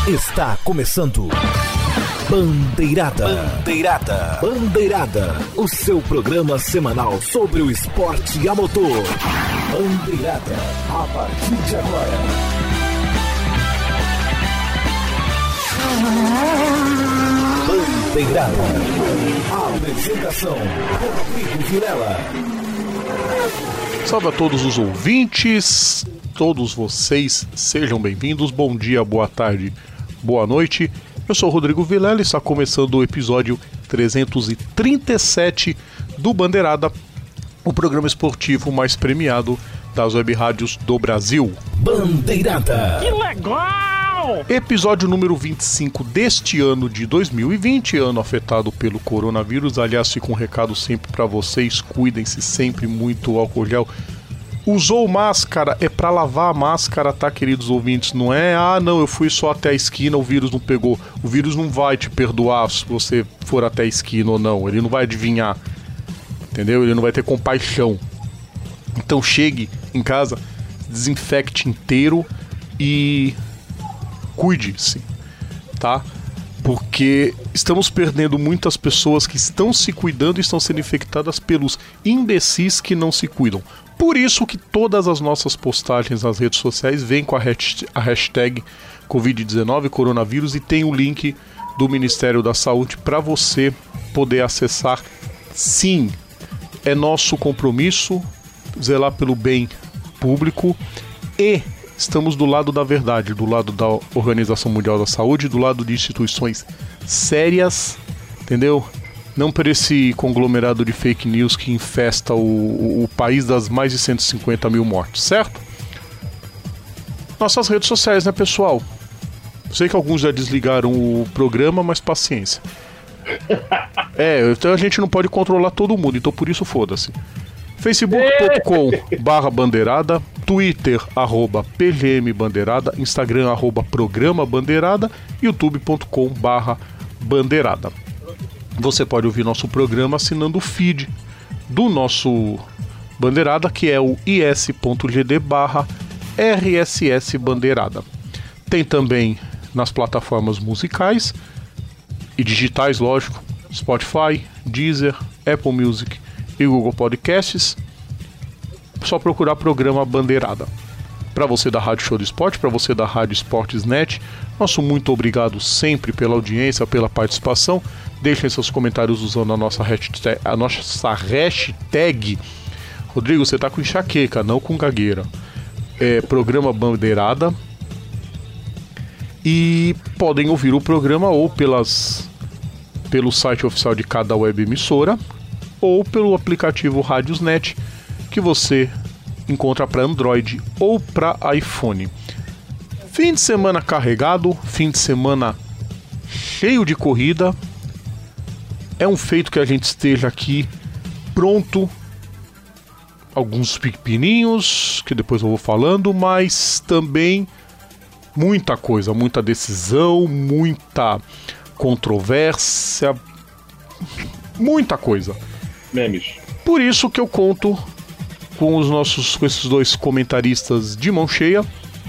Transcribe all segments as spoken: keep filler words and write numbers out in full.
Está começando Bandeirada. Bandeirada. Bandeirada. O seu programa semanal sobre o esporte a motor. Bandeirada. A partir de agora. Bandeirada. A apresentação: Rodrigo Vilela. Salve a todos os ouvintes, todos vocês, sejam bem-vindos, bom dia, boa tarde, boa noite. Eu sou o Rodrigo Vilela e está começando o episódio trezentos e trinta e sete do Bandeirada, o programa esportivo mais premiado das web rádios do Brasil. Bandeirada. Que legal! Episódio número vinte e cinco deste ano de dois mil e vinte, ano afetado pelo coronavírus. Aliás, fica um recado sempre para vocês, cuidem-se sempre muito, álcool gel. Usou máscara, é pra lavar a máscara, tá, queridos ouvintes? Não é, ah, não, eu fui só até a esquina, o vírus não pegou. O vírus não vai te perdoar se você for até a esquina ou não. Ele não vai adivinhar, entendeu? Ele não vai ter compaixão. Então chegue em casa, desinfecte inteiro e cuide-se, tá? Porque estamos perdendo muitas pessoas que estão se cuidando e estão sendo infectadas pelos imbecis que não se cuidam. Por isso que todas as nossas postagens nas redes sociais vêm com a hashtag, a hashtag covid dezenove coronavírus e tem o link do Ministério da Saúde para você poder acessar. Sim, é nosso compromisso zelar pelo bem público e estamos do lado da verdade, do lado da Organização Mundial da Saúde, do lado de instituições sérias, entendeu? Não por esse conglomerado de fake news que infesta o, o, o país das mais de cento e cinquenta mil mortes, certo? Nossas redes sociais, né, pessoal? Sei que alguns já desligaram o programa, mas paciência. É, então a gente não pode controlar todo mundo, então por isso foda-se. facebook ponto com barra bandeirada, Twitter, arroba P G M Bandeirada, Instagram, arroba Programa Bandeirada, youtube ponto com barra bandeirada. Você pode ouvir nosso programa assinando o feed do nosso Bandeirada, que é o is.gd barra rss Bandeirada. Tem também nas plataformas musicais e digitais, lógico, Spotify, Deezer, Apple Music e Google Podcasts. Só procurar programa Bandeirada. Para você da Rádio Show do Esporte, para você da Rádio Esportes Net, nosso muito obrigado sempre pela audiência, pela participação. Deixem seus comentários usando a nossa hashtag, a nossa hashtag. Rodrigo, você tá com enxaqueca, não com gagueira. É programa Bandeirada. E podem ouvir o programa ou pelas, pelo site oficial de cada web emissora ou pelo aplicativo Radiosnet, que você encontra para Android ou para iPhone. Fim de semana carregado, fim de semana cheio de corrida. É um feito que a gente esteja aqui pronto. Alguns pepininhos, que depois eu vou falando, mas também muita coisa, muita decisão, muita controvérsia, muita coisa. Memes. Por isso que eu conto com os nossos, com esses dois comentaristas de mão cheia.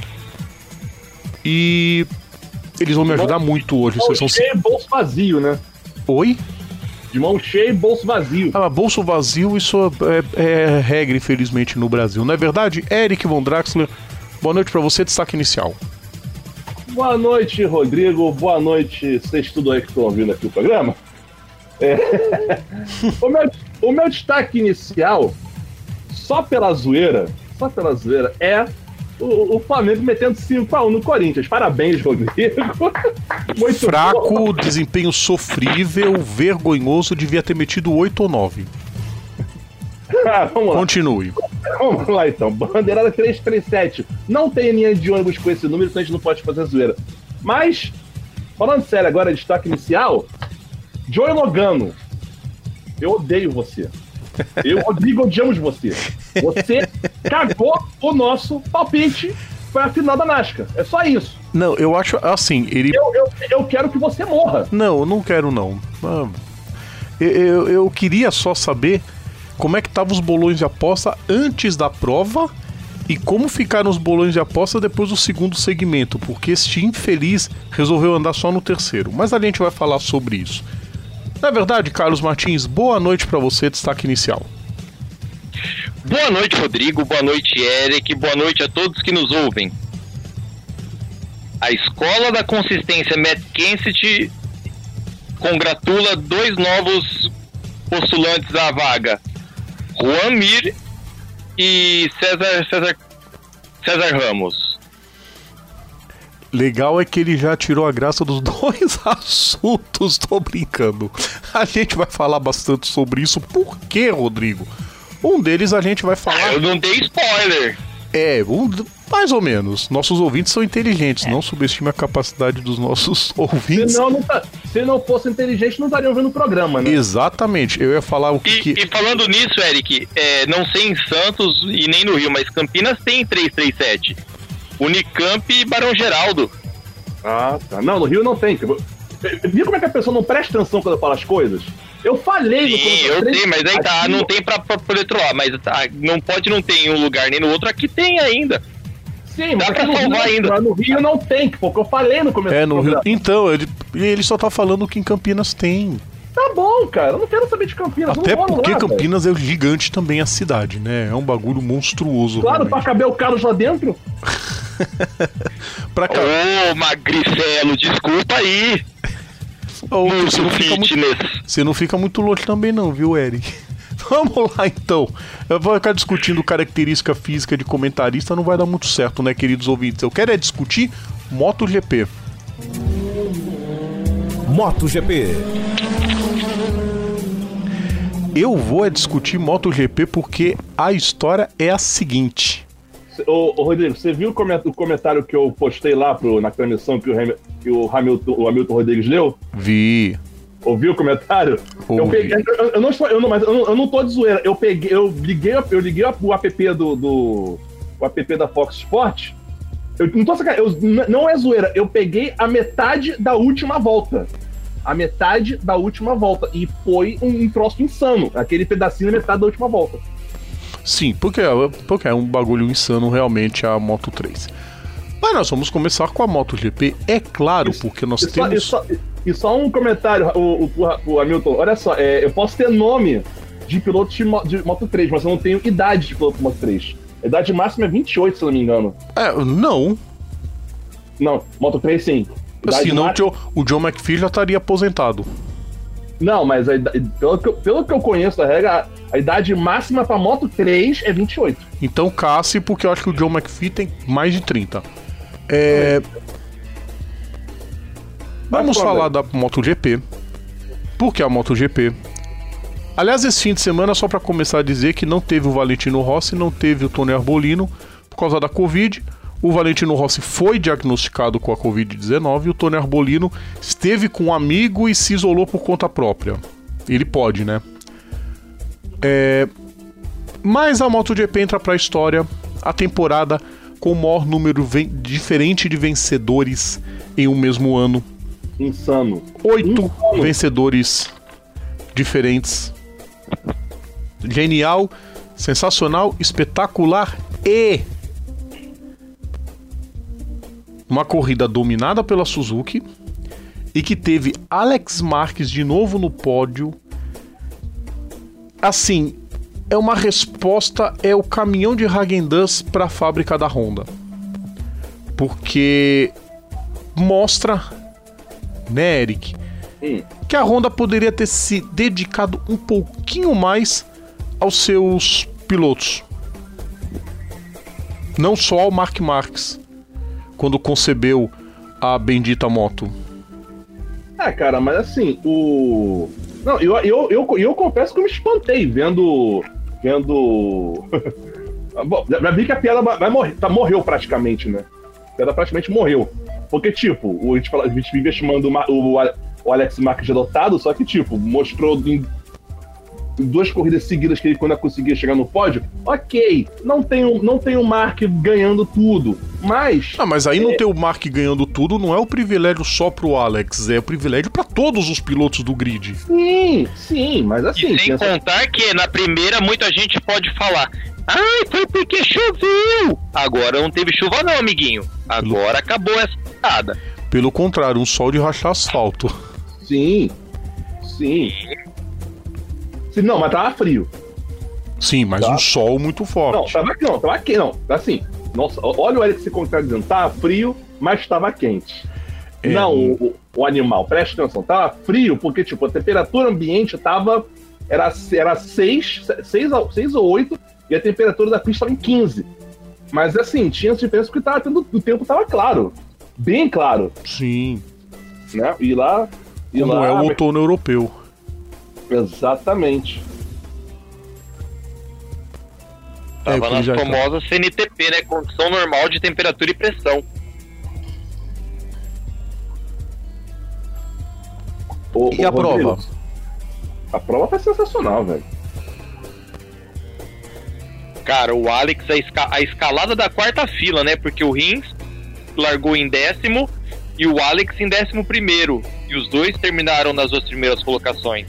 E eles vão me ajudar mão, muito hoje. Mão Vocês são... cheia e bolso vazio, né? Oi? De mão cheia e bolso vazio. Ah, bolso vazio, isso é, é regra, infelizmente, no Brasil. Não é verdade? Eric Von Draxler, boa noite pra você, destaque inicial. Boa noite, Rodrigo. Boa noite, vocês tudo aí que estão ouvindo aqui o programa. É... o, meu, o meu destaque inicial, só pela zoeira, só pela zoeira, é o, o Flamengo metendo cinco a um no Corinthians. Parabéns, Rodrigo. Muito fraco, bom. Desempenho sofrível, vergonhoso, devia ter metido oito ou nove. Ah, vamos lá. Continue. Vamos lá então, Bandeirada trezentos e trinta e sete. Não tem linha de ônibus com esse número, então a gente não pode fazer zoeira. Mas, falando sério agora, destaque inicial, Joey Logano, eu odeio você. Eu, Rodrigo, odiamos você. Você cagou o nosso palpite para a final da NASCAR. É só isso. Não, eu acho assim, ele... Eu, eu, eu quero que você morra. Não, eu não quero não. Eu, eu, eu queria só saber como é que estavam os bolões de aposta antes da prova e como ficaram os bolões de aposta depois do segundo segmento, porque este infeliz resolveu andar só no terceiro. Mas a gente vai falar sobre isso. Na verdade, Carlos Martins, boa noite para você, destaque inicial. Boa noite, Rodrigo, boa noite, Eric, boa noite a todos que nos ouvem. A Escola da Consistência Matt Kenseth congratula dois novos postulantes à vaga, Juan Mir e César, César, César Ramos. Legal é que ele já tirou a graça dos dois assuntos, tô brincando. A gente vai falar bastante sobre isso, por quê, Rodrigo? Um deles a gente vai falar... Ah, eu não dei spoiler! É, um, mais ou menos. Nossos ouvintes são inteligentes, é. Não subestime a capacidade dos nossos ouvintes. Se não, não tá, se não fosse inteligente, não estariam vendo o programa, né? Exatamente, eu ia falar o e, que... E falando nisso, Eric, é, não sei em Santos e nem no Rio, mas Campinas tem três três sete. Unicamp e Barão Geraldo. Ah, tá. Não, no Rio não tem. Viu como é que a pessoa não presta atenção quando eu falo as coisas? Eu falei no Sim, eu sei, mas aí tá, não tem pra, pra poder trollar, mas tá, não pode não ter em um lugar nem no outro, aqui tem ainda. Sim, mas dá pra salvar Rio, ainda. No Rio não tem, porque eu falei no começo é, do no programa. Rio, então, ele, ele só tá falando que em Campinas tem. Tá bom, cara, eu não quero saber de Campinas. Até não porque lá, Campinas velho. é gigante também a cidade, né? É um bagulho monstruoso. Claro, realmente. pra caber o Carlos lá dentro. pra cá. Ô, Magricelo, desculpa aí. Oh, você, não fica muito, você não fica muito longe também não, viu, Eric? Vamos lá, então. Eu vou ficar discutindo característica física de comentarista, não vai dar muito certo, né, queridos ouvintes? Eu quero é discutir MotoGP. MotoGP. Eu vou é discutir MotoGP porque a história é a seguinte. Ô, ô Rodrigo, você viu o comentário que eu postei lá pro, na transmissão que o, Ham, que o, Hamilton, o Hamilton Rodrigues leu? Vi. Ouviu o comentário? Ouvi. Eu peguei. Eu, eu não estou. Eu não, mas eu não, eu não tô de zoeira. Eu peguei. Eu liguei, eu liguei o app do. do o app da Fox Sport. Eu não tô sacanagem. Eu, não é zoeira. Eu peguei a metade da última volta. A metade da última volta. E foi um, um troço insano. Aquele pedacinho da metade da última volta. Sim, porque, porque é um bagulho insano realmente a Moto três. Mas nós vamos começar com a MotoGP, é claro, isso, porque nós e temos... Só, e, só, e só um comentário, o, o, o Hamilton, olha só, é, eu posso ter nome de piloto de, de Moto três, mas eu não tenho idade de piloto de Moto três. A idade máxima é vinte e oito, se não me engano. É, não. Não, Moto três sim. Assim, não, máxima... o John McPhee já estaria aposentado. Não, mas a, pelo, que eu, pelo que eu conheço da regra, a idade máxima pra Moto três é vinte e oito. Então casse, porque eu acho que o John McPhee tem mais de trinta. É... Vamos falar da MotoGP. Por que a MotoGP? Aliás, esse fim de semana, só pra começar a dizer que não teve o Valentino Rossi, não teve o Tony Arbolino por causa da Covid. O Valentino Rossi foi diagnosticado com a covid dezenove e o Tony Arbolino esteve com um amigo e se isolou por conta própria. Ele pode, né? É... Mas a MotoGP entra pra história, a temporada com o maior número ven... diferente de vencedores em um mesmo ano. Insano. Oito Insano. vencedores diferentes. Genial, sensacional, espetacular e... uma corrida dominada pela Suzuki e que teve Alex Marques de novo no pódio. Assim, é uma resposta, é o caminhão de Häagen-Dazs para a fábrica da Honda. Porque mostra, né, Eric, Sim. que a Honda poderia ter se dedicado um pouquinho mais aos seus pilotos. Não só ao Marc Marques, quando concebeu a bendita moto. É, cara, mas assim, o... Não, eu, eu, eu, eu confesso que eu me espantei vendo... Vendo... Bom, já vi que a piada vai morrer, tá, morreu praticamente, né? A piada praticamente morreu. Porque, tipo, a gente, fala, a gente vive chamando o, o Alex Marques de adotado, só que, tipo, mostrou em duas corridas seguidas que ele quando conseguia chegar no pódio, ok, não tem um, não tem um Mark ganhando tudo, mas... Ah, mas aí é... não ter o Mark ganhando tudo não é o privilégio só pro Alex, é o privilégio pra todos os pilotos do grid. Sim, sim, mas assim... E sem pensa... contar que na primeira muita gente pode falar, Ai, foi porque choveu. Agora não teve chuva não, amiguinho. Agora acabou essa parada. Pelo contrário, um sol de rachar asfalto. Sim. Sim. Sim. Não, mas tava frio. Sim, mas tá. um sol muito forte. Não, tava não, tava quente, não. Assim, nossa, olha o Eric se contradizendo. Tava frio, mas tava quente. É, não, o, o animal, preste atenção, tava frio, porque, tipo, a temperatura ambiente tava. Era, era seis, seis ou oito, e a temperatura da pista estava em quinze. Mas assim, tinha essa diferença porque tava tendo, o tempo tava claro. Bem claro. Sim. Né? E lá. E Como lá, é o outono europeu. Exatamente. Tava é, nas já famosas tá. C N T P, né? Condição normal de temperatura e pressão. O, e o a Rodrigo, prova? A prova foi sensacional, velho. Cara, o Alex, a, esca- a escalada da quarta fila, né? Porque o Rins largou em décimo e o Alex em décimo primeiro. E os dois terminaram nas duas primeiras colocações.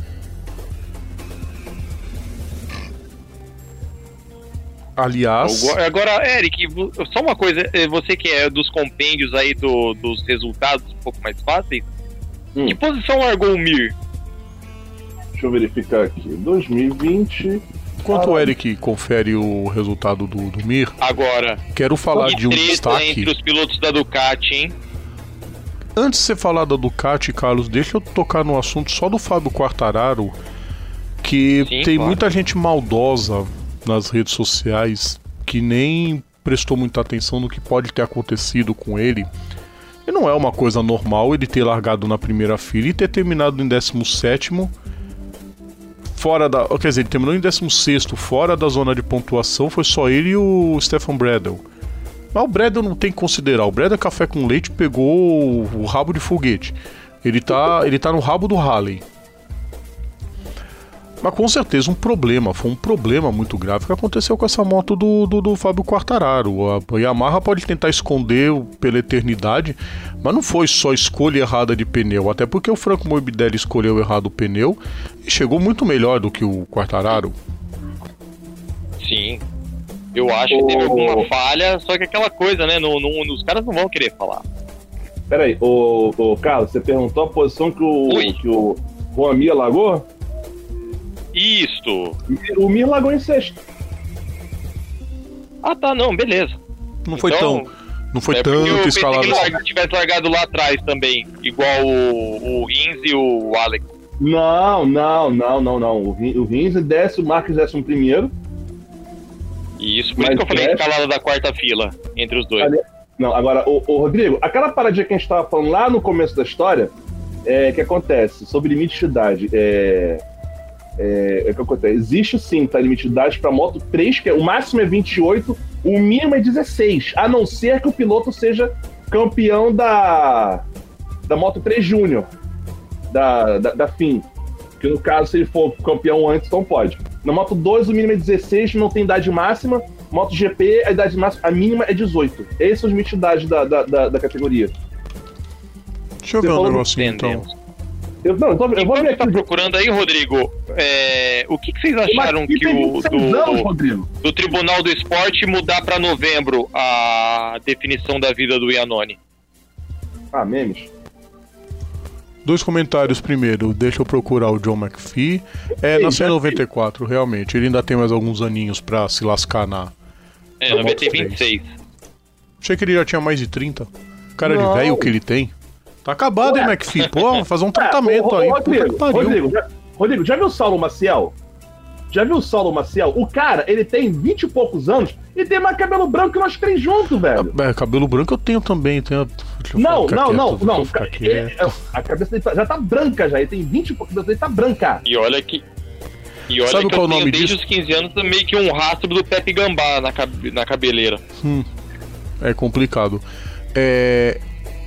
Aliás... Agora, Eric, só uma coisa. Você que é dos compêndios aí do, dos resultados um pouco mais fáceis. Hum. Que posição largou o Mir? Deixa eu verificar aqui. dois mil e vinte... Enquanto o Eric confere o resultado do, do Mir... Agora... Quero falar que de um destaque... entre os pilotos da Ducati, hein? Antes de você falar da Ducati, Carlos, deixa eu tocar no assunto só do Fábio Quartararo, que Sim, tem claro. muita gente maldosa nas redes sociais que nem prestou muita atenção no que pode ter acontecido com ele. E não é uma coisa normal ele ter largado na primeira fila e ter terminado em décimo sétimo, fora da... Quer dizer, ele terminou em décimo sexto, fora da zona de pontuação, foi só ele e o Stefan Bradl. Mas o Bradl não tem que considerar. O Bradl Café com Leite pegou o rabo de foguete. Ele tá, ele tá no rabo do Halley. Mas com certeza um problema, foi um problema muito grave que aconteceu com essa moto do, do, do Fábio Quartararo. A Yamaha pode tentar esconder pela eternidade, mas não foi só escolha errada de pneu, até porque o Franco Morbidelli escolheu errado o pneu e chegou muito melhor do que o Quartararo. Sim, eu acho que teve alguma falha, só que aquela coisa, né, no, no, os caras não vão querer falar. Peraí, ô, ô Carlos, você perguntou a posição que o, que o Juan Mir largou? Isto. O Mir largou em sexto. Ah, tá, não, beleza. Não foi então, tão. Não foi é tanto escalado. Eu pensei que ele tivesse largado lá atrás também, igual o, o Rins e o Alex. Não, não, não, não, não. O, o Rins desce, o Marques décimo primeiro. Isso, por Mas isso que eu falei desce... escalada da quarta fila entre os dois. Ali... Não, agora, o, o Rodrigo, aquela paradinha que a gente tava falando lá no começo da história, é que acontece sobre limite de idade. É. É, é o que acontece. Existe sim, tá, limite de idade para moto três, que é, o máximo é vinte e oito, o mínimo é dezesseis, a não ser que o piloto seja campeão da da Moto três Júnior, da, da, da F I M, que no caso, se ele for campeão antes, então pode. Na Moto dois, o mínimo é dezesseis, não tem idade máxima. Moto G P, a idade máxima, a mínima é dezoito. Esses são os limites de idade da, da, da, da categoria. Deixa eu ver um negocinho, então. Eu, não, eu, tô, eu vou ver aqui. Tá procurando aí, Rodrigo, é, o que, que vocês acharam que, que o do, anos, do Tribunal do Esporte mudar para novembro a definição da vida do Iannone? Ah, memes. Dois comentários primeiro, deixa eu procurar o John McPhee. É, nasceu em noventa e quatro, realmente. Ele ainda tem mais alguns aninhos pra se lascar na... É, na noventa e vinte e seis. Achei que ele já tinha mais de trinta. Cara não. De velho que ele tem. Tá acabado, Ué. hein, McPhee? Pô, vamos fazer um tratamento é, o, o, aí. Rodrigo, Rodrigo, já, Rodrigo, já viu o Saulo Maciel? Já viu o Saulo Maciel? O cara, ele tem vinte e poucos anos e tem mais cabelo branco que nós três juntos, velho. É, cabelo branco eu tenho também. Tenho... Não, não, não, não. Ele, a cabeça dele tá, já tá branca já. Ele tem vinte e poucos anos, ele tá branca. E olha que... E olha Sabe que qual eu o nome tenho desde disso? os quinze anos meio que um rastro do Pepe Gambá na, cab... na cabeleira. Hum, é complicado. É...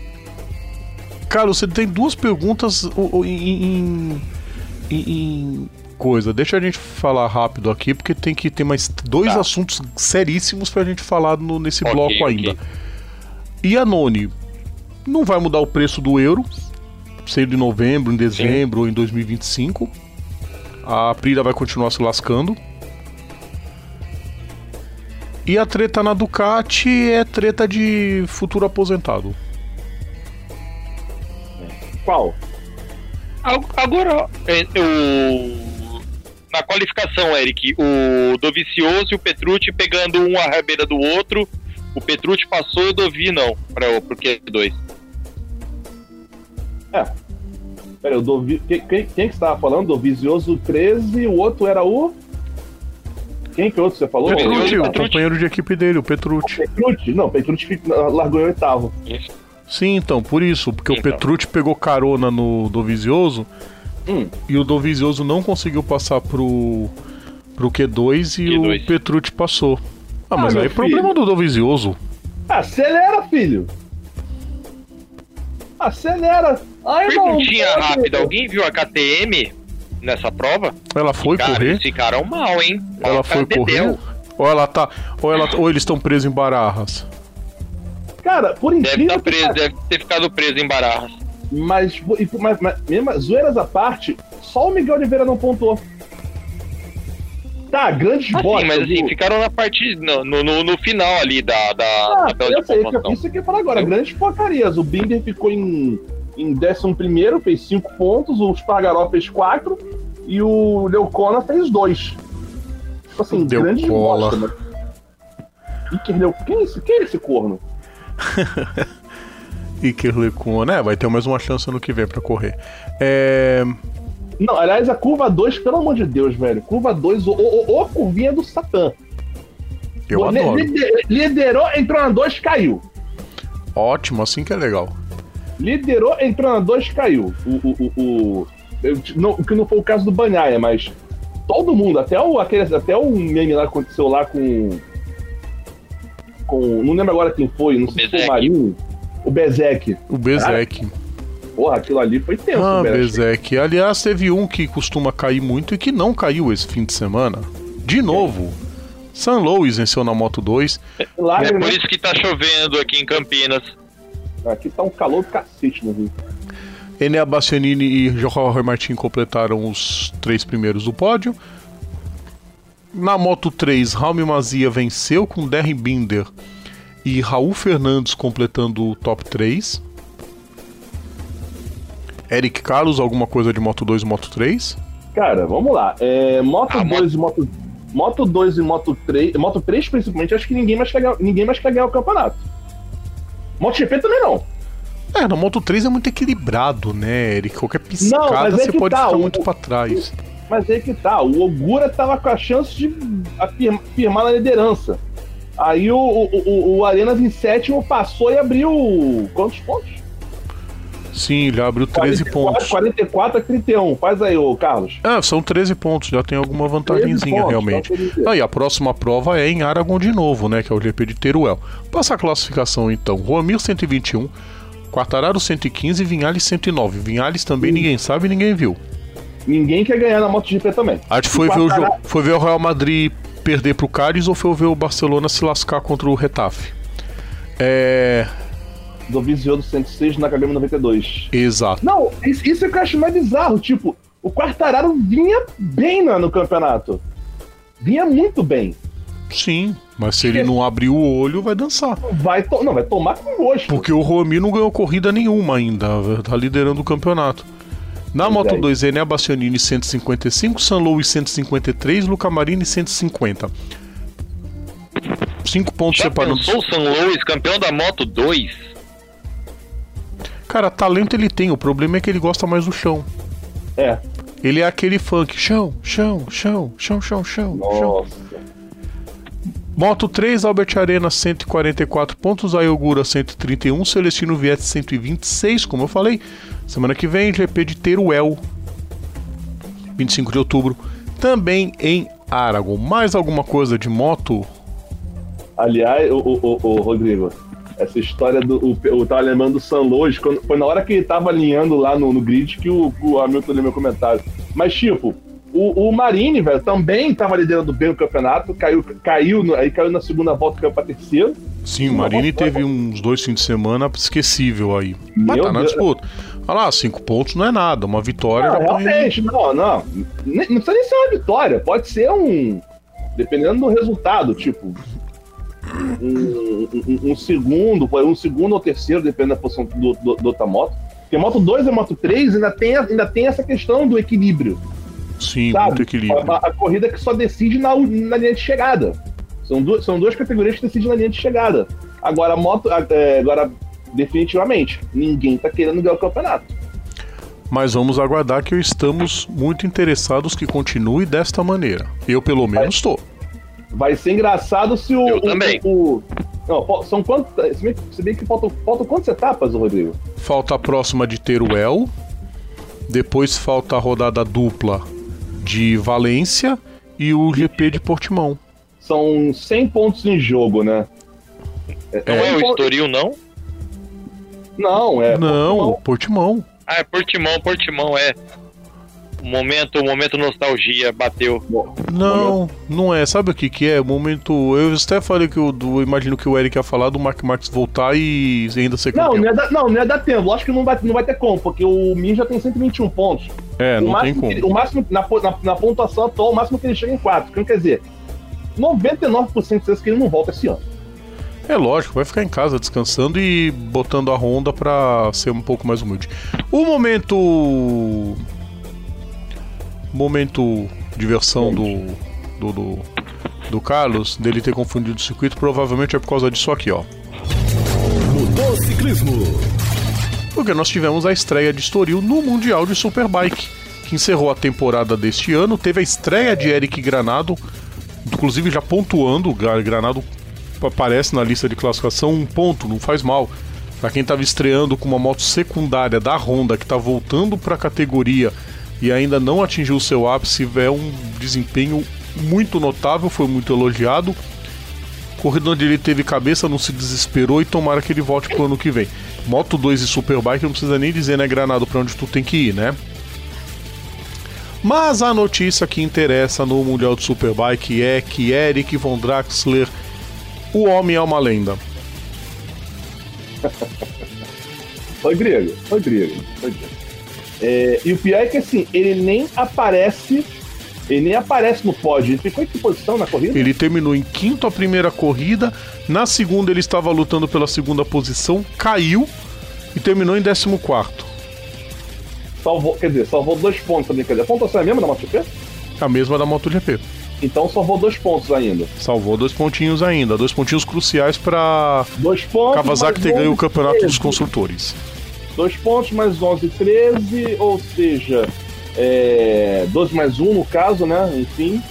Cara, você tem duas perguntas em, em, em coisa. Deixa a gente falar rápido aqui, porque tem que ter mais dois tá. assuntos seríssimos pra gente falar no, nesse okay, bloco ainda. Okay. Iannone não vai mudar o preço do euro, sendo em novembro, em dezembro Sim. ou em dois mil e vinte e cinco. A Aprilia vai continuar se lascando. E a treta na Ducati é treta de futuro aposentado. Qual? Agora, eu... na qualificação, Eric, o Dovizioso e o Petrucci pegando um à rabeira do outro. O Petrucci passou e o Dovi não, para pro Q dois. É. Pera, o Dovi... Quem, quem, quem que você tava falando? Dovizioso treze, o outro era o... Quem que é o outro que você falou? Petrucci, o Petrucci. companheiro de equipe dele, o Petrucci. Petrucci? Não, Petrucci largou em oitavo. Isso. Sim, então, por isso, porque Então. o Petrucci pegou carona no Dovizioso Hum. e o Dovizioso não conseguiu passar pro, pro Q dois e Q dois. o Petrucci passou. Ah, mas Ah, aí é meu problema filho. do Dovizioso. Acelera, filho! Acelera! Ai, não, Perguntinha pode. rápida, alguém viu a K T M nessa prova? Ela foi Cara, correr? eles ficaram mal, hein? Mal Ela foi pra correr? dedéu. Ou ela tá. Ou, ela, ou eles estão presos em Barajas? Cara, por Deve, incrível tá preso, que deve ter ficado preso em Barajas. Mas, mas, mas mesmo, zoeiras à parte, só o Miguel Oliveira não pontuou. Tá, grandes Assim, bosta. mas assim, viu? ficaram na parte. No, no, no final ali da, da Ah, tabela eu de sei, pontuação. isso que eu falar agora, grandes porcarias. O Binder ficou em, em décimo primeiro, fez cinco pontos, o Spargaró fez quatro e o Leucona fez dois. Tipo assim, Deu grandes cola. bosta, né? Iker Leu... Quem é esse, quem é esse corno? Iker Lecuona, né? Vai ter mais uma chance ano que vem pra correr. É. Não, aliás, a curva dois, pelo amor de Deus, velho. Curva dois, ou o, o, a curvinha do Satã. Eu Li- adoro. lider- Liderou, entrou na dois, caiu. Ótimo, assim que é legal. Liderou, entrou na dois, caiu. O, o, o, o, eu- não, o que não foi o caso do Banhaia, mas todo mundo, até o, aquele, até o meme lá que aconteceu lá com. com. Não lembro agora quem foi, não O sei se foi o Bezek. Marinho. O Bezek. O Bezek. Porra, aquilo ali foi tenso, Ah, velho. Bezek. Aliás, teve um que costuma cair muito e que não caiu esse fim de semana. De novo. San Luis venceu na Moto dois. Lá, É né? por isso que tá chovendo aqui em Campinas. Aqui tá um calor do cacete no Rio. Enea Bastianini e Jorge Martin completaram os três primeiros do pódio. Na Moto três, Raul Mazia venceu com Derry Binder e Raul Fernandes completando o top três. Eric Carlos, alguma coisa de Moto dois e Moto três? Cara, vamos lá. É, Moto Ah, dois e Moto. Moto dois e Moto três. Moto três, principalmente, acho que ninguém mais quer ganhar, ninguém mais quer ganhar o campeonato. MotoGP também não. É, na Moto três é muito equilibrado, né, Eric? Qualquer Não, piscada mas é você que pode tá, ficar o- muito pra trás. Mas aí que tá, o Ogura tava com a chance de afirma- firmar na liderança. Aí o, o, o, o Arenas em sétimo passou e abriu. Quantos pontos? Sim, ele abriu treze quarenta e quatro, pontos. quarenta e quatro a trinta e um. Faz aí, ô Carlos. Ah, são treze pontos, já tem alguma vantagenzinha pontos, realmente. dá pra dizer. Aí a próxima prova é em Aragon de novo, né, que é o G P de Teruel. Passa a classificação então. Roamir cento e vinte e um, Quartararo cento e quinze e Vinhales cento e nove. Vinhales também ninguém sabe e ninguém viu. Ninguém quer ganhar na MotoGP também. A gente foi O ver o, Quartararo- jo- foi ver o Real Madrid perder pro Cádiz ou foi ver o Barcelona se lascar contra o Retafe? É... Do Vizioso cento e seis na K G M noventa e dois. Exato. Não, isso, isso é que eu acho mais bizarro. Tipo, o Quartararo vinha bem no, no campeonato. Vinha muito bem. Sim, mas se ele não abrir o olho, vai dançar. Vai to- não, vai tomar com gosto. Porque o Roamir não ganhou corrida nenhuma ainda, tá liderando o campeonato. Na Pois Moto é. dois, Enea Bastianini cento e cinquenta e cinco, San Luis cento e cinquenta e três, Luca Marini cento e cinquenta. cinco pontos Já separando. pensou o San Luis, campeão da Moto dois? Cara, talento ele tem, o problema é que ele gosta mais do chão. É. Ele é aquele funk, chão, chão, chão, chão, chão, chão, chão. Nossa. Moto três, Albert Arena cento e quarenta e quatro pontos, Ayogura cento e trinta e um, Celestino Vietti cento e vinte e seis, como eu falei. Semana que vem, G P de Teruel, vinte e cinco de outubro, também em Aragon. Mais alguma coisa de moto? Aliás, o, o, o, o Rodrigo, essa história do. O, eu tava lembrando do San Luis, quando, foi na hora que ele tava alinhando lá no, no grid que o, o Hamilton leu meu comentário. Mas, tipo, o, o Marini, velho, também tava liderando bem o campeonato, caiu, caiu no- aí caiu na segunda volta, caiu pra terceiro. Sim, o Marini teve uns dois fins de semana esquecível aí. Mas Meu tá na Deus. disputa. Olha lá, cinco pontos não é nada, uma vitória Não, já põe- realmente, não, não. Nem- Não precisa nem ser uma vitória, pode ser um. Dependendo do resultado, tipo. um, um, um segundo, um segundo ou terceiro, dependendo da posição do, do, do outra moto. Porque moto dois e moto três ainda tem, ainda tem essa questão do equilíbrio. Sim, sabe? muito equilíbrio. A, a corrida que só decide na, na linha de chegada. São duas, são duas categorias que decidem na linha de chegada. Agora, a moto, é, agora, definitivamente, ninguém tá querendo ganhar o campeonato. Mas vamos aguardar que estamos muito interessados que continue desta maneira. Eu, pelo menos, estou. Vai ser engraçado se o... Eu o, também. O, não, são quantas... Se bem, se bem que faltam, faltam quantas etapas, Rodrigo? Falta a próxima de Teruel. Depois falta a rodada dupla de Valência e o G P de Portimão. São cem pontos em jogo, né? Não é, é o Estoril, não? Não, é... Não, Portimão. Portimão. Ah, é Portimão, Portimão, é. O momento, o momento nostalgia bateu. Não, não é. Sabe o que que é? O momento... Eu até falei que eu, eu imagino que o Eric ia falar do Mark Marques voltar e ainda ser campeão. Não, não ia dar, não, não ia dar tempo. Acho que não vai, não vai ter como, porque o Min já tem cento e vinte e um pontos. É, o não tem máximo como. Que, o máximo, na, na, na pontuação atual, o máximo que ele chega em quatro. Então, quer dizer, noventa e nove por cento de certeza que ele não volta esse ano. É lógico, vai ficar em casa descansando e botando a Honda pra ser um pouco mais humilde. O momento... Momento diversão do, do, do, do Carlos, dele ter confundido o circuito, provavelmente é por causa disso aqui, ó. Motociclismo. Porque nós tivemos a estreia de Estoril no Mundial de Superbike, que encerrou a temporada deste ano. Teve a estreia de Eric Granado, inclusive já pontuando. O Granado aparece na lista de classificação, um ponto, não faz mal. Para quem estava estreando com uma moto secundária da Honda, que está voltando para a categoria e ainda não atingiu o seu ápice, é um desempenho muito notável, foi muito elogiado. Corrida onde ele teve cabeça, não se desesperou e tomara que ele volte pro ano que vem. Moto dois e Superbike não precisa nem dizer, né, Granado, pra onde tu tem que ir, né? Mas a notícia que interessa no Mundial de Superbike é que Eric von Draxler, o homem é uma lenda. Foi grego, foi grego, foi grego. É, e o pior é que assim, ele nem aparece, ele nem aparece no pódio. Ele ficou em que posição na corrida? Ele terminou em quinto a primeira corrida, na segunda ele estava lutando pela segunda posição, caiu e terminou em décimo quarto. Salvou, quer dizer, salvou dois pontos também. Quer dizer, a pontuação é a mesma da MotoGP? A mesma da MotoGP. Então salvou dois pontos ainda. Salvou dois pontinhos ainda, dois pontinhos cruciais para Kawasaki ter ganho o campeonato dos construtores. Dois pontos mais onze, treze, ou seja, é, doze mais um no caso, né? Enfim.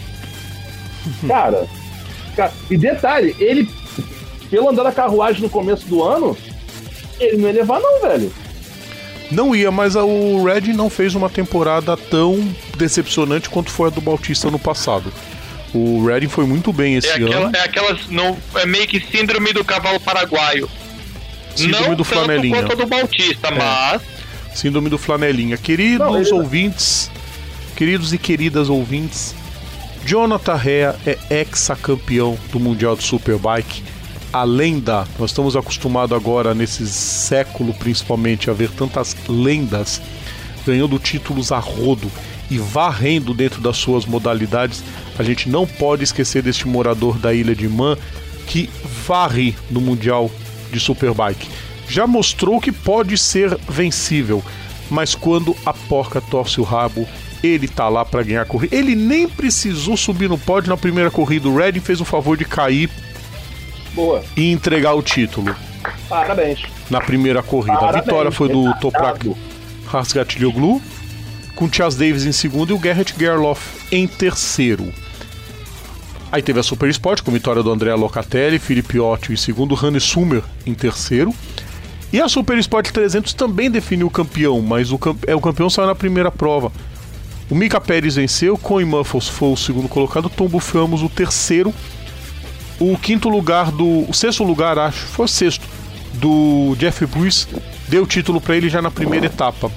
Cara, cara, e detalhe, ele, pelo andar da carruagem no começo do ano, ele não ia levar não, velho. Não ia, mas o Red não fez uma temporada tão decepcionante quanto foi a do Bautista no passado. O Redding foi muito bem esse é aquela, ano. É aquelas, não, é meio que síndrome do cavalo paraguaio. Síndrome não do flanelinha. Não tanto quanto do Bautista, é. mas... Síndrome do flanelinha. Queridos não, ele... ouvintes, queridos e queridas ouvintes, Jonathan Rea é ex-campeão do Mundial de Superbike. A lenda, nós estamos acostumados agora, nesse século principalmente, a ver tantas lendas ganhando títulos a rodo e varrendo dentro das suas modalidades. A gente não pode esquecer deste morador da Ilha de Man que varre no Mundial de Superbike. Já mostrou que pode ser vencível, mas quando a porca torce o rabo, ele tá lá para ganhar a corrida. Ele nem precisou subir no pódio na primeira corrida. O Redding fez o favor de cair Boa. e entregar o título. Parabéns. Na primeira corrida. Parabéns. A vitória foi do Toprak Razgatlioglu, com Chas Davis em segundo e o Gerrit Gerloff em terceiro. Aí teve a Super Sport com vitória do Andrea Locatelli, Felipe Otto em segundo, Hannes Summer em terceiro. E a Super Sport trezentos também definiu o campeão, mas o, campe... é, o campeão saiu na primeira prova. O Mika Pérez venceu, Connie Muffles foi o segundo colocado, Tom Bufamos o terceiro. O quinto lugar do... O sexto lugar, acho, foi o sexto, do Jeff Bruce, deu o título para ele já na primeira etapa.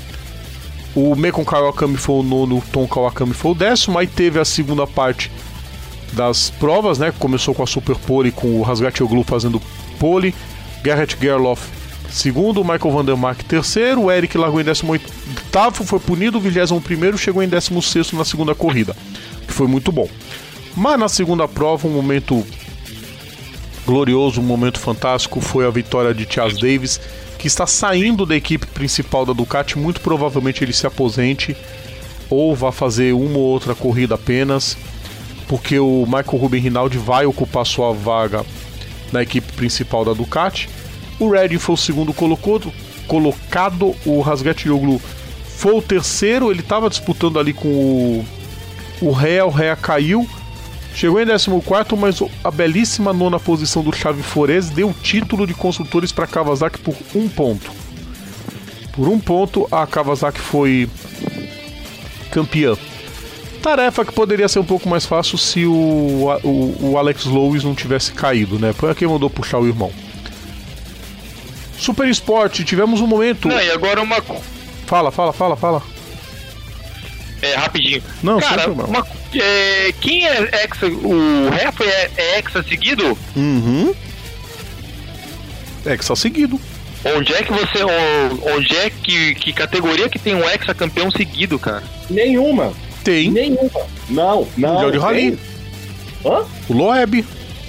O Mekon Kawakami foi o nono, o Tom Kawakami foi o décimo. Aí teve a segunda parte das provas, né? Começou com a Super Pole, com o Razgatlioglu fazendo pole, Gerrit Gerloff segundo, Michael Vandermark terceiro, o Eric largou em décimo oitavo, foi punido, o vigésimo primeiro, chegou em décimo sexto na segunda corrida, que foi muito bom. Mas na segunda prova, um momento glorioso, um momento fantástico, foi a vitória de Chaz Davis, que está saindo da equipe principal da Ducati. Muito provavelmente ele se aposente ou vá fazer uma ou outra corrida apenas, porque o Michael Ruben Rinaldi vai ocupar sua vaga na equipe principal da Ducati. O Redding foi o segundo colocado, colocado o Razgatlioglu foi o terceiro, ele estava disputando ali com o, o Rea, o Rea caiu, chegou em décimo quarto, mas a belíssima nona posição do Xavi Forés deu o título de construtores para a Kawasaki por um ponto. Por um ponto, a Kawasaki foi campeã. Tarefa que poderia ser um pouco mais fácil se o, o, o Alex Lowes não tivesse caído, né? Foi quem mandou puxar o irmão. Super Sport, tivemos um momento... Não, e agora uma... Fala, fala, fala, fala. É, rapidinho. Não, cara, uma, é, quem é Hexa? O Ré foi é Hexa seguido? Uhum. Hexa seguido. Onde é que você... Onde é que, que categoria que tem um Hexa campeão seguido, cara? Nenhuma. Tem. Nenhuma. Não, não. Mundial de Rally. Hã? O Loeb.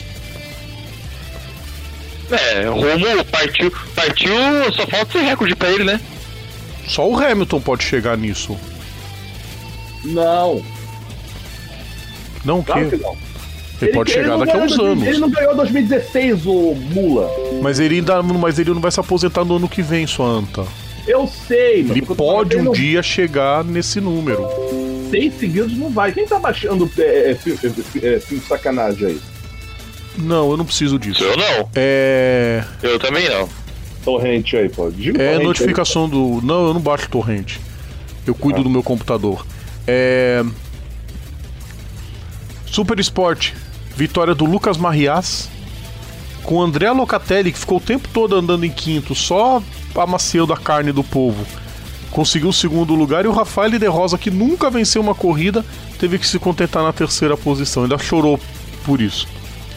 É, Romo partiu, partiu, só falta ser recorde pra ele, né? Só o Hamilton pode chegar nisso. Não. Não, Claro que... que não. Ele, Ele, pode ele chegar não daqui a ganhou uns dois mil, anos. Ele não ganhou dois mil e dezesseis, o Mula. Mas ele ainda, mas ele não vai se aposentar no ano que vem, sua anta. Eu sei, mas... Ele pode um não... dia chegar nesse número. Seis seguidos não vai. Quem tá baixando é, é, filme é, é, de sacanagem aí? Não, eu não preciso disso. Eu não. É... Eu também não. Torrente aí, pô. Diga É torrente notificação aí. do... Não, eu não baixo torrente. Eu cuido Ah. do meu computador. É... Super Sport. Vitória do Lucas Marriás. Com o André Locatelli, que ficou o tempo todo andando em quinto, só amaciando a carne do povo. Conseguiu o segundo lugar. E o Rafael de Rosa, que nunca venceu uma corrida, teve que se contentar na terceira posição. Ainda chorou por isso.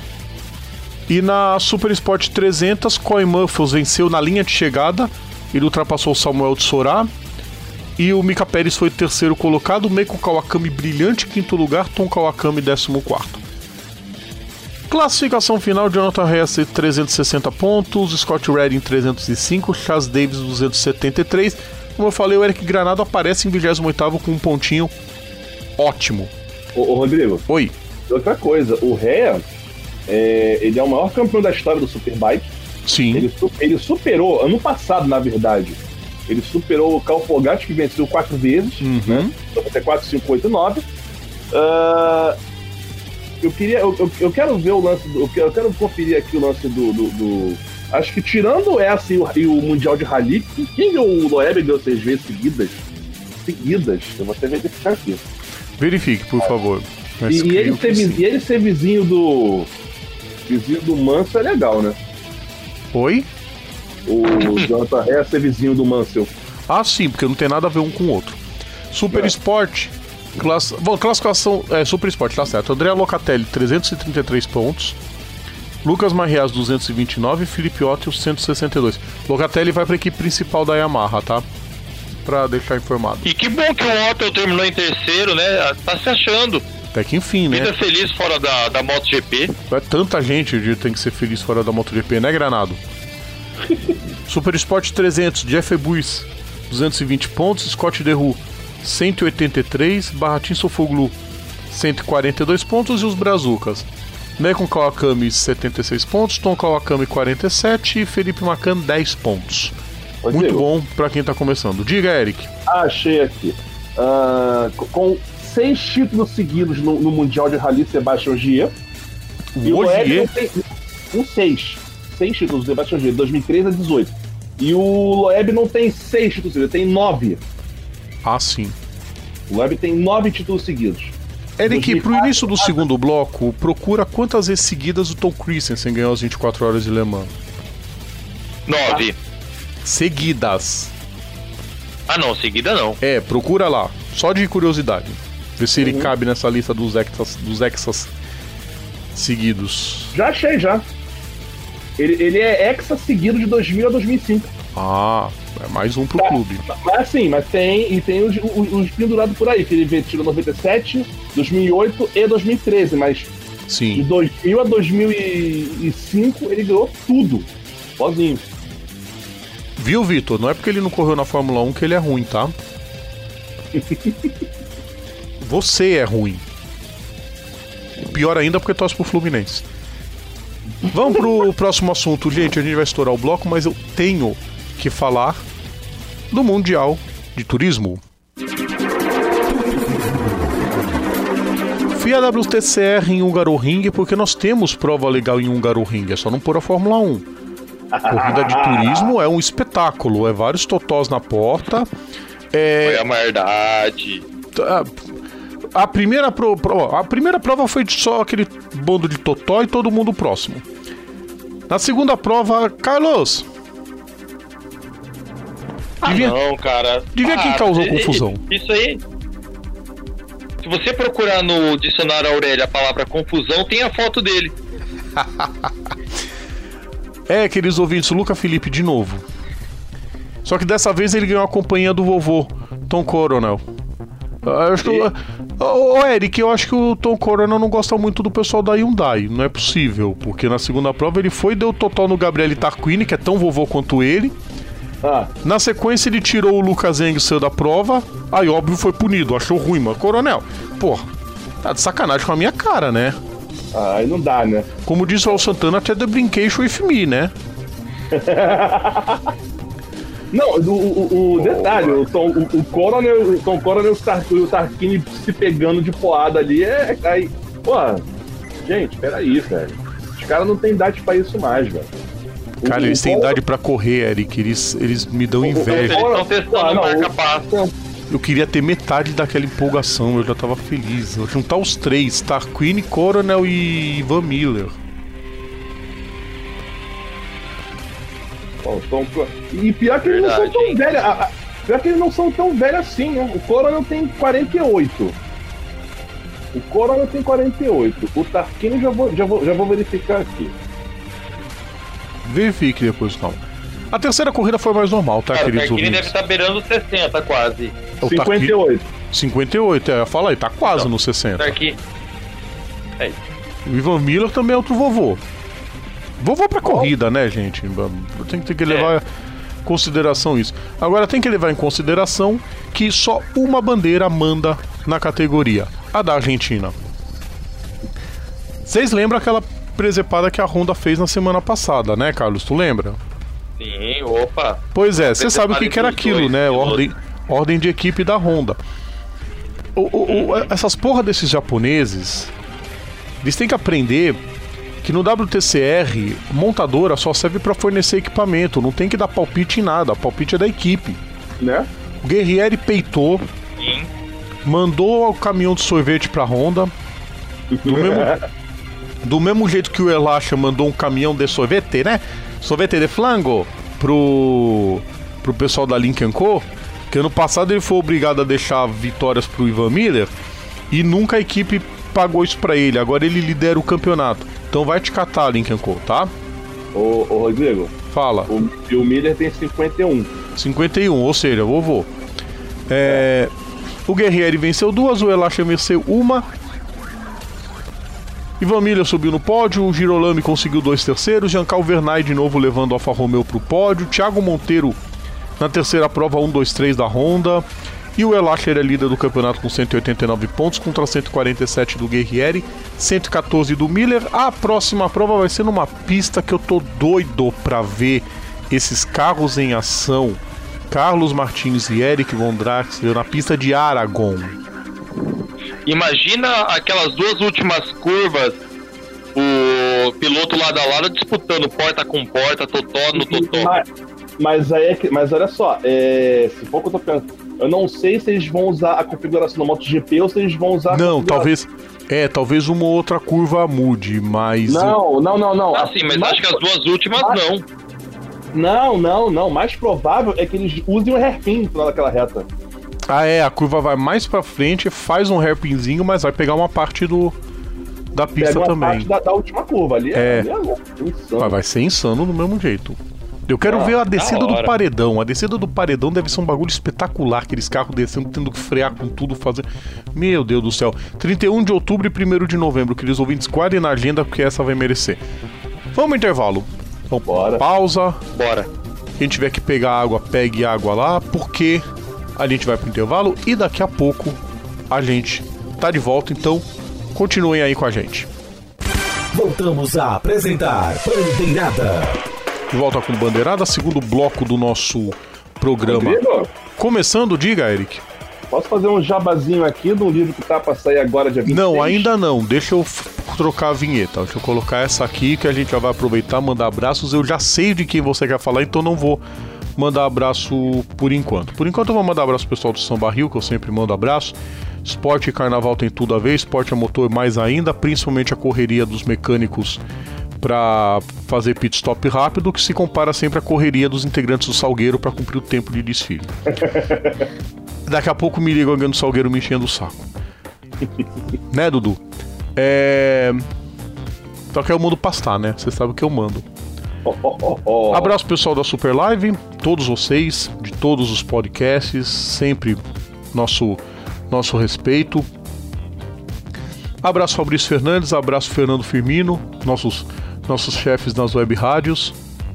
E na Super Sport trezentos, Coy Muffles venceu na linha de chegada. Ele ultrapassou o Samuel de Sorá. E o Mika Pérez foi o terceiro colocado. Meiko Kawakami brilhante em quinto lugar. Tom Kawakami décimo quarto. Classificação final: Jonathan Hess trezentos e sessenta pontos, Scott Redding trezentos e cinco, Chaz Davis duzentos e setenta e três. Como eu falei, o Eric Granado aparece em vigésimo oitavo com um pontinho ótimo. Ô, ô, Rodrigo. Oi. Outra coisa, o Rea, é, ele é o maior campeão da história do Superbike. Sim. Ele, ele superou, ano passado, na verdade, ele superou o Carl Pogatti, que venceu quatro vezes, Uhum. né? Então vai ter quatro, cinco, oito, nove. Uh, eu queria. Eu, eu, eu quero ver o lance. Do, eu, quero, eu quero conferir aqui o lance do. do, do acho que tirando essa e o, e o Mundial de Rally, quem deu o Loeb deu seis vezes seguidas? Seguidas. Eu vou até verificar aqui. Verifique, por favor. Mas E, e, ele creio ser, que sim. vi- e ele ser vizinho do. Vizinho do Mansell é legal, né? Oi? O Jonathan Rea ser vizinho do Mansell. Ah, sim, porque não tem nada a ver um com o outro. Super É. Sport. Class... Bom, classificação. É, Super Sport, tá certo. André Locatelli, trezentos e trinta e três pontos. Lucas Marriás, duzentos e vinte e nove. Felipe Otto, cento e sessenta e dois. Locatelli vai para a equipe principal da Yamaha, tá? Pra deixar informado. E que bom que o Otto terminou em terceiro, né? Tá se achando. Até que enfim, né? Vida feliz fora da, da MotoGP. É tanta gente que tem que ser feliz fora da MotoGP, né, Granado? Super Sport trezentos, Jeff Buis, duzentos e vinte pontos. Scott Derru, cento e oitenta e três. Barratin Sofoglu, cento e quarenta e dois pontos. E os Brazucas: Meikon Kawakami, setenta e seis pontos. Tom Kawakami, quarenta e sete. E Felipe Macan, dez pontos. Rodrigo, Muito bom pra quem tá começando. Diga, Eric. Achei aqui. Ah, co- com seis títulos seguidos no, no Mundial de Rally, Sebastian Ogier. E o Loeb Ogier? não tem. Com seis. Seis títulos do Sebastian Ogier, de dois mil e treze a dezoito. E o Loeb não tem seis títulos seguidos, ele tem nove. Ah, sim. O Loeb tem nove títulos seguidos. Eric, pro dois mil e quatro, início do segundo bloco, procura quantas vezes seguidas o Tom Christensen ganhou as vinte e quatro horas de Le Mans. Nove. Seguidas. Ah, não, seguida não. É, procura lá, só de curiosidade. Ver se ele Uhum. cabe nessa lista dos Exas, dos Exas seguidos. Já achei, já. Ele, ele é hexa seguido de dois mil a dois mil e cinco. Ah, é mais um pro Tá. clube. Mas assim, mas tem, e tem os, os, os pendurados por aí, que ele tirou noventa e sete, dois mil e oito e dois mil e treze, mas Sim. De dois mil a dois mil e cinco ele ganhou tudo, sozinho. Viu, Vitor? Não é porque ele não correu na Fórmula um que ele é ruim, tá? Você é ruim. Pior ainda porque torce pro Fluminense. Vamos pro próximo assunto, gente. A gente vai estourar o bloco, mas eu tenho que falar do Mundial de Turismo. Fui a W T C R em Hungaroring porque nós temos prova legal em Hungaroring. É só não pôr a Fórmula um. Corrida de turismo é um espetáculo. É vários totós na porta. É... Foi a verdade. A, a, primeira pro, pro, a primeira prova foi só aquele bando de totó e todo mundo próximo. Na segunda prova, Carlos. Devia, ah, não, cara. Devia ah, quem causou é, confusão. Isso aí. Se você procurar no dicionário Aurélia a palavra confusão, tem a foto dele. É, queridos ouvintes, Luca Felipe de novo. Só que dessa vez ele ganhou a companhia do vovô, Tom Coronel. Eu acho que, ô, Eric, eu acho que o Tom Coronel não gosta muito do pessoal da Hyundai. Não é possível, porque na segunda prova ele foi e deu total no Gabriele Tarquini, que é tão vovô quanto ele. Ah. Na sequência ele tirou o Lucas Engel da prova. Aí óbvio foi punido, achou ruim, mano. Coronel, porra, tá de sacanagem com a minha cara, né? Ah, aí não dá, né? Como disse o Santana, até the brincation with me, né? Não, o, o, o detalhe, o Tom, o, o Coronel, o Tom Coronel e o Tarquini se pegando de porrada ali é. Aí, pô, gente, peraí, velho. Os caras não tem idade pra isso mais, velho. Cara, o, eles o têm Coronel... idade pra correr, Eric. Eles, eles me dão inveja. Eles estão testando marca-passo. Eu queria ter metade daquela empolgação, eu já tava feliz. Eu juntar os três, Tarquini, Coronel e Van Miller. Oh, Tom... E pior que eles não são tão velhos. Pior que eles não são tão velhos assim, né? O Coronel tem quarenta e oito. O Coronel tem quarenta e oito. O Tarquini já vou, já vou, já vou verificar aqui. Verifique depois, calma. A terceira corrida foi mais normal, tá, cara, queridos ouvintes? O Tarquini deve estar beirando sessenta quase. O cinquenta e oito. Tarquini... cinquenta e oito, é, fala aí, tá quase então, no sessenta. Tarquini. É. O Ivan Miller também é outro vovô. Vovô pra corrida, né, gente? Tem que ter que levar é. em consideração isso. Agora tem que levar em consideração que só uma bandeira manda na categoria, a da Argentina. Vocês lembram aquela presepada que a Honda fez na semana passada, né, Carlos? Tu lembra? Sim, opa. Pois é, você sabe o que, que era aquilo, dois, né? Ordem, ordem de equipe da Honda. O, o, o, essas porra desses japoneses, eles têm que aprender que no W T C R, montadora só serve pra fornecer equipamento, não tem que dar palpite em nada, palpite é da equipe. Né? O Guerrieri peitou, Sim. mandou o caminhão de sorvete pra Honda, do mesmo, do mesmo jeito que o Elacha mandou um caminhão de sorvete, né? Sorvete de flango pro, pro pessoal da Lincoln Co, que ano passado ele foi obrigado a deixar vitórias pro Ivan Miller e nunca a equipe pagou isso pra ele, agora ele lidera o campeonato. Então vai te catar, Lincoln Co, tá? Ô, ô Rodrigo. Fala. O, e o Miller tem cinquenta e um. cinquenta e um, ou seja, vovô. É, é. O Guerrieri venceu duas, o Elacha venceu uma. Ivan Miller subiu no pódio, o Girolami conseguiu dois terceiros, Jean Calvernay de novo levando a Alfa Romeo pro pódio, Thiago Monteiro na terceira prova um, dois, três da Honda, e o Elacher é líder do campeonato com cento e oitenta e nove pontos contra cento e quarenta e sete do Guerrieri, cento e quatorze do Miller. A próxima prova vai ser numa pista que eu tô doido pra ver esses carros em ação, Carlos Martins e Eric Von Draxler na pista de Aragon. Imagina aquelas duas últimas curvas, o piloto lado a lado disputando porta com porta, totó no totó. Mas, mas, aí é que, mas olha só, é, se for que eu tô pensando, eu não sei se eles vão usar a configuração do MotoGP ou se eles vão usar. Não, talvez. É, talvez uma outra curva mude, mas. Não, não, não, não. Ah, sim, mas mais, acho que as duas últimas mais, não. Não, não, não. Mais provável é que eles usem o hairpin no final daquela reta. Ah, é, a curva vai mais pra frente, faz um hairpinzinho, mas vai pegar uma parte do da pista Pega uma também. Parte da, da última curva ali. É, é, ali é insano. Vai, vai ser insano do mesmo jeito. Eu quero Ah, ver a descida da do hora. paredão. A descida do paredão deve ser um bagulho espetacular. Aqueles carros descendo, tendo que frear com tudo, fazer. Meu Deus do céu. trinta e um de outubro e primeiro de novembro. Queridos ouvintes, guardem na agenda porque essa vai merecer. Vamos ao intervalo. Então, Bora. pausa. Bora. Quem tiver que pegar água, pegue água lá, porque a gente vai pro intervalo e daqui a pouco a gente tá de volta. Então, continuem aí com a gente. Voltamos a apresentar Bandeirada. De volta com Bandeirada, segundo bloco do nosso programa. Rodrigo, Começando, diga, Eric. posso fazer um jabazinho aqui do livro que tá pra sair agora, dia vinte e seis? Não, ainda não. Deixa eu f- trocar a vinheta. Deixa eu colocar essa aqui que a gente já vai aproveitar, mandar abraços. Eu já sei de quem você quer falar, então não vou mandar abraço por enquanto. Por enquanto eu vou mandar abraço pro pessoal do Samba Rio, que eu sempre mando abraço. Esporte e carnaval tem tudo a ver, esporte a motor mais ainda, principalmente a correria dos mecânicos para fazer pit stop rápido, que se compara sempre à correria dos integrantes do Salgueiro para cumprir o tempo de desfile. Daqui a pouco me liga alguém do Salgueiro me enchendo o saco. Né, Dudu? É... Só que eu mando pastar, né? Você sabe o que eu mando. Oh, oh, oh, oh. Abraço pessoal da Super Live, todos vocês, de todos os podcasts, sempre nosso, nosso respeito. Abraço Fabrício Fernandes, abraço Fernando Firmino, nossos, nossos chefes nas web rádios.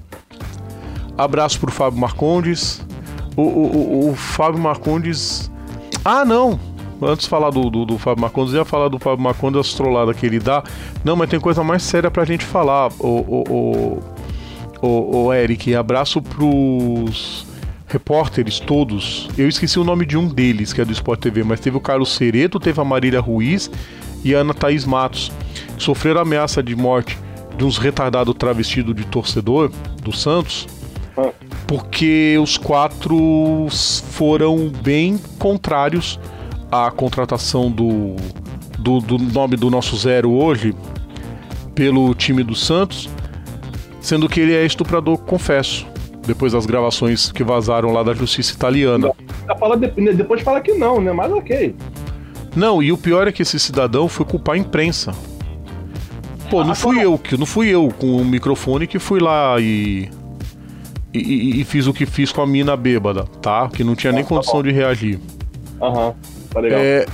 Abraço pro Fábio Marcondes. O, o, o, o Fábio Marcondes. Ah, não! Antes de falar do, do, do Fábio Marcondes, eu ia falar do Fábio Marcondes, as trolladas que ele dá. Não, mas tem coisa mais séria pra gente falar, o, o, o, o, o Eric. Abraço pros repórteres todos. Eu esqueci o nome de um deles, que é do Sport T V, mas teve o Carlos Cereto, teve a Marília Ruiz e a Ana Thaís Matos, que sofreram ameaça de morte de uns retardados travestidos de torcedor do Santos, porque os quatro foram bem contrários à contratação do, do, do nome do nosso zero hoje pelo time do Santos, sendo que ele é estuprador, confesso, depois das gravações que vazaram lá da justiça italiana. Fala de, depois fala que não, né? Mas ok. Não, e o pior é que esse cidadão foi culpar a imprensa. Pô, não Ah, fui claro. eu, que não fui eu com o microfone que fui lá e, e, e- e fiz o que fiz com a mina bêbada, tá? Que não tinha nem tá condição bom. de reagir. Aham, tá legal. É,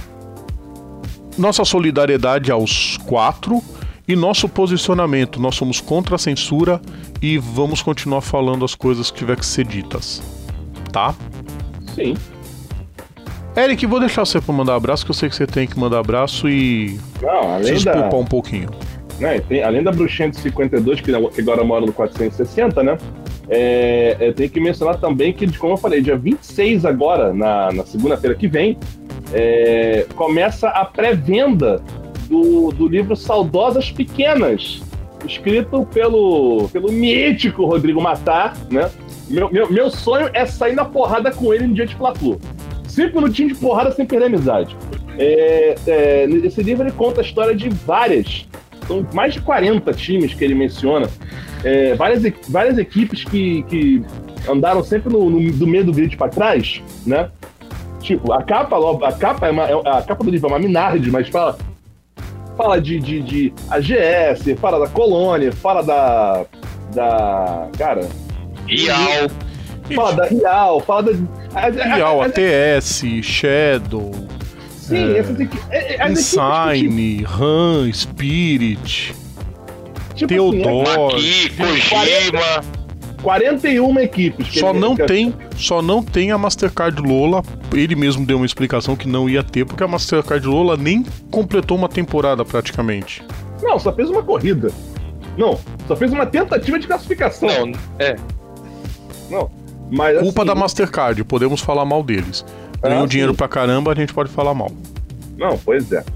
nossa solidariedade aos quatro e nosso posicionamento. Nós somos contra a censura e vamos continuar falando as coisas que tiver que ser ditas, tá? Sim. Eric, vou deixar você pra mandar abraço, que eu sei que você tem que mandar abraço e Não, além se da, poupar um pouquinho. né, tem, além da Bruxinha de cinquenta e dois, que, que agora mora no quatrocentos e sessenta, né? É, é, tem que mencionar também que, como eu falei, dia vinte e seis agora, na, na segunda-feira que vem, é, começa a pré-venda do, do livro Saudosas Pequenas, escrito pelo, pelo mítico Rodrigo Matar, né? Meu, meu, meu sonho é sair na porrada com ele no dia de Fla-Flu. Cinco minutinhos de porrada sem perder a amizade. É, é, esse livro ele conta a história de várias, são mais de quarenta times que ele menciona, é, várias, e- várias equipes que, que andaram sempre no, no- do meio do grid para trás, né? Tipo, a capa, a capa, é uma, é- a capa do livro é uma Minardi, mas fala, fala de, de, de A G S, fala da Colônia, fala da. da. Cara. Real. Fala da Real, fala da. a- a- Real, a- A T S, Shadow, Sim, essas equi- é- é- as equipes que, Insign, RAM, Spirit, tipo, tipo assim, é Teodoro. Aqui, Kojima. quarenta e uma equipes. que Só ele- não que- tem, só não tem a Mastercard Lola. Ele mesmo deu uma explicação que não ia ter, porque a Mastercard Lola nem completou uma temporada praticamente. Não, só fez uma corrida. Não, só fez uma tentativa de classificação. Não, é. Não. Mas, Culpa assim, da Mastercard, podemos falar mal deles. Ganhou Ah, dinheiro sim. pra caramba, a gente pode falar mal. Não, pois é.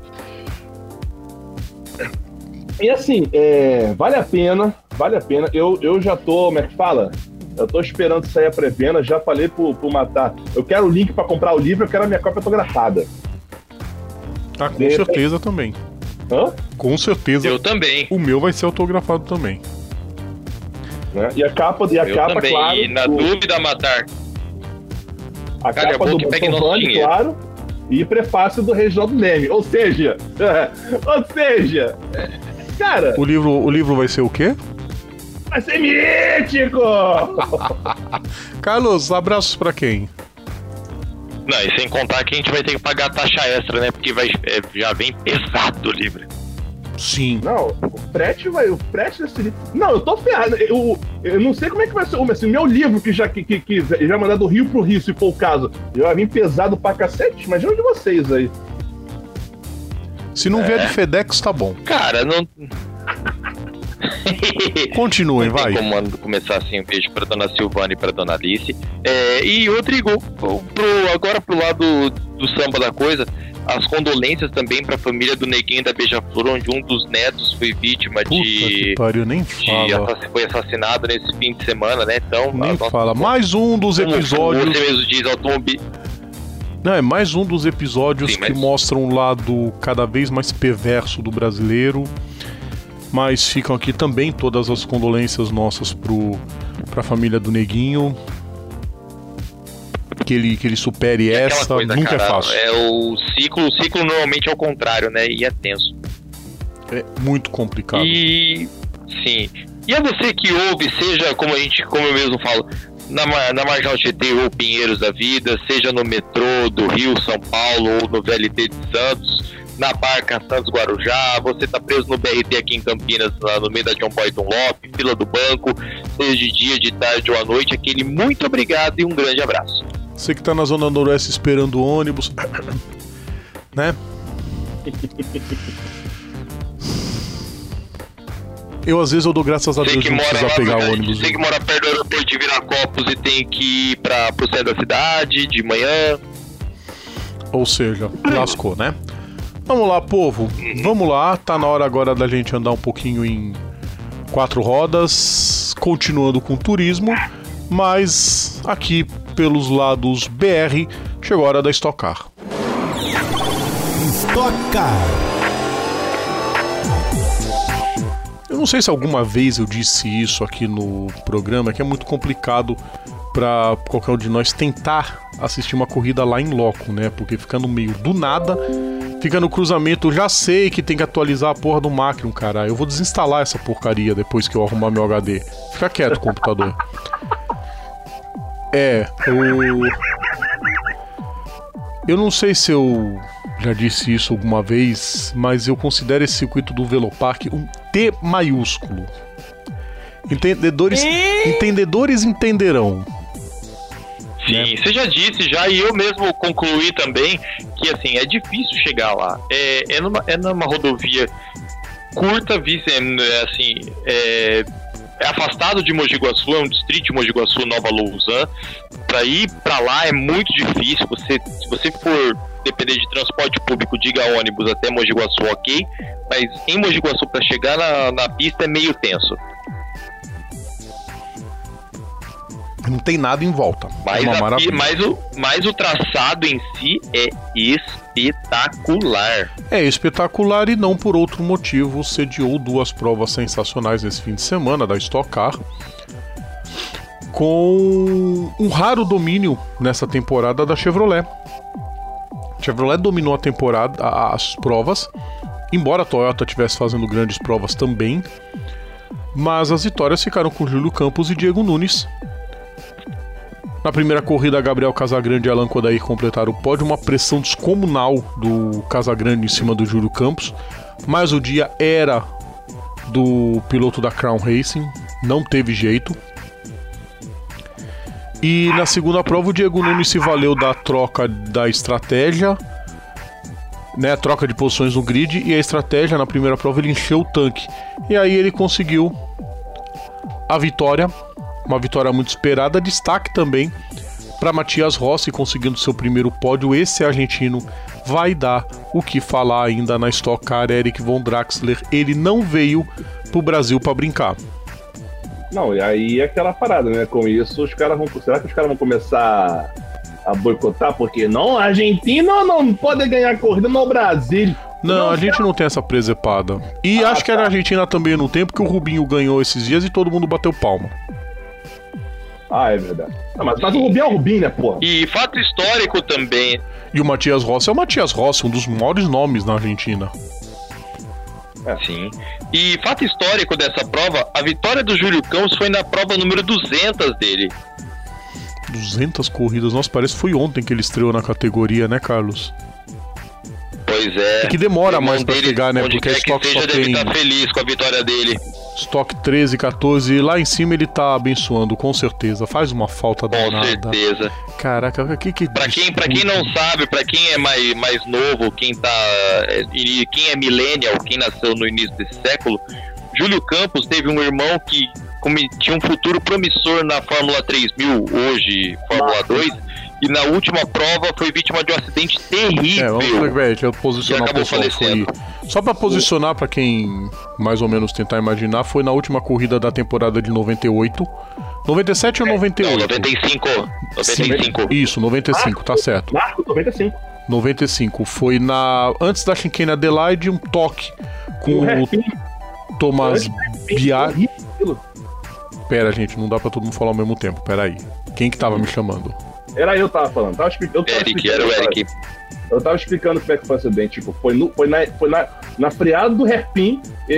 E assim, é, vale a pena, vale a pena. Eu, eu já tô, como é que fala? Eu tô esperando sair a pré-venda, já falei pro, pro Matar. Eu quero o link pra comprar o livro, eu quero a minha cópia autografada. Ah, com De repente- certeza também. Hã? Com certeza. Eu também. O meu vai ser autografado também. Né? E a capa, e a Eu capa também. claro. E na o- dúvida, matar. a Calha a capa boca do e pegue nosso Mantovani, dinheiro. claro. E prefácio do Reginaldo Leme. Ou seja, ou seja, cara, O livro, o livro vai ser o quê? Vai ser mítico! Carlos, abraços pra quem? Não, e sem contar que a gente vai ter que pagar taxa extra, né? Porque vai, é, já vem pesado o livro. Sim. Não, o frete vai. O frete desse livro. Não, eu tô ferrado. Eu, eu não sei como é que vai ser. Assim, meu livro, que já, que, que, que já mandar do Rio pro Rio, se for o caso, já vai vir pesado pra cacete. Imagina o de vocês aí. Se não É. vier de FedEx, tá bom. Cara, não. Continuem, Não tem vai. como começar assim, um beijo pra dona Silvana e pra dona Alice. É, e Rodrigo, pro, agora pro lado do samba da coisa, as condolências também pra família do Neguinho da Beija-Flor, onde um dos netos foi vítima Puta que de, pariu, nem de fala. assass- foi assassinado nesse fim de semana, né? Então, Nem a nossa- fala. Mais um dos como episódios. Você mesmo diz, automobil. Não, é mais um dos episódios Sim, que mas- mostram o lado cada vez mais perverso do brasileiro. Mas ficam aqui também todas as condolências nossas pro, pra família do Neguinho. Que ele, que ele supere É aquela essa, coisa, nunca cara, é fácil. É o ciclo, o ciclo normalmente é o contrário, né? E é tenso. É muito complicado. E sim. E a você que ouve, seja como a gente, como eu mesmo falo, na, Mar- na Marginal Tietê ou Pinheiros da Vida, seja no metrô do Rio, São Paulo ou no V L T de Santos, na Barca Santos Guarujá, você tá preso no B R T aqui em Campinas, lá no meio da John Boy Dunlop, fila do banco, seja de dia, de tarde ou à noite, aquele muito obrigado e um grande abraço. Você que tá na Zona Noroeste esperando o ônibus, né? Eu às vezes eu dou graças a Você Deus de que não mora precisar lá, pegar no- o ônibus. você que mora perto do aeroporto de Viracopos e tem que ir para pro centro da cidade de manhã. Ou seja, lascou, né? Vamos lá, povo. Vamos lá. Tá na hora agora da gente andar um pouquinho em quatro rodas, continuando com turismo, mas aqui pelos lados B R chegou a hora da Stock Car. Stock Car. Eu não sei se alguma vez eu disse isso aqui no programa, que é muito complicado para qualquer um de nós tentar assistir uma corrida lá em loco, né? Porque fica no meio do nada, fica no cruzamento, já sei que tem que atualizar a porra do Macrium, cara. Eu vou desinstalar essa porcaria depois que eu arrumar meu H D. Fica quieto, computador. É, eu... Eu não sei se eu já disse isso alguma vez, mas eu considero esse circuito do Velopark um T maiúsculo. Entendedores, entendedores entenderão. Sim, você já disse já, e eu mesmo concluí também que assim, é difícil chegar lá. É, é, numa, é numa rodovia curta, vice- é, assim, é, é afastado de Mogi Guaçu, é um distrito de Mogi Guaçu, Nova Lousã. Pra ir pra lá é muito difícil. Você, se você for depender de transporte público, diga ônibus até Mogi Guaçu, ok, mas em Mogi Guaçu pra chegar na, na pista é meio tenso. Não tem nada em volta. Mas, é uma a, maravilha. mas, o, mas o traçado em si é espetacular. É espetacular e não por outro motivo sediou duas provas sensacionais nesse fim de semana da Stock Car, com um raro domínio nessa temporada da Chevrolet. A Chevrolet dominou a temporada, as provas, embora a Toyota estivesse fazendo grandes provas também, mas as vitórias ficaram com Júlio Campos e Diego Nunes. Na primeira corrida, Gabriel Casagrande e Alan Kodair completaram o pódio, uma pressão descomunal do Casagrande em cima do Júlio Campos, mas o dia era do piloto da Crown Racing, não teve jeito. E na segunda prova, o Diego Nunes se valeu da troca da estratégia, né, a troca de posições no grid, e a estratégia, na primeira prova, ele encheu o tanque. E aí ele conseguiu a vitória, uma vitória muito esperada. Destaque também para Matias Rossi, conseguindo seu primeiro pódio. Esse argentino vai dar o que falar ainda na Stock Car. Eric Von Draxler, ele não veio pro Brasil para brincar. Não, e aí é aquela parada, né? Com isso, os caras vão. Será que os caras vão começar a boicotar? Porque não, a Argentina não pode ganhar corrida no Brasil. Não, Não, a gente não tem essa presepada. E Ah, acho que a tá. Argentina também não tem, porque o Rubinho ganhou esses dias e todo mundo bateu palma. Ah, é verdade. Não, mas, mas o Rubinho é o Rubinho, né, porra? E fato histórico também. E o Matias Rossi é o Matias Rossi, um dos maiores nomes na Argentina. É. Sim. E fato histórico dessa prova, a vitória do Júlio Campos foi na prova número duzentas dele. duzentas corridas, nossa, parece que foi ontem que ele estreou na categoria, né, Carlos? Pois é. É que demora mais pra dele, chegar, né? Porque a estoque só deve tem... estar feliz com a vitória dele. Estoque treze, quatorze, lá em cima ele tá abençoando, com certeza. Faz uma falta danada. Com certeza. Caraca, que que... Pra quem, pra quem não sabe, pra quem é mais, mais novo, quem tá... Quem é millennial, quem nasceu no início desse século, Júlio Campos teve um irmão que tinha um futuro promissor na Fórmula três mil, hoje Fórmula dois, e na última prova foi vítima de um acidente terrível. É, vamos ver, deixa eu posicionar o pessoal. Foi... Só pra posicionar, pra quem mais ou menos tentar imaginar, foi na última corrida da temporada de noventa e oito. noventa e sete ou noventa e oito? Não, noventa e cinco. noventa e cinco. Isso, noventa e cinco, tá certo. Marco, noventa e cinco. noventa e cinco. Foi na... antes da chicane Adelaide, um toque com o, o Thomas Biaggi. Pera, gente, não dá pra todo mundo falar ao mesmo tempo. Pera aí. Quem que tava me chamando? Era eu que tava falando. Tava expli... eu tava Eric, era o Eric. Eu tava explicando como é que foi o acidente. Tipo, foi, no, foi, na, foi na, na freada do hairpin,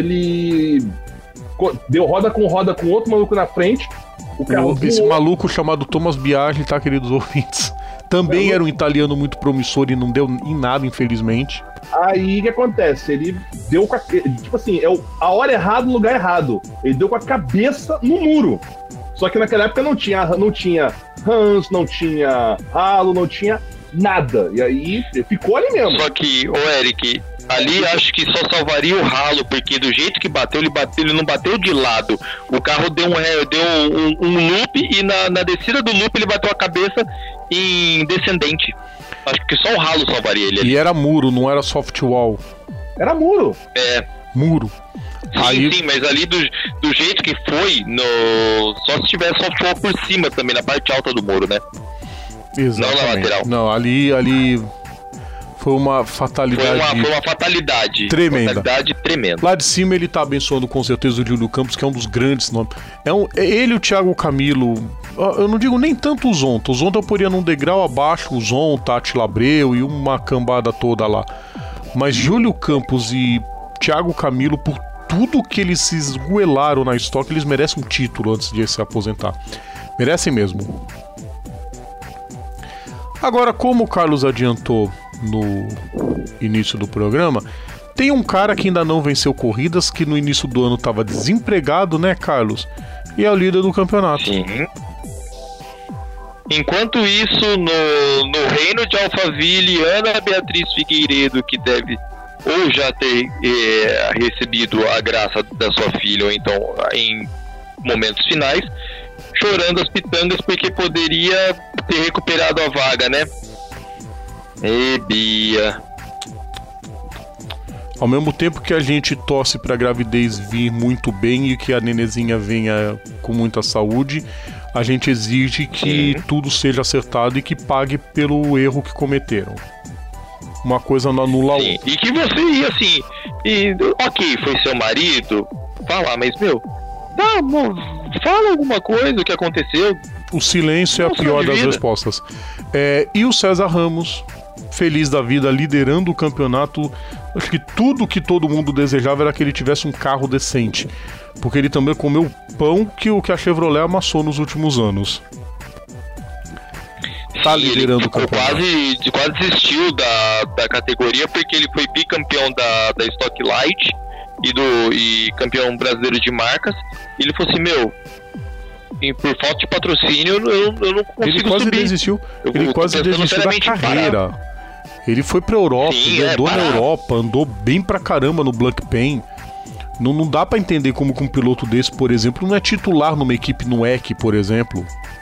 ele deu roda com roda com outro maluco na frente. O carro Esse voou. maluco chamado Thomas Biaggi, tá, queridos ouvintes? Também era um italiano muito promissor e não deu em nada, infelizmente. Aí o que acontece? Ele deu com a. Tipo assim, é a hora errada no lugar errado. Ele deu com a cabeça no muro. Só que naquela época não tinha, não tinha Hans, não tinha ralo, não tinha nada. E aí ficou ali mesmo. Só que, ô Eric, ali acho que só salvaria o ralo, porque do jeito que bateu, ele bateu, ele não bateu de lado. O carro deu um, deu um, um loop e na, na descida do loop ele bateu a cabeça em descendente. Acho que só o ralo salvaria ele ali. E era muro, não era soft wall. Era muro. É. Muro. Sim, Aí... sim, mas ali do, do jeito que foi, no... só se tivesse soft wall por cima também, na parte alta do muro, né? Exatamente. Não na lateral. Não, ali, ali foi uma fatalidade. Foi uma, foi uma fatalidade. Tremenda. Fatalidade tremenda. Lá de cima ele tá abençoando com certeza o Júlio Campos, que é um dos grandes nomes. É, um, é ele e o Thiago Camilo. Eu não digo nem tanto o Zonta. O Zonta eu poria num degrau abaixo, o Zonta, Attila Abreu e uma cambada toda lá. Mas Júlio Campos e Thiago Camilo, por tudo que eles se esgoelaram na Stock, eles merecem um título antes de se aposentar. Merecem mesmo. Agora, como o Carlos adiantou no início do programa, tem um cara que ainda não venceu corridas, que no início do ano estava desempregado, né, Carlos? E é o líder do campeonato. Sim. Enquanto isso, no, no reino de Alphaville, Ana Beatriz Figueiredo, que deve ou já ter é, recebido a graça da sua filha, ou então em momentos finais, chorando as pitangas porque poderia ter recuperado a vaga, né? E Bia. Ao mesmo tempo que a gente torce pra gravidez vir muito bem e que a nenezinha venha com muita saúde, a gente exige que Sim. tudo seja acertado e que pague pelo erro que cometeram. Uma coisa não anula a outra. E que você ia assim, e, ok, foi seu marido, fala, mas meu, dá, fala alguma coisa, o que aconteceu. O silêncio é a pior das respostas. É, e o César Ramos, feliz da vida, liderando o campeonato. Acho que tudo que todo mundo desejava era que ele tivesse um carro decente, porque ele também comeu pão que o que a Chevrolet amassou nos últimos anos. Tá Sim, liderando ele o campeonato. Quase, quase desistiu da, da categoria, porque ele foi bicampeão da, da Stock Light e, do, e campeão brasileiro de marcas. E ele falou assim, meu, e por falta de patrocínio eu, eu não consigo ele quase subir. Desistiu, eu, ele quase desistiu da carreira. Parar. Ele foi pra Europa, Sim, ele andou é, na Europa, andou bem pra caramba no Blancpain. Não, não dá pra entender como que um piloto desse, por exemplo, não é titular numa equipe no E C, por exemplo.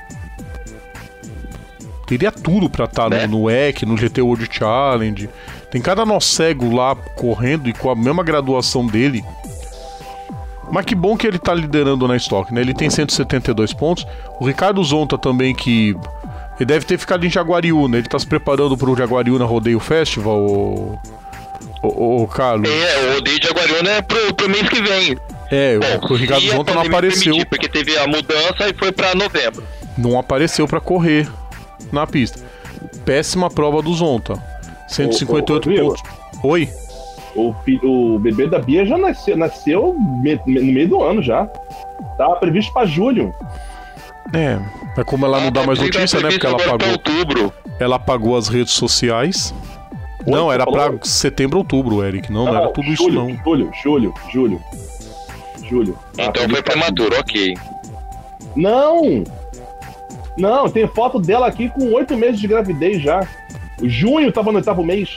Teria tudo pra estar né? no, no E C, no G T World Challenge. Tem cada nó cego lá correndo e com a mesma graduação dele. Mas que bom que ele tá liderando na Stock, né? Ele tem cento e setenta e dois pontos. O Ricardo Zonta também, que ele deve ter ficado em Jaguariúna. Ele tá se preparando pro Jaguariúna Rodeio Festival, ô, ô, ô Carlos? É, o Rodeio de Jaguariúna é pro, pro mês que vem. É, Bom, o Ricardo Zonta não apareceu. Permitir, porque teve a mudança e foi pra novembro. Não apareceu pra correr na pista. Péssima prova do Zonta. cento e cinquenta e oito ô, ô, pontos. Oi? O, filho, o bebê da Bia já nasceu, nasceu me, me, no meio do ano já. Tava previsto pra julho. É, é como ela não dá mais notícia, né? Porque ela apagou. Outubro. Ela apagou as redes sociais. Oi, não, era falou? Pra setembro, outubro, Eric. Não, não, não era tudo julho, isso, não. Julho, julho, julho. Julho. Então foi prematuro, ok. Não! Não, tem foto dela aqui com oito meses de gravidez já. O junho tava no oitavo mês.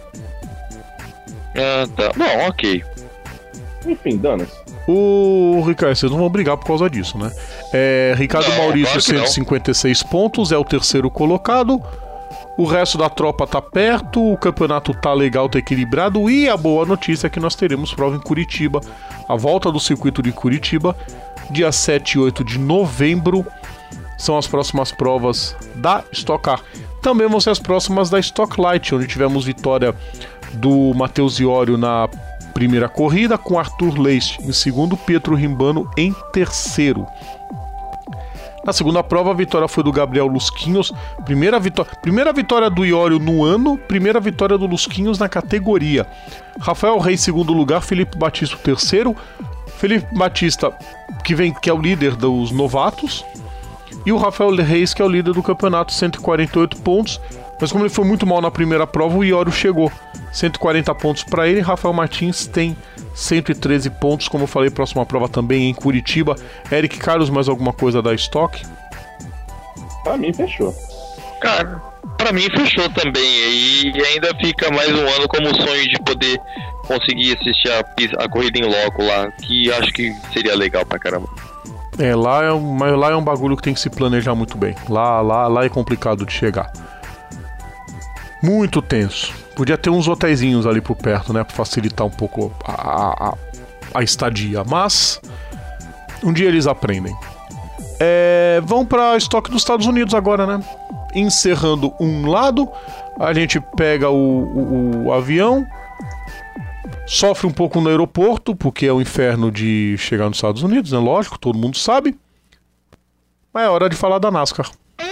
Ah, tá. Bom, ok. Enfim, dana-se. O Ricardo, vocês não vão brigar por causa disso, né? É, Ricardo não, Maurício, claro cento e cinquenta e seis pontos, é o terceiro colocado. O resto da tropa tá perto, o campeonato tá legal, tá equilibrado. E a boa notícia é que nós teremos prova em Curitiba, a volta do circuito de Curitiba, dia sete e oito de novembro. São as próximas provas da Stock Car. Também vão ser as próximas da Stock Light, onde tivemos vitória do Matheus Iorio na primeira corrida, com Arthur Leist em segundo, Pietro Rimbano em terceiro. Na segunda prova, a vitória foi do Gabriel Lusquinhos, primeira, vitó- primeira vitória do Iorio no ano, primeira vitória do Lusquinhos na categoria. Rafael Reis, segundo lugar, Felipe Batista, terceiro. Felipe Batista, que, vem, que é o líder dos novatos, e o Rafael Reis, que é o líder do campeonato, cento e quarenta e oito pontos. Mas como ele foi muito mal na primeira prova, o Iorio chegou. cento e quarenta pontos para ele. Rafael Martins tem cento e treze pontos. Como eu falei, próxima prova também em Curitiba. Eric Carlos, mais alguma coisa da Stock? Pra mim, fechou. Cara, pra mim fechou também. E ainda fica mais um ano como sonho de poder conseguir assistir a, a corrida em loco lá, que acho que seria legal pra caramba. É, lá é, um, mas lá é um bagulho que tem que se planejar muito bem. Lá, lá, lá é complicado de chegar. Muito tenso. Podia ter uns hotéisinhos ali por perto, né? Pra facilitar um pouco a, a, a estadia. Mas um dia eles aprendem. É, vão pra estoque dos Estados Unidos agora, né? Encerrando um lado, a gente pega o, o, o avião, sofre um pouco no aeroporto, porque é o inferno de chegar nos Estados Unidos, né? Lógico, todo mundo sabe. Mas é hora de falar da NASCAR.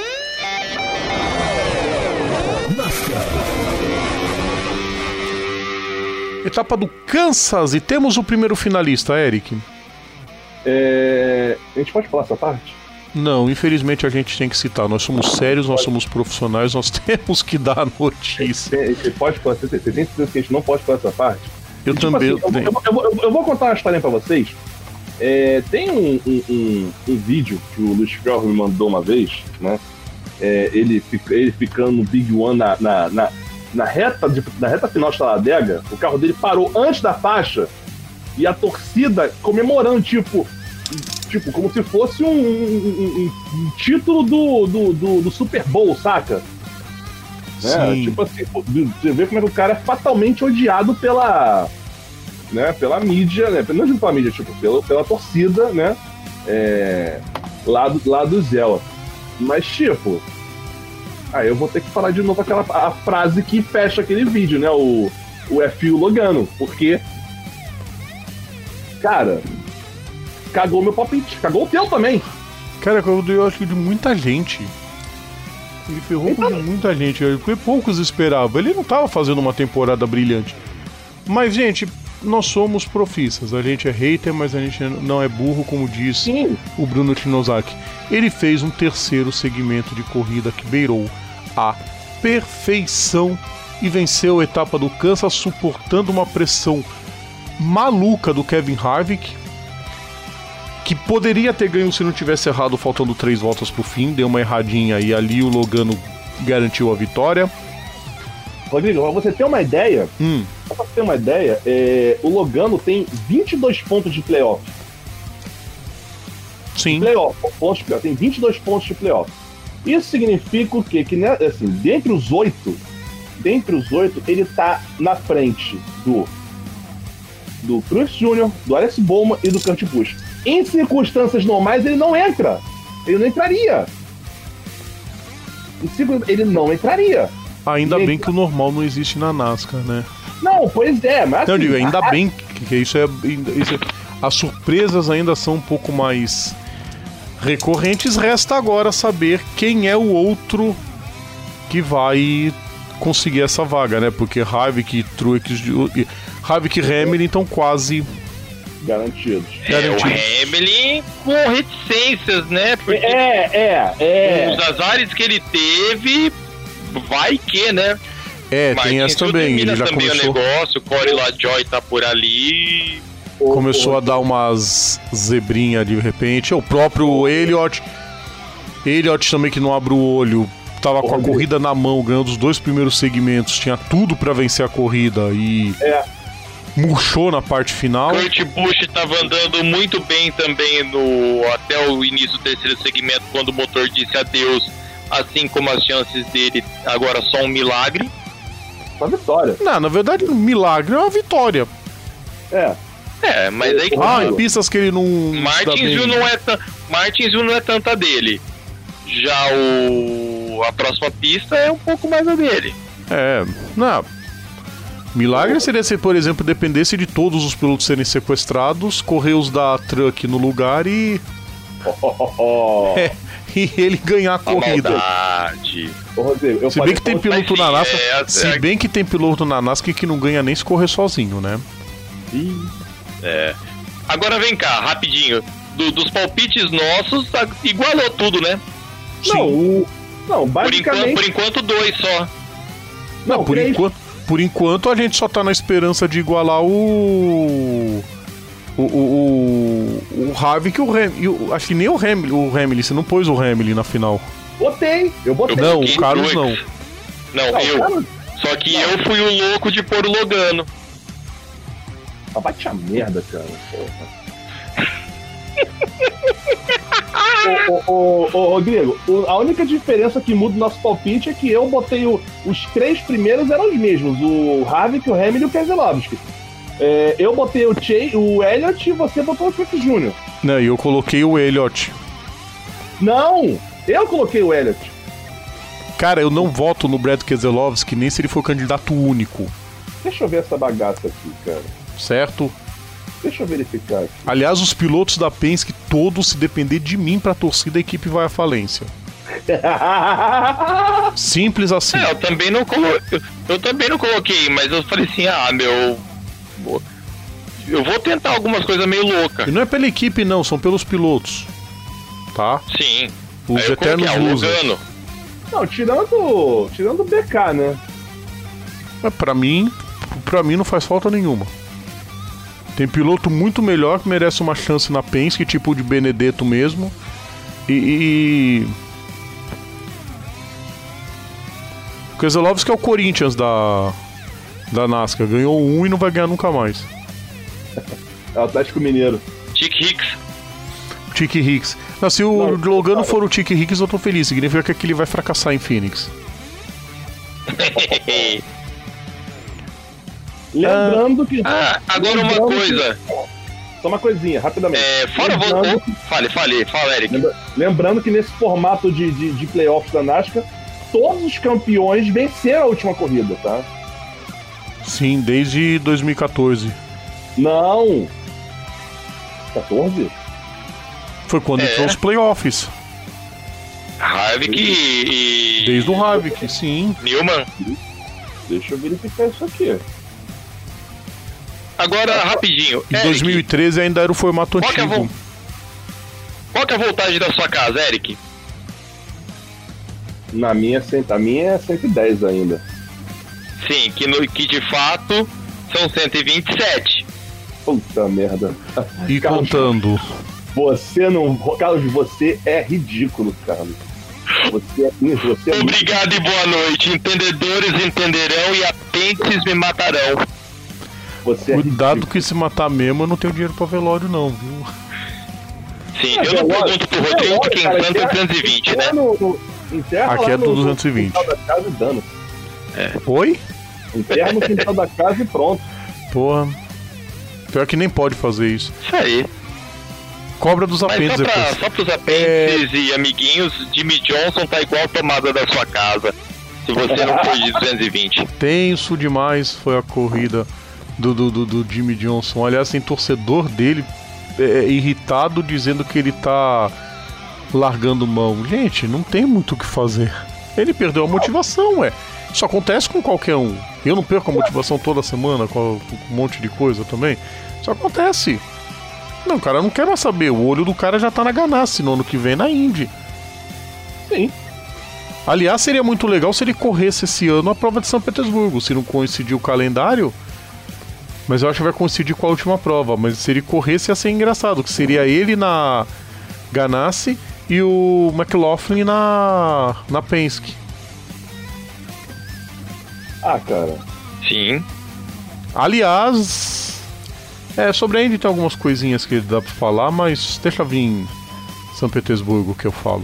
Etapa do Kansas, e temos o primeiro finalista, Eric. É... A gente pode falar essa parte? Não, infelizmente a gente tem que citar. Nós somos sérios, nós somos profissionais, nós temos que dar a notícia. Você, você pode falar, você, você tem certeza que a gente não pode falar essa parte? Eu tipo também. Assim, eu, eu, eu, eu, eu vou contar uma história pra vocês. É, tem um, um, um, um vídeo que o Luiz Ferro me mandou uma vez, né? É, ele, ele ficando no Big One na, na, na, na, reta de, na reta final de Talladega. O carro dele parou antes da faixa e a torcida comemorando, tipo, tipo como se fosse um, um, um, um título do, do, do, do Super Bowl, saca? Né? Tipo assim, você vê como é que o cara é fatalmente odiado pela, né, pela mídia, né? Não pela mídia, tipo, pela, pela torcida, né? É, lá, do, lá do Zela. Mas, tipo, aí eu vou ter que falar de novo aquela a frase que fecha aquele vídeo, né? O, o F U Logano, porque, cara, cagou meu palpite, cagou o teu também. Cara, eu acho que de muita gente. Ele ferrou então, com muita gente, porque poucos esperavam. Ele não estava fazendo uma temporada brilhante. Mas, gente, nós somos profissas. A gente é hater, mas a gente não é burro, como diz sim. o Bruno Tinosaki. Ele fez um terceiro segmento de corrida que beirou a perfeição e venceu a etapa do Kansas, suportando uma pressão maluca do Kevin Harvick, que poderia ter ganho se não tivesse errado, faltando três voltas pro fim. Deu uma erradinha e ali o Logano garantiu a vitória. Rodrigo, pra você ter uma ideia, hum. pra você ter uma ideia, é, o Logano tem vinte e dois pontos de playoff. Sim. Playoff, pontos de playoff, tem vinte e dois pontos de playoff. Isso significa o quê? Que, né, assim, dentre os oito, dentre os oito, ele tá na frente do do Truex Júnior, do Alex Bowman e do Kurt Busch. Em circunstâncias normais, ele não entra. Ele não entraria. Ele não entraria. Ainda ele bem entra... que o normal não existe na NASCAR, né? Não, pois é, mas... Então, assim, eu digo, ainda a... bem que isso é, isso é... As surpresas ainda são um pouco mais recorrentes. Resta agora saber quem é o outro que vai conseguir essa vaga, né? Porque Harvick e Truex... Havik e Hamilton estão quase garantidos. É, garantidos. o Hamilton com reticências, né? Porque É, é, é. os azares que ele teve, vai que, né? É, Mas tem essa também. Ele já também começou, o negócio, o Corey LaJoy tá por ali. começou a dar umas zebrinhas de repente. O próprio Elliott. Elliott também, que não abre o olho. Tava com a corrida na mão, ganhando os dois primeiros segmentos. Tinha tudo pra vencer a corrida e É. murchou na parte final. Kurt Busch tava andando muito bem também no até o início do terceiro segmento, quando o motor disse adeus, assim como as chances dele. Agora só um milagre. Uma vitória. Não, na verdade, um milagre é uma vitória. É. É, mas aí que Ah, em pistas que ele não. Martinsville não é tan... Martinsville não é tanta dele. Já o a próxima pista é um pouco mais a dele. É, não. Milagre seria se, por exemplo, dependesse de todos os pilotos serem sequestrados, correr os da Truck no lugar e. Oh, oh, oh. É, e ele ganhar a A corrida. maldade. Ô, Rodrigo, eu Se bem falei que tem com- piloto Mas, na sim, NASCAR. é, Se é- bem que tem piloto na NASCAR que não ganha nem se correr sozinho, né? Ih, É. Agora vem cá, rapidinho. Do- dos palpites nossos, tá- igualou tudo, né? Não, o... não, Por enquanto, basicamente... por enquanto, dois só. Não, Não, por três. enquanto, por enquanto a gente só tá na esperança de igualar o. O. O, o, o Havik e o Hamilton. Acho que nem o Hamilton. O Hamilton, você não pôs o Hamilton na final. Botei, eu botei. Eu Não, coloquei o Carlos dois. Não, Não, eu. cara, Só que eu fui o louco de pôr o Logano. ah, bate a merda, cara. Porra. ô, ô, ô, ô, Rodrigo, o- a única diferença que muda o nosso palpite é que eu botei o- os três primeiros eram os mesmos, o Havik, o Hamilton e o Keselowski. É, eu botei o, Chase, o Elliott e você botou o Truex Júnior Não, e eu coloquei o Elliott. Não, eu coloquei o Elliott. Cara, eu não voto no Brad Keselowski nem se ele for candidato único, Deixa eu ver essa bagaça aqui, cara. certo? Deixa eu verificar aqui. Aliás, os pilotos da Penske, todos, se depender de mim pra torcida, a equipe vai à falência. Simples assim. É, eu também não coloquei. Eu também não coloquei, mas eu falei assim, ah, meu. vou- Eu vou tentar algumas coisas meio loucas. E não é pela equipe, não, são pelos pilotos. Tá? Sim. Os Aí eu eternos coloquei, ah, o losers. Logano. Não, tirando, tirando o B K, né? Mas pra mim, pra mim não faz falta nenhuma. Tem piloto muito melhor que merece uma chance na Penske, tipo o de Benedetto mesmo. E. e... O Keselowski é o Corinthians da, da NASCAR. Ganhou um e não vai ganhar nunca mais. É o Atlético Mineiro. Chick Hicks. Chick Hicks. Não, se o Não, Logano cara. for o Chick Hicks, eu tô feliz. Significa que ele vai fracassar em Phoenix. Lembrando que. ah, agora uma lembrando coisa. que- Só uma coisinha, rapidamente. É, fora lembrando, você. Fale, fale, fala, Eric. lembra- lembrando que nesse formato de, de, de playoffs da NASCAR, todos os campeões venceram a última corrida, tá? Sim, desde dois mil e quatorze. Não! quatorze? Foi quando É. entrou os playoffs. Havik e. Desde o Havik, sim. Newman. Deixa eu verificar isso aqui. Agora, rapidinho. Em Eric, dois mil e treze ainda era o formato Qual que é a antigo. vo- qual que é a voltagem da sua casa, Eric? Na minha, cento- a minha é cento e dez ainda. Sim, que, no, que de fato são cento e vinte e sete. Puta merda. E Carlos, contando. Você não. Carlos, você é ridículo, Carlos. Você é, você é muito- Obrigado e boa noite. Entendedores entenderão e apêndices me matarão. Você é Cuidado ridículo. que se matar mesmo, eu não tenho dinheiro pra velório, não, viu? Sim, É, eu não velório- pergunto pro Rodrigo velório, porque em cara, Santos é enterra- trezentos e vinte, né? enterra no- no- enterra Aqui lá é no- do duzentos e vinte. No quintal da casa e dano. Oi? Enterra no quintal da casa e pronto. Porra. Pior que nem pode fazer isso. Isso aí. Cobra dos Mas apêndices só, pra, depois. só pros apêndices e amiguinhos, Jimmy Johnson tá igual a tomada da sua casa. Se você não for de duzentos e vinte. Tenso demais foi a corrida do, do, do, do Jimmy Johnson. Aliás, tem torcedor dele é, irritado dizendo que ele tá largando mão. Gente, não tem muito o que fazer. Ele perdeu a motivação, ué. Isso acontece com qualquer um. Eu não perco a motivação toda semana com um monte de coisa também. Isso acontece. Não, o cara não quer mais saber. O olho do cara já tá na Ganassi no ano que vem na Indy. Sim. Aliás, seria muito legal se ele corresse esse ano a prova de São Petersburgo. Se não coincidir o calendário. Mas eu acho que vai coincidir com a última prova. Mas se ele corresse ia ser engraçado. Que seria ele na Ganassi e o McLaughlin na, na Penske. Ah, cara. Sim. Aliás, é, sobre a Indy tem algumas coisinhas que dá pra falar, mas deixa vir em São Petersburgo que eu falo.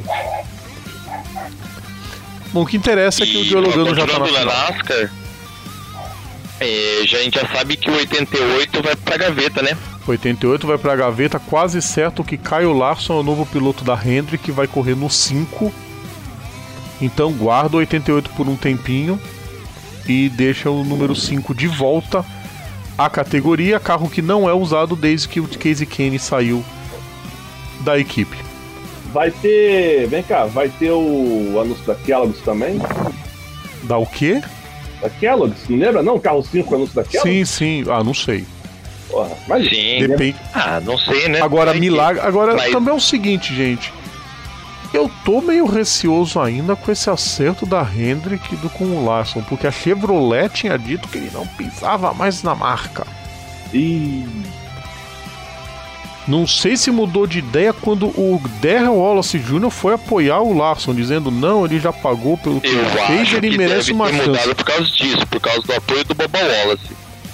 Bom, o que interessa é que o Joey Logano já tá na final. NASCAR, é, já, a gente já sabe que o oitenta e oito vai pra gaveta, né? oitenta e oito vai pra gaveta, quase certo que Kyle Larson é o novo piloto da Hendrick, que vai correr no cinco. Então guarda o oitenta e oito por um tempinho e deixa o número cinco de volta à categoria, carro que não é usado desde que o Casey Kenny saiu da equipe. Vai ter... Vem cá, vai ter o anúncio da Kellogg's também? Da o quê? Da Kellogg's, não lembra não? O carro cinco, o anúncio da Kellogg's? Sim, sim. Ah, não sei. Porra, mas Sim. Depende. Ah, não sei, né? Agora, Vai milagre. que- Agora, Mas- também é o seguinte, gente. Eu tô meio receoso ainda com esse acerto da Hendrick do com o Larson, porque a Chevrolet tinha dito que ele não pisava mais na marca. E... Não sei se mudou de ideia quando o Darrell Wallace Júnior foi apoiar o Larson, dizendo não, ele já pagou pelo que Eu ele fez, acho ele que merece deve uma ter chance. mudado por causa disso, por causa do apoio do Bubba Wallace.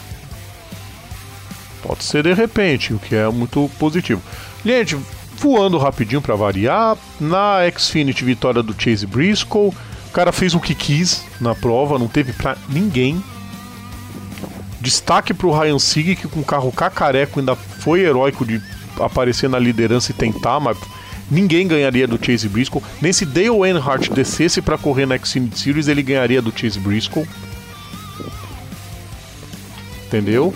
Pode ser de repente, o que é muito positivo. Gente, voando rapidinho pra variar, na Xfinity vitória do Chase Briscoe, o cara fez o que quis na prova, não teve pra ninguém. Destaque pro Ryan Sieg, que com o carro cacareco ainda foi heróico de aparecer na liderança e tentar, mas ninguém ganharia do Chase Briscoe. Nem se Dale Earnhardt descesse pra correr na Xfinity Series, ele ganharia do Chase Briscoe. Entendeu?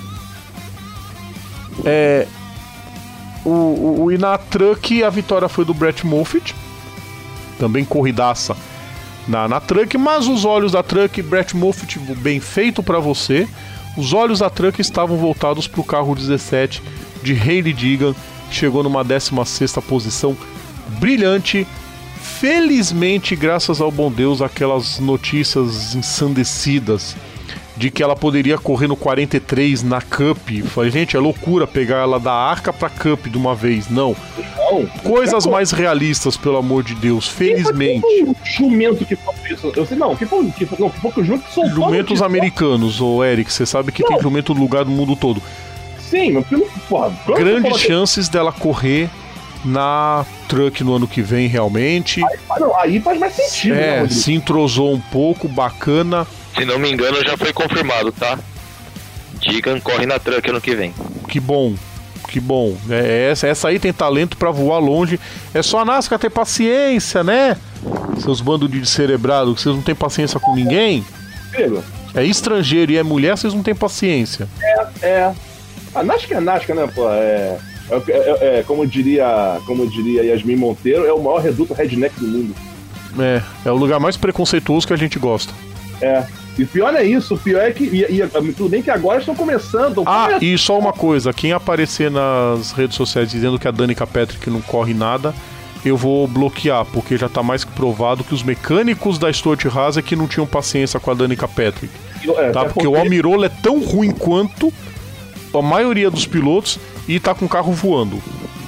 É, o, o, o, e na Truck a vitória foi do Brett Moffitt, também corridaça na, na Truck, mas os olhos da Truck, Brett Moffitt, bem feito pra você, os olhos da Truck estavam voltados pro carro dezessete de Hailie Deegan, que chegou numa décima sexta posição brilhante. Felizmente, graças ao bom Deus, aquelas notícias ensandecidas de que ela poderia correr no quarenta e três na Cup. Falei, gente, é loucura pegar ela da Arca pra Cup de uma vez. Não. Não. Coisas mais realistas, pelo amor de Deus. Felizmente. Quem foi o jumento que falou isso? Eu sei, não, que foi, que foi, não, que foi o jumento que soltou. Jumentos notícia. americanos, ô Eric, você sabe que Não. tem jumento no lugar do mundo todo. Sim, mas que não, porra. quando você Grandes falou que- chances dela correr na Truck no ano que vem, realmente. Ah, não, aí faz mais sentido, né, É, Rodrigo? se entrosou um pouco, bacana. Se não me engano, já foi confirmado, tá? Deegan corre na Truck ano que vem. Que bom, que bom. É, essa, essa aí tem talento pra voar longe. É só a NASCAR ter paciência, né? Seus bandos de cerebrado, que vocês não têm paciência com ninguém. Rodrigo, É estrangeiro e é mulher, vocês não têm paciência. é. A NASCAR é NASCAR, né, pô? É, é, é, é, como diria, como diria Yasmin Monteiro, é o maior reduto redneck do mundo. É, é o lugar mais preconceituoso que a gente gosta. É. E o pior não é isso, o pior é que. E, e, tudo bem que agora estão começando. Ah, começando. e só uma coisa, quem aparecer nas redes sociais dizendo que a Danica Patrick não corre nada, eu vou bloquear, porque já tá mais que provado que os mecânicos da Stuart Haas é que não tinham paciência com a Danica Patrick. É, Tá? até Porque o Almirola é tão ruim quanto a maioria dos pilotos e tá com o carro voando.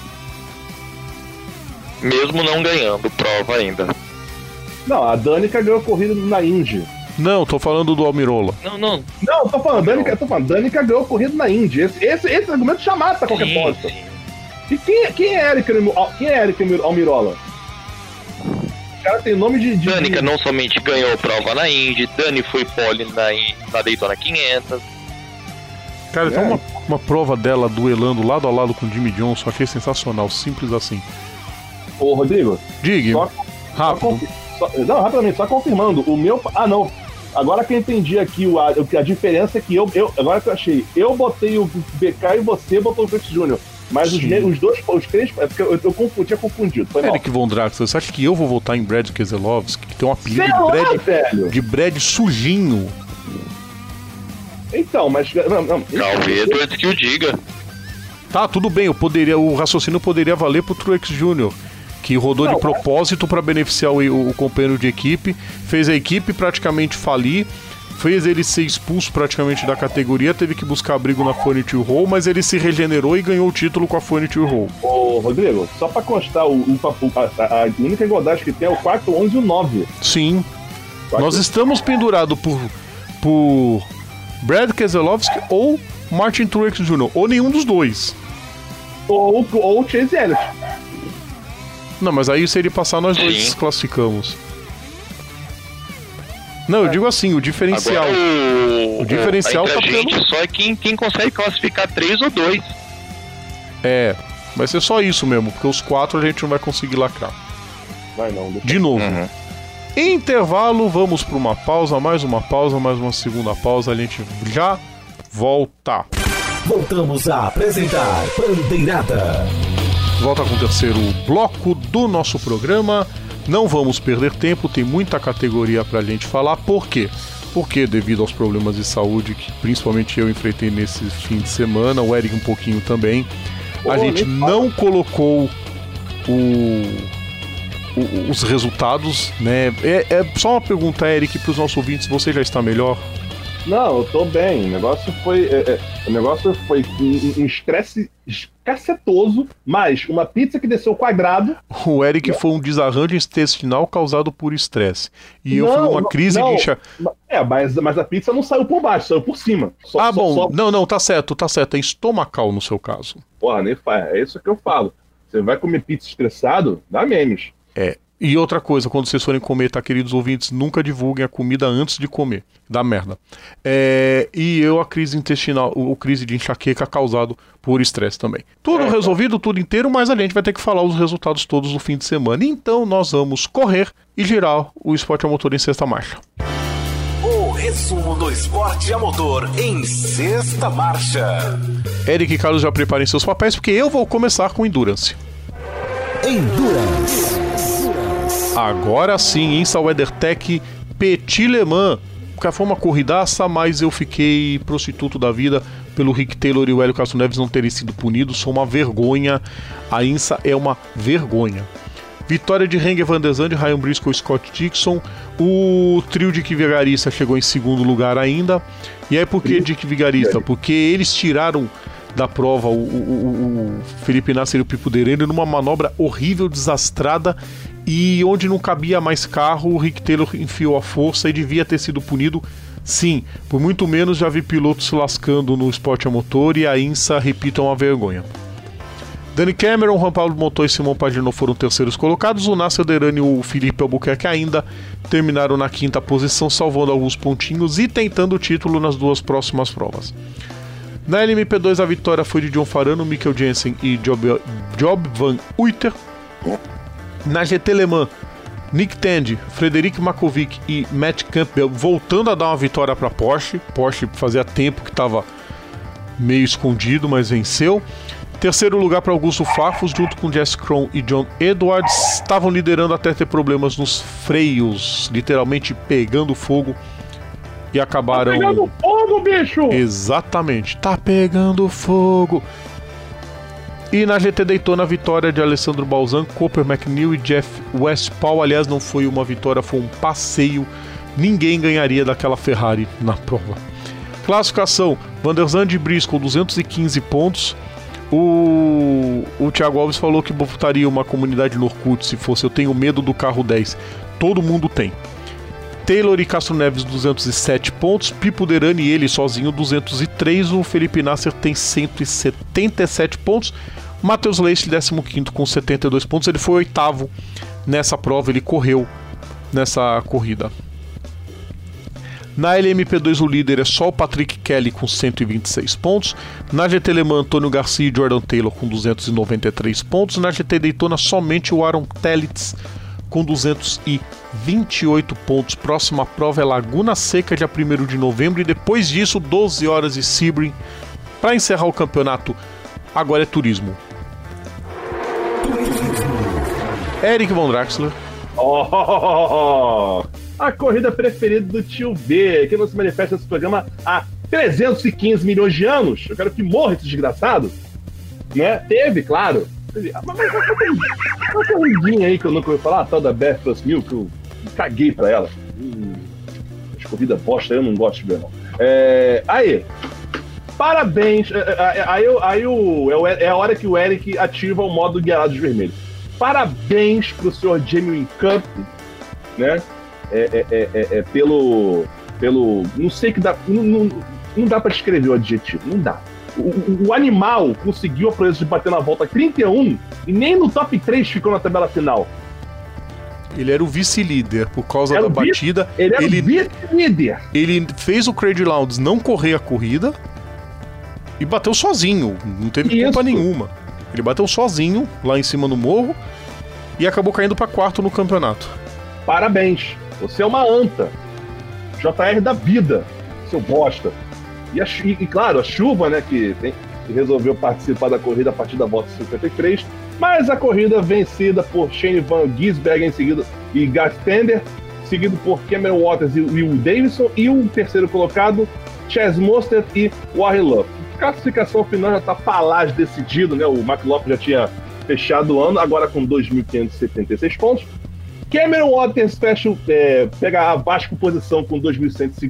Mesmo não ganhando prova ainda. Não, a Danica ganhou a corrida na Indy. Não, tô falando do Almirola. Não, não. Não, tô falando, Danica, tô falando, Danica ganhou a corrida na Indy. Esse, esse, esse argumento já mata qualquer Sim, bosta. sim. E quem, é- quem é Eric Almi- quem é Eric Almirola? O cara tem nome de. de Danica não somente ganhou prova na Indy, Dani foi pole na, In- na Daytona quinhentos. Cara, É. tem uma, uma prova dela duelando lado a lado com o Jimmy Johnson, achei sensacional, simples assim. Ô, Rodrigo, Diga, só, só, rápido. confi- só- não, rapidamente, só confirmando. O meu. Ah, não. Agora que eu entendi aqui o, a, a diferença é que eu, eu. Agora que eu achei, eu botei o B K e você botou o Chris Júnior. Mas os, os dois, os três, é porque eu, eu, eu, eu tinha confundido. Foi Eric Von Draxler, você acha que eu vou votar em Brad Keselowski, que tem um apelido de lá, Brad, velho. de Brad sujinho? Então, mas... Não, não, Talvez antes que o diga. Tá, tudo bem, eu poderia, o raciocínio poderia valer pro Truex Júnior, que rodou não, de propósito para beneficiar o, o, o companheiro de equipe, fez a equipe praticamente falir, fez ele ser expulso praticamente da categoria, teve que buscar abrigo na Furniture Hall, mas ele se regenerou e ganhou o título com a Furniture Hall. Ô, Rodrigo, só pra constar, o, o, a, a única igualdade que tem é o quatro, onze e o nove. Sim. quatro... Nós estamos pendurados por, por Brad Keselowski ou Martin Truex Júnior, ou nenhum dos dois. Ou, ou o Chase Elliott. Não, mas aí se ele passar, nós Sim. dois classificamos. Não, eu digo assim, o diferencial. Agora, o, o diferencial tá pelo... gente só é quem, quem consegue classificar três ou dois. É, vai ser só isso mesmo, porque os quatro a gente não vai conseguir lacrar. Vai não. Deixa... De novo. Uhum. Em intervalo, vamos para uma pausa, mais uma pausa, mais uma segunda pausa, a gente já volta. Voltamos a apresentar Bandeirada. Volta com o terceiro bloco do nosso programa. Não vamos perder tempo, tem muita categoria pra gente falar. Por quê? Porque devido aos problemas de saúde que principalmente eu enfrentei nesse fim de semana, o Eric um pouquinho também, a Pô, gente não colocou o, o, os resultados, né? É, é só uma pergunta, Eric, para os nossos ouvintes, você já está melhor? Não, eu tô bem. O negócio foi. É, é, o negócio foi um estresse cacetoso, mas uma pizza que desceu quadrado. O Eric foi um desarranjo intestinal causado por estresse. E eu não, fui uma crise não, de enxa... É, mas, mas a pizza não saiu por baixo, saiu por cima. Só, ah, só, bom. Só... Não, não, tá certo, tá certo. É estomacal no seu caso. Porra, nem faz. É isso que eu falo. Você vai comer pizza estressado, dá memes. É. E outra coisa, quando vocês forem comer, tá, queridos ouvintes, nunca divulguem a comida antes de comer. Dá merda. É, e eu, a crise intestinal, o crise de enxaqueca causado por estresse também. Tudo é, resolvido, tudo inteiro, mas a gente vai ter que falar os resultados todos no fim de semana. Então nós vamos correr e girar o esporte a motor em sexta marcha. O resumo do esporte a motor em sexta marcha. Eric e Carlos já preparem seus papéis, porque eu vou começar com Endurance. Endurance. Agora sim, Insa WeatherTech Petit Le Mans. Porque foi uma corridaça, mas eu fiquei prostituto da vida pelo Rick Taylor e o Hélio Castro Neves não terem sido punidos. São uma vergonha. A Insa é uma vergonha. Vitória de Renger van der Zande, Ryan Briscoe e Scott Dixon. O trio de Dick Vigarista chegou em segundo lugar ainda. E aí por que Dick Vigarista? Porque eles tiraram da prova o, o, o Felipe Nasser e o Pipo Dereni numa manobra horrível, desastrada, e onde não cabia mais carro, o Rick Taylor enfiou a força e devia ter sido punido. Sim, por muito menos já vi pilotos se lascando no esporte a motor, e a Insa, repita, uma vergonha. Danny Cameron, Juan Pablo Montoya e Simão Pagenaud foram terceiros colocados. O Nasser Derani e o Felipe Albuquerque ainda terminaram na quinta posição, salvando alguns pontinhos e tentando o título nas duas próximas provas. Na L M P dois a vitória foi de John Farano, Mikkel Jensen e Job, Job Van Uyter. Na G T Le Mans, Nick Tandy, Frederic Makovic e Matt Campbell voltando a dar uma vitória para Porsche. Porsche fazia tempo que estava meio escondido, mas venceu. Terceiro lugar para Augusto Farfus, junto com Jess Krohn e John Edwards. Estavam liderando até ter problemas nos freios, literalmente pegando fogo. E acabaram... Tá pegando fogo, bicho! Exatamente, tá pegando fogo. E na G T Daytona, a vitória de Alessandro Balzan, Cooper McNeil e Jeff Westphal. Aliás, não foi uma vitória, foi um passeio. Ninguém ganharia daquela Ferrari na prova. Classificação: Van der Zande e Briscoe, duzentos e quinze pontos. O, o Thiago Alves falou que botaria uma comunidade no Orkut se fosse eu tenho medo do carro dez. Todo mundo tem. Taylor e Castro Neves, duzentos e sete pontos. Pipo Derani e ele sozinho, duzentos e três. O Felipe Nasser tem cento e setenta e sete pontos. Matheus Leite, décimo quinto com setenta e dois pontos. Ele foi oitavo nessa prova, ele correu nessa corrida. Na L M P dois o líder é só o Patrick Kelly com cento e vinte e seis pontos. Na G T Le Mans, Antônio Garcia e Jordan Taylor com duzentos e noventa e três pontos. Na G T Daytona, somente o Aaron Telitz com duzentos e vinte e oito pontos. Próxima prova é Laguna Seca, dia primeiro de novembro. E depois disso, doze horas de Sebring para encerrar o campeonato Agora é turismo. Eric Von Draxler. Oh, a corrida preferida do tio B, que não se manifesta nesse programa há trezentos e quinze milhões de anos. Eu quero que morra esse desgraçado. Né? Teve, claro. Teve. Mas uma corridinha aí que eu nunca ouvi falar, a tal da Beth Plus Mil, que eu caguei pra ela. Hum, as corridas bosta eu não gosto de ver, não. É, aí, parabéns. Aí, aí, aí o, é a hora que o Eric ativa o modo Guiarados Vermelhos. Parabéns pro senhor Jamie Cup, né? É, é, é, é, pelo, pelo. Não sei que dá. Não, não, não dá pra descrever o adjetivo, não dá. O, o, o animal conseguiu a proeza de bater na volta trinta e um e nem no top três ficou na tabela final. Ele era o vice-líder por causa Era da o vice- batida. Ele era ele, o vice-líder. ele fez o Craig Lowndes não correr a corrida e bateu sozinho. Não teve Isso. culpa nenhuma. Ele bateu sozinho lá em cima no morro e acabou caindo pra quarto no campeonato. Parabéns. Você é uma anta. J R da vida, seu bosta. E, a, e, e claro, a chuva, né, que, tem, que resolveu participar da corrida a partir da volta cinquenta e três, mas a corrida vencida por Shane Van Gisbergen em seguida, e Garth Tander, seguido por Cameron Waters e Will Davison, e o terceiro colocado, Chaz Mostert e Warren Luff. Classificação final já está palaz decidido, né? O McLaughlin já tinha fechado o ano, agora com dois mil quinhentos e setenta e seis pontos. Cameron Waters fecha, é, pega a Vasco posição com dois mil cento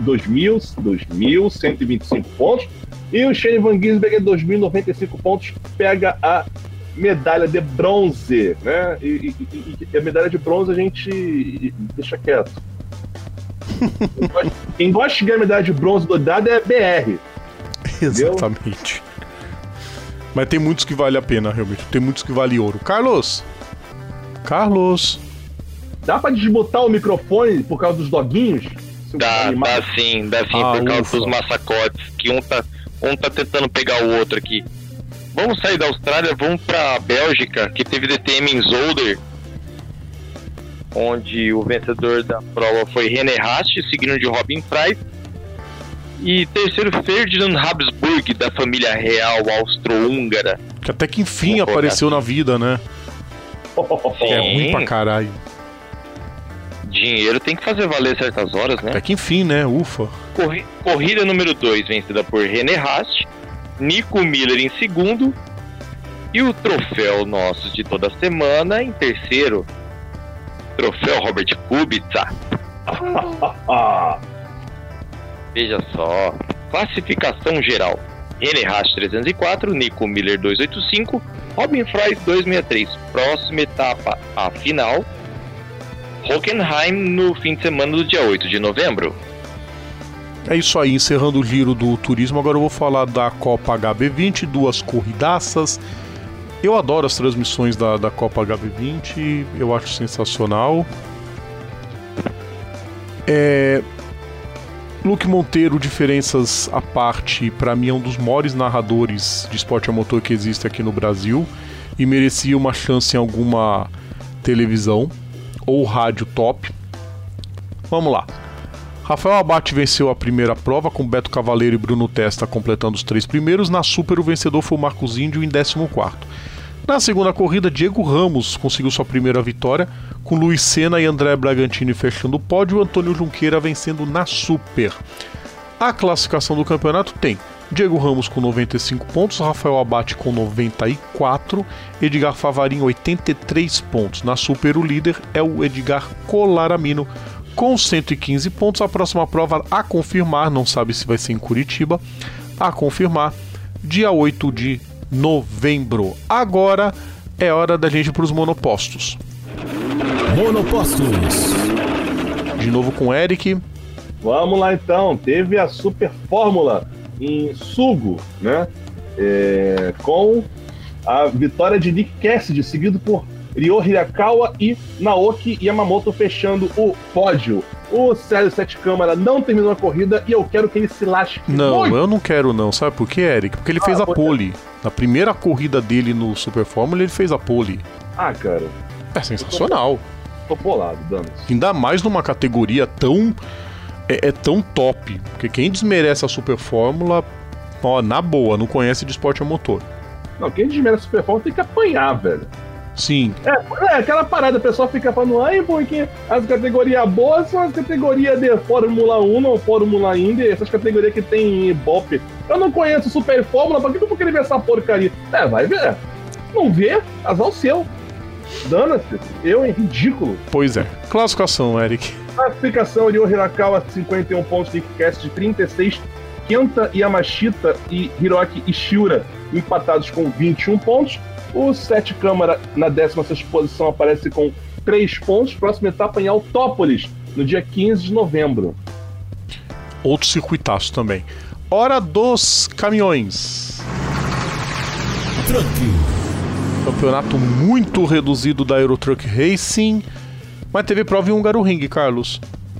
e vinte e cinco pontos. E o Shane Van Gisbergen, dois mil e noventa e cinco pontos, pega a medalha de bronze, né? E, e, e, e a medalha de bronze a gente deixa quieto. Quem gosta, quem gosta de ganhar a medalha de bronze do dado é B R. Exatamente. Mas tem muitos que vale a pena, realmente. Tem muitos que vale ouro. Carlos! Carlos! Dá pra desbotar o microfone por causa dos doguinhos? Seu Dá, animal. dá sim, dá sim, Ah, por causa ufa. dos massacotes, que um tá, um tá tentando pegar o outro aqui. Vamos sair da Austrália, vamos pra Bélgica, que teve D T M em Zolder, onde o vencedor da prova foi René Rast, seguindo de Robin Fry. E terceiro, Ferdinand Habsburg, da família real austro-húngara. Que até que enfim Vou apareceu colocar na vida, né? É ruim pra caralho. Dinheiro tem que fazer valer certas horas, né? Até que enfim, né? Ufa. Corri- Corrida número dois, vencida por René Rast, Nico Miller em segundo, e o troféu nosso de toda semana em terceiro, troféu Robert Kubica. Veja só, classificação geral: René Rast trezentos e quatro, Nico Miller duzentos e oitenta e cinco, Robin Fry duzentos e sessenta e três. Próxima etapa, a final, Hockenheim, no fim de semana do dia oito de novembro. É isso aí, encerrando o giro do turismo, agora eu vou falar da Copa H B vinte, duas corridaças. Eu adoro as transmissões da, da Copa H B vinte, eu acho sensacional. É... Luke Monteiro, diferenças à parte, pra mim é um dos maiores narradores de esporte a motor que existe aqui no Brasil e merecia uma chance em alguma televisão ou rádio top. Vamos lá. Rafael Abate venceu a primeira prova com Beto Cavaleiro e Bruno Testa completando os três primeiros. Na Super, o vencedor foi o Marcos Índio em décimo quarto. Na segunda corrida, Diego Ramos conseguiu sua primeira vitória, com Luiz Senna e André Bragantini fechando o pódio, e Antônio Junqueira vencendo na Super. A classificação do campeonato tem Diego Ramos com noventa e cinco pontos, Rafael Abate com noventa e quatro, Edgar Favarin oitenta e três pontos. Na Super, o líder é o Edgar Colaramino com cento e quinze pontos. A próxima prova a confirmar, não sabe se vai ser em Curitiba, a confirmar, dia oito de novembro. Agora é hora da gente ir para os monopostos. Monopostos. De novo com o Eric. Vamos lá então, teve a Super Fórmula em Sugo, né? É, com a vitória de Nick Cassidy, seguido por Ryo Hirakawa e Naoki Yamamoto fechando o pódio. O Célio Sete Câmara não terminou a corrida e eu quero que ele se lasque. Não, muito. eu não quero não. Sabe por quê, Eric? Porque ele Ah, fez a pode- pole. Na primeira corrida dele no Super Fórmula, ele fez a pole. Ah, cara, É sensacional. tô bolado, Danos. Ainda mais numa categoria tão... É, é tão top. Porque quem desmerece a Super Fórmula, ó, na boa, não conhece de esporte a motor. Não, quem desmerece Super Fórmula tem que apanhar, velho. Sim. É, é aquela parada, o pessoal fica falando, ai, porque as categorias boas são as categorias de Fórmula um ou Fórmula Indy, essas categorias que tem Ibope. Eu não conheço Super Fórmula, pra que eu vou querer ver essa porcaria? É, vai ver. Não vê, azar o seu. Dana-se, eu, hein? Ridículo. Pois é. Classificação, Eric. Classificação, Ryo Hirakawa, cinquenta e um pontos, Nick Cast, trinta e seis, Kenta Yamashita e Hiroaki Ishiura empatados com vinte e um pontos. O Sete Câmara, na décima sexta posição, aparece com três pontos. Próxima etapa em Autópolis, no dia quinze de novembro. Outro circuitaço também. Hora dos caminhões. Truck. Campeonato muito reduzido da Eurotruck Racing. Mas teve prova em Hungaroring, Carlos.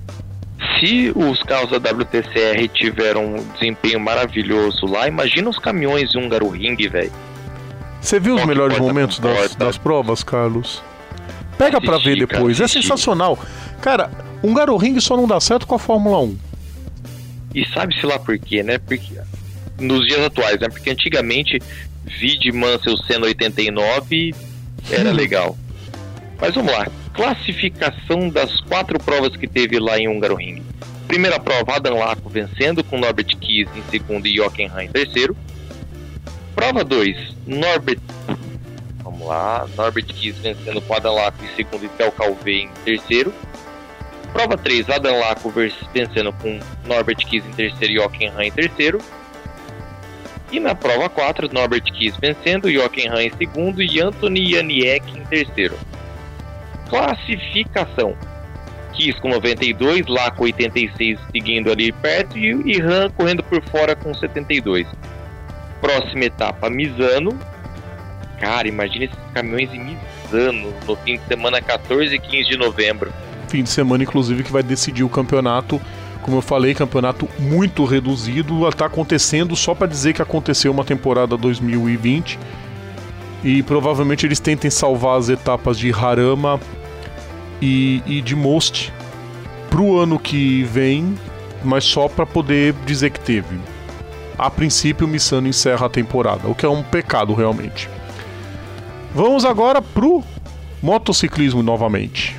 Se os carros da W T C R tiveram um desempenho maravilhoso lá, imagina os caminhões de Hungaroring, velho. Você viu os melhores momentos das, das provas, Carlos? Pega pra ver depois, é sensacional. Cara, Hungaroring só não dá certo com a Fórmula um. E sabe-se lá por quê, né? Porque nos dias atuais, né? Porque antigamente, vide Mansell Senna oitenta e nove era legal. Mas vamos lá. Classificação das quatro provas que teve lá em Hungaroring. Primeira prova, Adam Laco vencendo, com Norbert Kies em segundo e Jochen Hahn em terceiro. Prova dois, Norbert... Vamos lá. Norbert Kies vencendo com Adam Laco em segundo e Theo Calvé em terceiro. Prova três, Adam Laco vencendo com Norbert Kies em terceiro e Jochen Hahn em terceiro. E na prova quatro, Norbert Kies vencendo, Jochen Hahn em segundo e Anthony Janiek em terceiro. Classificação: Kies com noventa e dois, Laco oitenta e seis seguindo ali perto e, e Hahn correndo por fora com setenta e dois. Próxima etapa, Misano. Cara, imagina esses caminhões em Misano no fim de semana quatorze e quinze de novembro. Fim de semana, inclusive, que vai decidir o campeonato. Como eu falei, campeonato muito reduzido. Está acontecendo só para dizer que aconteceu uma temporada dois mil e vinte. E provavelmente eles tentem salvar as etapas de Harama e, e de Most pro ano que vem, mas só para poder dizer que teve. A princípio, o Misano encerra a temporada, o que é um pecado realmente. Vamos agora pro motociclismo novamente.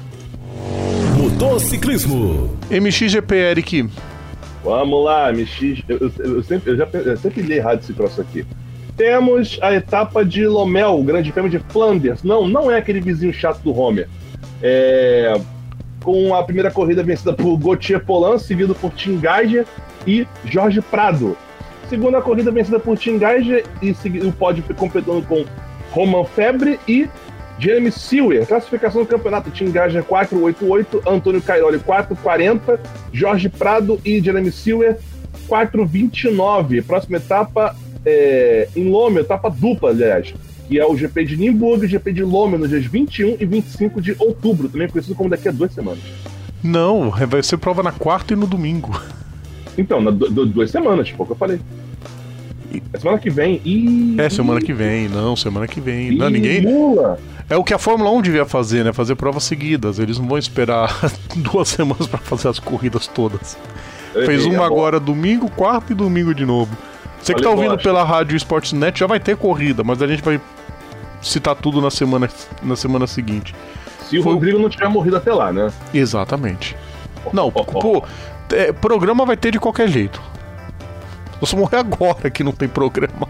Motociclismo. M X G P, Eric. Vamos lá, M X. Eu, eu, eu, sempre, eu, já, eu sempre li errado esse troço aqui. Temos a etapa de Lommel, o Grande Prêmio de Flanders. Não, não é aquele vizinho chato do Homer. É, com a primeira corrida vencida por Gauthier Paulin, seguido por Tim Geiger e Jorge Prado. Segunda corrida vencida por Tim Geiger e o pódio completando com Roman Febre e Jeremy Seewer. Classificação do campeonato: Tim Geiger quatro oito oito, Antônio Cairoli quatro quarenta, Jorge Prado e Jeremy Seewer quatro vinte e nove. Próxima etapa é, em Lommel, etapa dupla, aliás, que é o G P de Nürburgring e o G P de Lommel nos dias vinte e um e vinte e cinco de outubro, também conhecido como daqui a duas semanas. Não, vai ser prova na quarta e no domingo. Então, na, do, duas semanas, tipo, o que eu falei. É semana que vem. Ih, é semana que vem, não, semana que vem. Ih, não, ninguém. Mula. É o que a Fórmula um devia fazer, né? Fazer provas seguidas. Eles não vão esperar duas semanas pra fazer as corridas todas. Eu Fez errei, uma é agora domingo, quarta e domingo de novo. Você que tá ouvindo pela rádio Sportsnet já vai ter corrida, mas a gente vai citar tudo na semana, na semana seguinte. Se o Foi... Rodrigo não tiver morrido até lá, né? Exatamente. Não, oh, oh, pô, é, programa vai ter de qualquer jeito. Eu só morrer agora que não tem programa.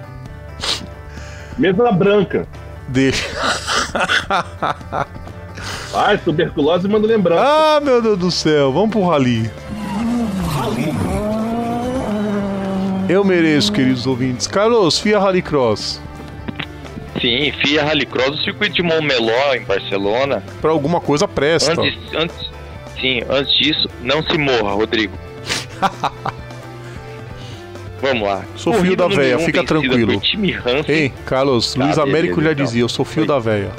Mesa branca. Deixa. Ai, tuberculose manda lembrança. Ah, meu Deus do céu, vamos pro rally. Rally. Eu mereço, queridos ouvintes. Carlos, F I A Rallycross. Sim, F I A Rallycross, o circuito de Montmeló, em Barcelona. Pra alguma coisa presta. Antes, antes, sim, antes disso, não se morra, Rodrigo. Vamos lá. Sou fio da véia, fica tranquilo. Ei, Carlos, tá, Luiz beleza, Américo já então dizia, eu sou fio Foi. da véia.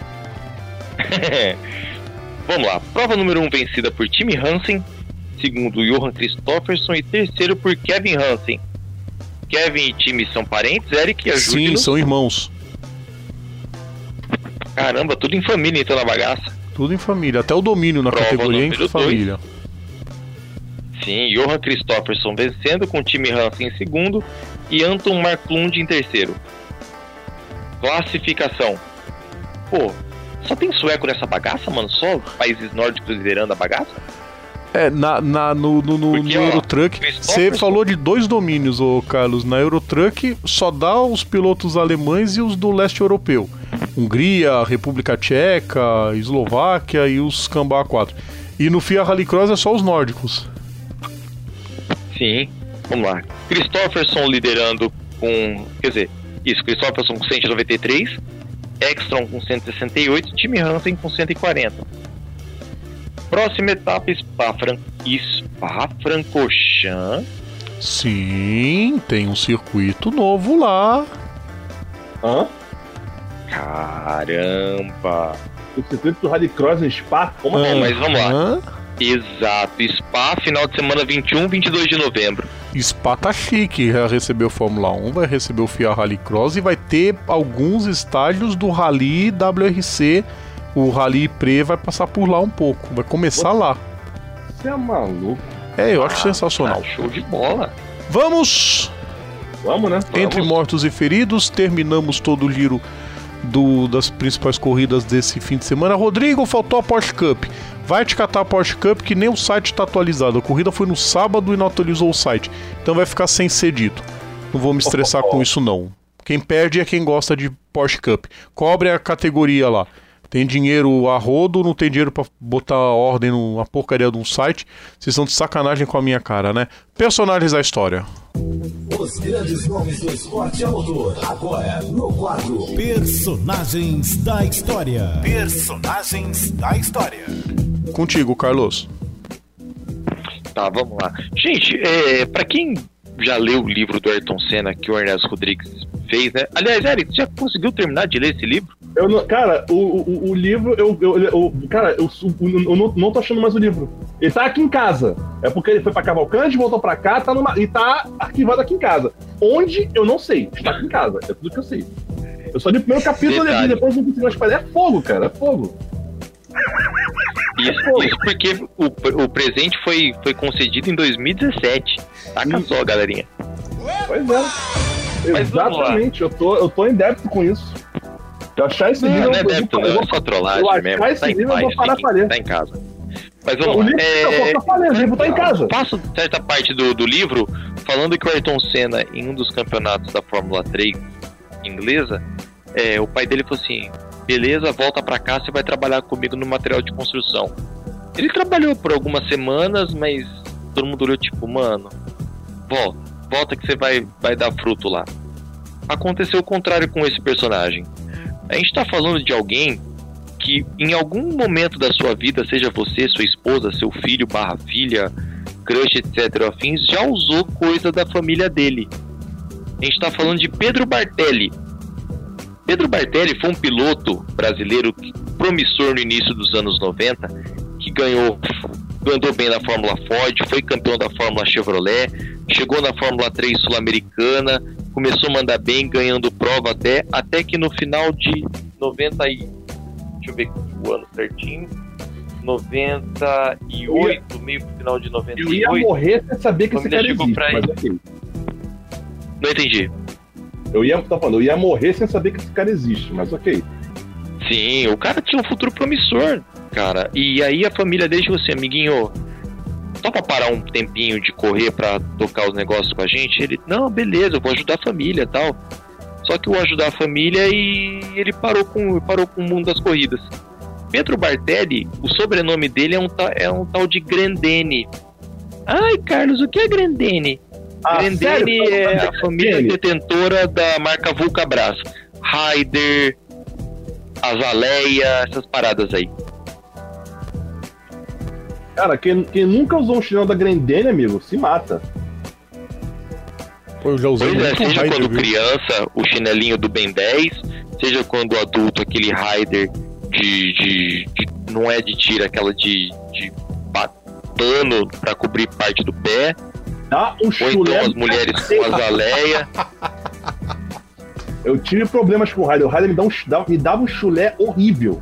Vamos lá. Prova número um vencida por Tim Hansen, segundo Johan Christofferson e terceiro por Kevin Hansen. Kevin e Tim são parentes, Eric? Sim, são irmãos. Caramba, tudo em família então na bagaça. Tudo em família, até o domínio na Prova categoria em família. Dois. Sim, Johan Christofferson vencendo com Tim Hansen em segundo e Anton Marklund em terceiro. Classificação. Pô, só tem sueco nessa bagaça, mano? Só países nórdicos liderando a bagaça? É, na, na, no, no, no, Porque, no ó, Eurotruck, você falou de dois domínios, ô Carlos. Na Eurotruck só dá os pilotos alemães e os do leste europeu. Hungria, República Tcheca, Eslováquia e os Cambá quatro. E no F I A Rallycross é só os nórdicos. Sim, vamos lá. Christopherson liderando com... Quer dizer, isso, Christopherson com cento e noventa e três, Ekstrom com cento e sessenta e oito, Tim Hansen com cento e quarenta. Próxima etapa, Spa-Fran... Spa-Francorchamps. Sim, tem um circuito novo lá. Hã? Caramba! O circuito do Rallycross em Spa? Como Bom, mas vamos lá. Hã? Exato, Spa, final de semana vinte e um, vinte e dois de novembro. Spa tá chique, já recebeu Fórmula um, vai receber o F I A Rallycross e vai ter alguns estágios do Rally W R C. O Rally Pre vai passar por lá um pouco, vai começar lá. Você é maluco. É, eu acho sensacional. Ah, show de bola. Vamos! Vamos, né? Entre Vamos. mortos e feridos, terminamos todo o giro do, das principais corridas desse fim de semana. Rodrigo, faltou a Porsche Cup. Vai te catar a Porsche Cup, que nem o site está atualizado. A corrida foi no sábado e não atualizou o site. Então vai ficar sem ser dito. Não vou me estressar com isso, não. Quem perde é quem gosta de Porsche Cup. Cobre a categoria lá. Tem dinheiro a rodo, não tem dinheiro pra botar ordem numa porcaria de um site. Vocês estão de sacanagem com a minha cara, né? Personagens da história. Os grandes nomes do esporte a motor. Agora no quadro Personagens da História. Personagens da História. Contigo, Carlos. Tá, vamos lá. Gente, é, pra quem já leu o livro do Ayrton Senna que o Ernesto Rodrigues fez, né? Aliás, Eric, você já conseguiu terminar de ler esse livro? Eu não, cara, o, o, o livro, eu, eu, eu, cara, eu, eu, eu não, não tô achando mais o livro. Ele tá aqui em casa. É porque ele foi pra Cavalcante, voltou pra cá, tá numa, e tá arquivado aqui em casa. Onde, eu não sei. Está aqui em casa. É tudo que eu sei. Eu só li o primeiro capítulo e depois não consegui mais fazer. É fogo, cara. É fogo. Isso, isso porque o, o presente foi, foi concedido em dois mil e dezessete. Taca só, galerinha. Pois é. Mas exatamente. Eu tô, eu tô em débito com isso. Eu achar esse Não, livro... não é eu débito, vou- não, eu é vou- só trollagem eu achar mesmo. esse Tá em livro, eu paz, vou parar tem pra que- ler. tá em casa. Mas vamos O lá. livro, É, eu tô falando, o livro tá em casa. Faço certa parte do, do livro falando que o Ayrton Senna, em um dos campeonatos da Fórmula três inglesa, é, o pai dele falou assim: beleza, volta pra cá, você vai trabalhar comigo no material de construção. Ele trabalhou por algumas semanas, mas todo mundo olhou tipo, mano, volta, volta que você vai, vai dar fruto lá. Aconteceu o contrário com esse personagem. A gente tá falando de alguém que em algum momento da sua vida, seja você, sua esposa, seu filho, barra filha, crush, etc, afins, já usou coisa da família dele. A gente tá falando de Pedro Bartelli. Pedro Bartelli foi um piloto brasileiro promissor no início dos anos noventa, que ganhou, andou bem na Fórmula Ford, foi campeão da Fórmula Chevrolet, chegou na Fórmula três Sul-Americana, começou a mandar bem, ganhando prova até, até que no final de noventa e... deixa eu ver o ano certinho, noventa e oito, meio pro final de noventa e oito. Eu ia morrer sem saber que A esse família cara chegou existe, pra mas ele. ok. Não entendi. Eu ia, tô falando, eu ia morrer sem saber que esse cara existe, mas ok. Sim, o cara tinha um futuro promissor, cara. E aí a família dele falou assim: amiguinho, só pra parar um tempinho de correr pra tocar os negócios com a gente? Ele, não, beleza, eu vou ajudar a família e tal. Só que eu vou ajudar a família e ele parou com, parou com o mundo das corridas. Pedro Bartelli, o sobrenome dele é um, ta- é um tal de Grandene. Ai, Carlos, o que é Grandene? Ah, Grandene sério? é a família Grandene? detentora da marca Vulcabras. Raider, Azaleia, essas paradas aí. Cara, quem, quem nunca usou um chinelo da Grendene, amigo, se mata. Pô, eu já usei Pois é, muito seja Raider, quando viu? criança, o chinelinho do Ben dez, seja quando adulto, aquele Raider de, de, de- não é de tira, aquela de, de pa- pano pra cobrir parte do pé, Dá um ou chulé. então as mulheres com azaleia. Eu tive problemas com o Raider. O Raider me, dá um, dá- me dava um chulé horrível.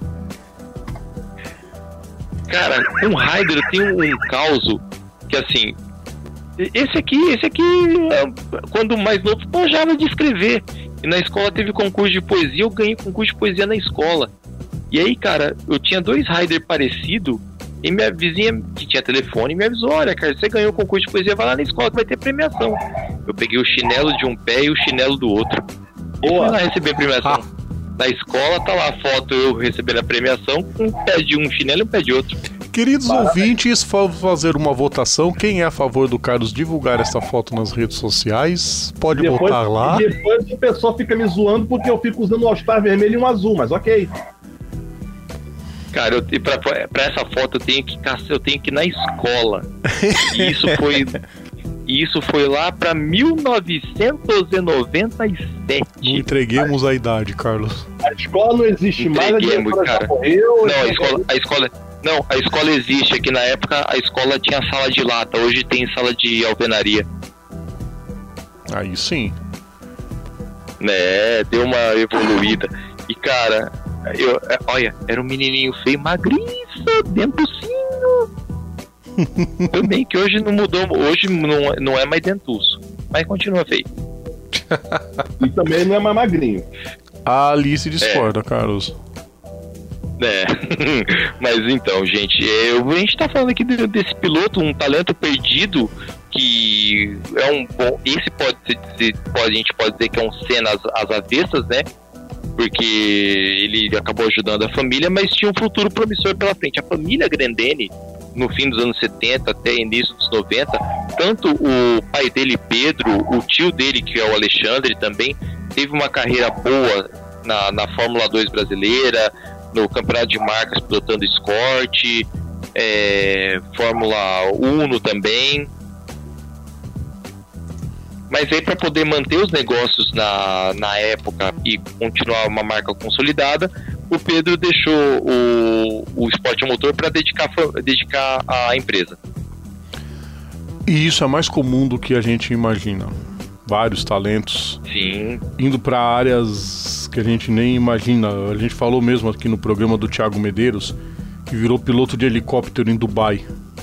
Cara, com o Raider tem um, um causo que assim, esse aqui, esse aqui, ah, quando mais novo, manjava de escrever. E na escola teve concurso de poesia, eu ganhei concurso de poesia na escola. E aí, cara, eu tinha dois riders parecidos, e minha vizinha, que tinha telefone, me avisou, olha, cara, você ganhou o concurso de poesia, vai lá na escola que vai ter premiação. Eu peguei o chinelo de um pé e o chinelo do outro. E fui lá receber a premiação. Ah. Na escola tá lá a foto, eu recebendo a premiação, com um pé de um chinelo e um pé de outro. Queridos Parabéns. ouvintes, vamos fazer uma votação. Quem é a favor do Carlos divulgar essa foto nas redes sociais? Pode depois, botar lá. E depois o pessoal fica me zoando porque eu fico usando um All-Star vermelho e um azul, mas ok. Cara, eu, pra, pra essa foto eu tenho que, eu tenho que ir na escola. E isso foi... E isso foi lá pra mil novecentos e noventa e sete. Não entreguemos a idade, Carlos. A escola não existe mais, a diretora já morreu. Não, a escola, a escola, não, a escola existe. Aqui na época a escola tinha sala de lata, hoje tem sala de alvenaria. Aí sim. Né, deu uma evoluída. E cara, eu, olha, era um menininho feio, magriço, dentucinho. Também que hoje não mudou, hoje não, não é mais dentuço, mas continua feio. E também não é mais magrinho. A Alice discorda, é. Carlos. É, mas então, gente, eu, a gente tá falando aqui desse piloto, um talento perdido, que é um bom. Esse pode ser, pode, a gente pode dizer que é um Senna às, às avessas, né? Porque ele acabou ajudando a família, mas tinha um futuro promissor pela frente. A família Grendene, no fim dos anos setenta até início dos noventa, tanto o pai dele, Pedro, o tio dele, que é o Alexandre, também teve uma carreira boa na, na Fórmula dois brasileira, no Campeonato de Marcas pilotando Escort, é, Fórmula Uno também. Mas aí, para poder manter os negócios na, na época e continuar uma marca consolidada, o Pedro deixou o, o esporte a motor para dedicar, dedicar à empresa. E isso é mais comum do que a gente imagina. Vários talentos. Sim. Indo para áreas que a gente nem imagina. A gente falou mesmo aqui no programa do Thiago Medeiros, que virou piloto de helicóptero em Dubai.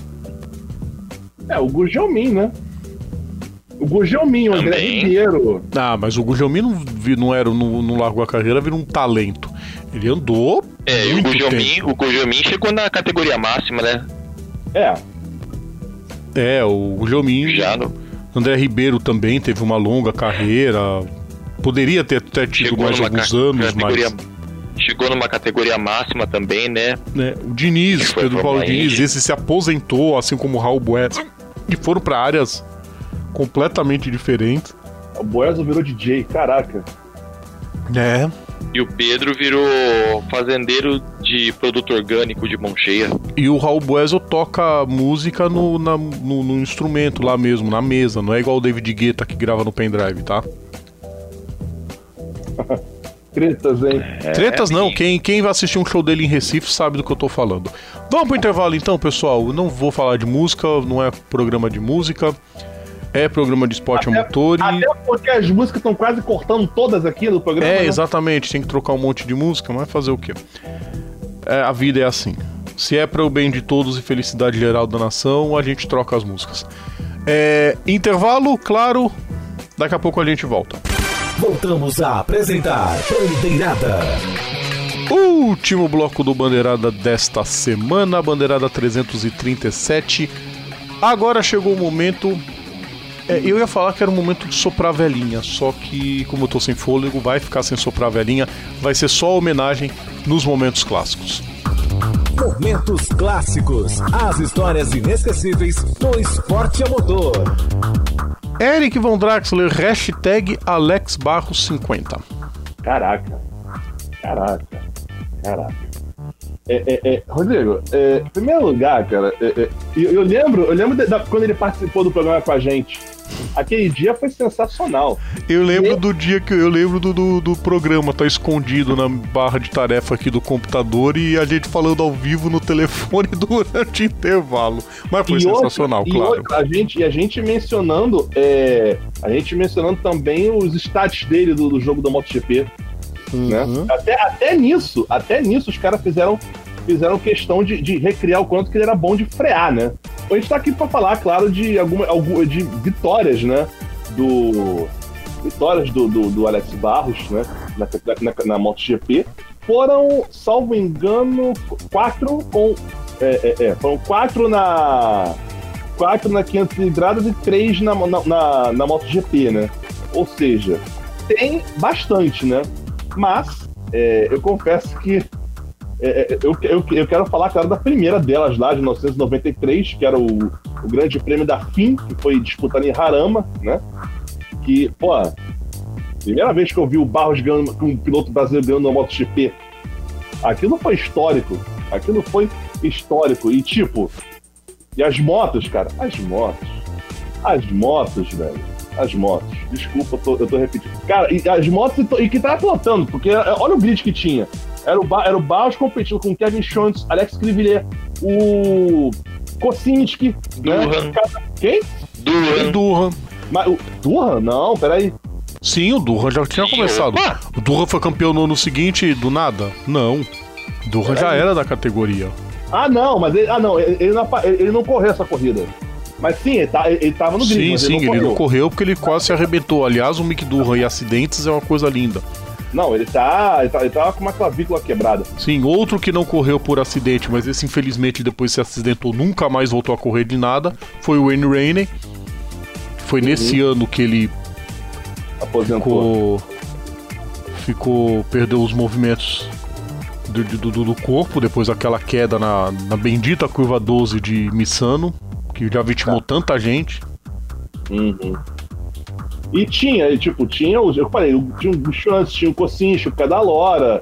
É, o Gugelmin, né? O Gugelmin, o André Ribeiro. Ah, mas o Gugelmin não, não, era, não, não largou a carreira, virou um talento. Ele andou. É, e o Gugelmin, o Gugelmin chegou na categoria máxima, né? É. É, o Gugelmin. Já no... André Ribeiro também teve uma longa carreira. Poderia ter até tido chegou mais alguns ca- anos, mas. Chegou numa categoria máxima também, né? É, o Diniz, Pedro Paulo Diniz, esse se aposentou, assim como o Raul Boes, e foram para áreas completamente diferentes. O Boes virou D J, caraca. É. E o Pedro virou fazendeiro de produto orgânico de mão cheia. E o Raul Boesel toca música no, na, no, no instrumento lá mesmo, na mesa. Não é igual o David Guetta que grava no pendrive, tá? Tretas, hein? É, Tretas não, quem, quem vai assistir um show dele em Recife sabe do que eu tô falando. Vamos pro intervalo então, pessoal. Eu não vou falar de música, não é programa de música. É programa de esporte até, a motor e... Até porque as músicas estão quase cortando todas aqui no programa. É, né? Exatamente. Tem que trocar um monte de música, mas fazer o quê? É, a vida é assim. Se é para o bem de todos e felicidade geral da nação, a gente troca as músicas. É, intervalo, claro. Daqui a pouco a gente volta. Voltamos a apresentar Bandeirada. Último bloco do Bandeirada desta semana, Bandeirada trezentos e trinta e sete. Agora chegou o momento... É, eu ia falar que era o momento de soprar a velhinha, só que como eu tô sem fôlego, vai ficar sem soprar a velhinha, vai ser só homenagem nos momentos clássicos. Momentos clássicos, as histórias inesquecíveis do esporte a motor. Eric Von Draxler, hashtag Alex Barros cinquenta. Caraca, caraca, caraca. É, é, é, Rodrigo, é, em primeiro lugar, cara, é, é, eu, eu lembro, eu lembro de, da, quando ele participou do programa com a gente. Aquele dia foi sensacional. Eu lembro e... do dia que eu lembro do, do, do programa, tá escondido na barra de tarefa aqui do computador e a gente falando ao vivo no telefone durante o intervalo. Mas foi e sensacional, outra, claro. E outra, a gente, e a gente mencionando, é, a gente mencionando também os stats dele do, do jogo da MotoGP. Uhum. Né? Até, até nisso, até nisso os caras fizeram, fizeram questão de, de recriar o quanto que ele era bom de frear, né? A gente tá aqui pra falar, claro, de, alguma, de vitórias, né? Do, vitórias do, do, do Alex Barros, né, na, na, na MotoGP, foram, salvo engano, quatro com... É, é, é, foram quatro na... quatro na quinhentas cilindradas e três na, na, na, na MotoGP, né? Ou seja, tem bastante, né? Mas, é, eu confesso que é, eu, eu, eu quero falar, claro, da primeira delas lá, de mil novecentos e noventa e três, que era o, o Grande Prêmio da F I M, que foi disputado em Jarama, né? Que, pô, primeira vez que eu vi o Barros ganhando, um piloto brasileiro ganhando na MotoGP, aquilo foi histórico. Aquilo foi histórico. E, tipo, e as motos, cara, as motos, as motos, velho, as motos, desculpa, eu tô, eu tô repetindo. Cara, e as motos, e, to, e que tava pilotando, porque olha o grid que tinha. Era o, era o Barros competindo com o Kevin Schwantz, Alex Crivellet, o Kosinski, Durham. Né? Quem? Durham. Durham. Mas, o Durham? Não, peraí. Sim, o Durham já tinha Sim, começado. opa. O Durham foi campeão no ano seguinte do nada? Não. O Durham já era da categoria. Ah, não, mas ele, ah, não, ele, ele, não, ele não correu essa corrida. Mas sim, ele, tá, ele, ele tava no grid, Sim, mas sim, ele não, ele não correu porque ele quase se arrebentou. Aliás, o Mick Durham e acidentes é uma coisa linda. Não, ele tá, ele tá, ele tava com uma clavícula quebrada. Sim, outro que não correu por acidente, mas esse infelizmente depois se acidentou, nunca mais voltou a correr de nada, foi o Wayne Rainey. Foi uhum. nesse ano que ele aposentou. Ficou, ficou, perdeu os movimentos do, do, do corpo, depois daquela queda na, na bendita curva doze de Misano, que já vitimou tá. tanta gente. Uhum. E tinha, tipo, tinha os. Eu falei, tinha o Schwantz, tinha o Kosinski, o Pedalora,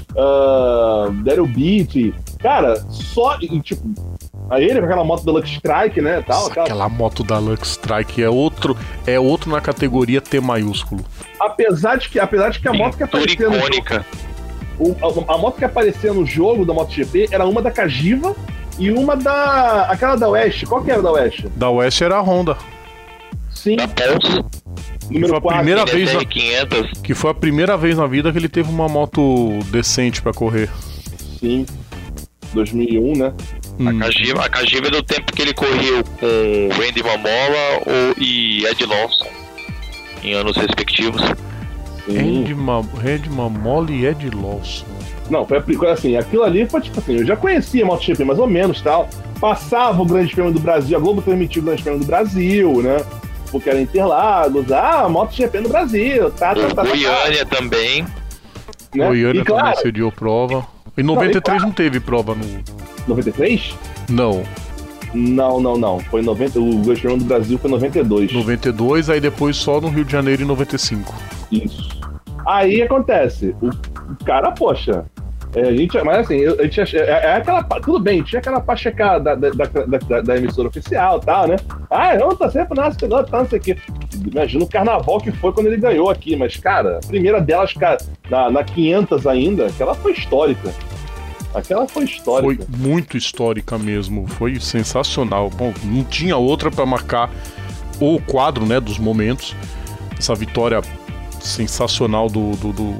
uh, Daryl Beatty. Cara, só. E, tipo, a ele com aquela moto da Lux Strike, né? Tal, aquela... aquela moto da Lux Strike é outro, é outro na categoria T maiúsculo. Apesar de que, apesar de que a moto que aparecia no jogo, o, a, a moto que aparecia no jogo da MotoGP era uma da Cagiva e uma da. Aquela da West. Qual que era da West? Da West era a Honda. Sim. Da Pulse. Número foi a quatro, primeira vez na, que foi a primeira vez na vida que ele teve uma moto decente pra correr. Sim. dois mil e um, né? Hum. A Cagiva, a Cagiva é do tempo que ele correu com Randy Mamola ou, e Ed Lawson em anos respectivos. Randy, Ma, Randy Mamola e Ed Lawson. Não, foi assim, aquilo ali foi tipo assim, eu já conhecia a MotoGP mais ou menos, tal. Passava o Grande Prêmio do Brasil, a Globo transmitiu o Grande Prêmio do Brasil, né? Porque era Interlagos, ah, MotoGP no Brasil, tá, tá, tá. Goiânia tá, também. Né? Goiânia claro, também cediu prova. Em noventa e três não, e claro, não teve prova no... noventa e três? Não. Não, não, não. Foi noventa, o Grande Prêmio do Brasil foi noventa e dois. noventa e dois, aí depois só no Rio de Janeiro em noventa e cinco. Isso. Aí acontece, o cara, poxa, é, a gente, mas assim, a gente, é, é aquela, tudo bem, tinha aquela pra checar da, da, da, da, da emissora oficial e tal, né? Ah, não, tá sempre nosso piloto, tá, não sei o quê. Imagina o carnaval que foi quando ele ganhou aqui, mas, cara, a primeira delas, cara, na, na quinhentas ainda, aquela foi histórica. Aquela foi histórica. Foi muito histórica mesmo, foi sensacional. Bom, não tinha outra pra marcar o quadro, né, dos momentos. Essa vitória sensacional do do, do,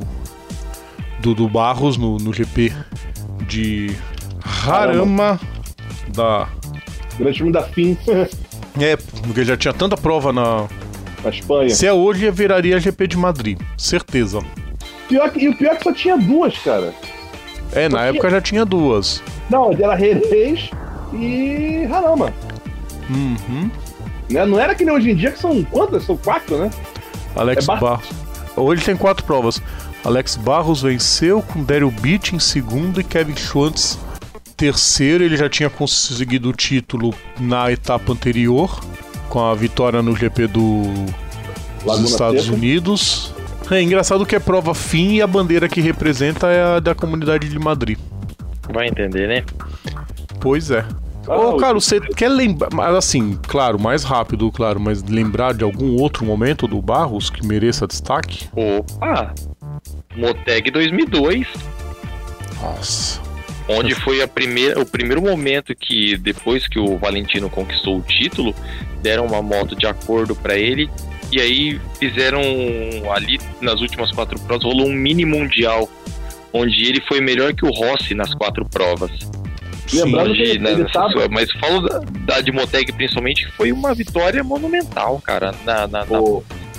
do, do Barros no, no G P de Jarama da... Grande Prêmio da F I M. É, porque já tinha tanta prova na... na Espanha. Se é hoje, viraria G P de Madrid, certeza. Pior que, e o pior é que só tinha duas, cara. É, só na tinha... época já tinha duas. Não, era Jerez e Jarama. Uhum. Né? Não era que nem hoje em dia, que são quantas? São quatro, né? Alex é Bar... Barros. Hoje tem quatro provas. Alex Barros venceu com Daryl Beatty em segundo e Kevin Schwantz terceiro. Ele já tinha conseguido o título na etapa anterior, com a vitória no G P do... dos Estados Seca. Unidos. É engraçado que é prova fim e a bandeira que representa é a da Comunidade de Madrid. Vai entender, né? Pois é. Ô, oh, cara, você quer lembrar, mas assim, claro, mais rápido, claro, mas lembrar de algum outro momento do Barros que mereça destaque? Opa! Moteg dois mil e dois. Nossa. Onde foi a primeira, o primeiro momento que, depois que o Valentino conquistou o título, deram uma moto de acordo pra ele. E aí fizeram ali, nas últimas quatro provas, rolou um mini mundial, onde ele foi melhor que o Rossi nas quatro provas. Lembrando que ele, na, ele tava... Mas falo da, da de Moteg principalmente, que foi uma vitória monumental, cara. Na, na, o,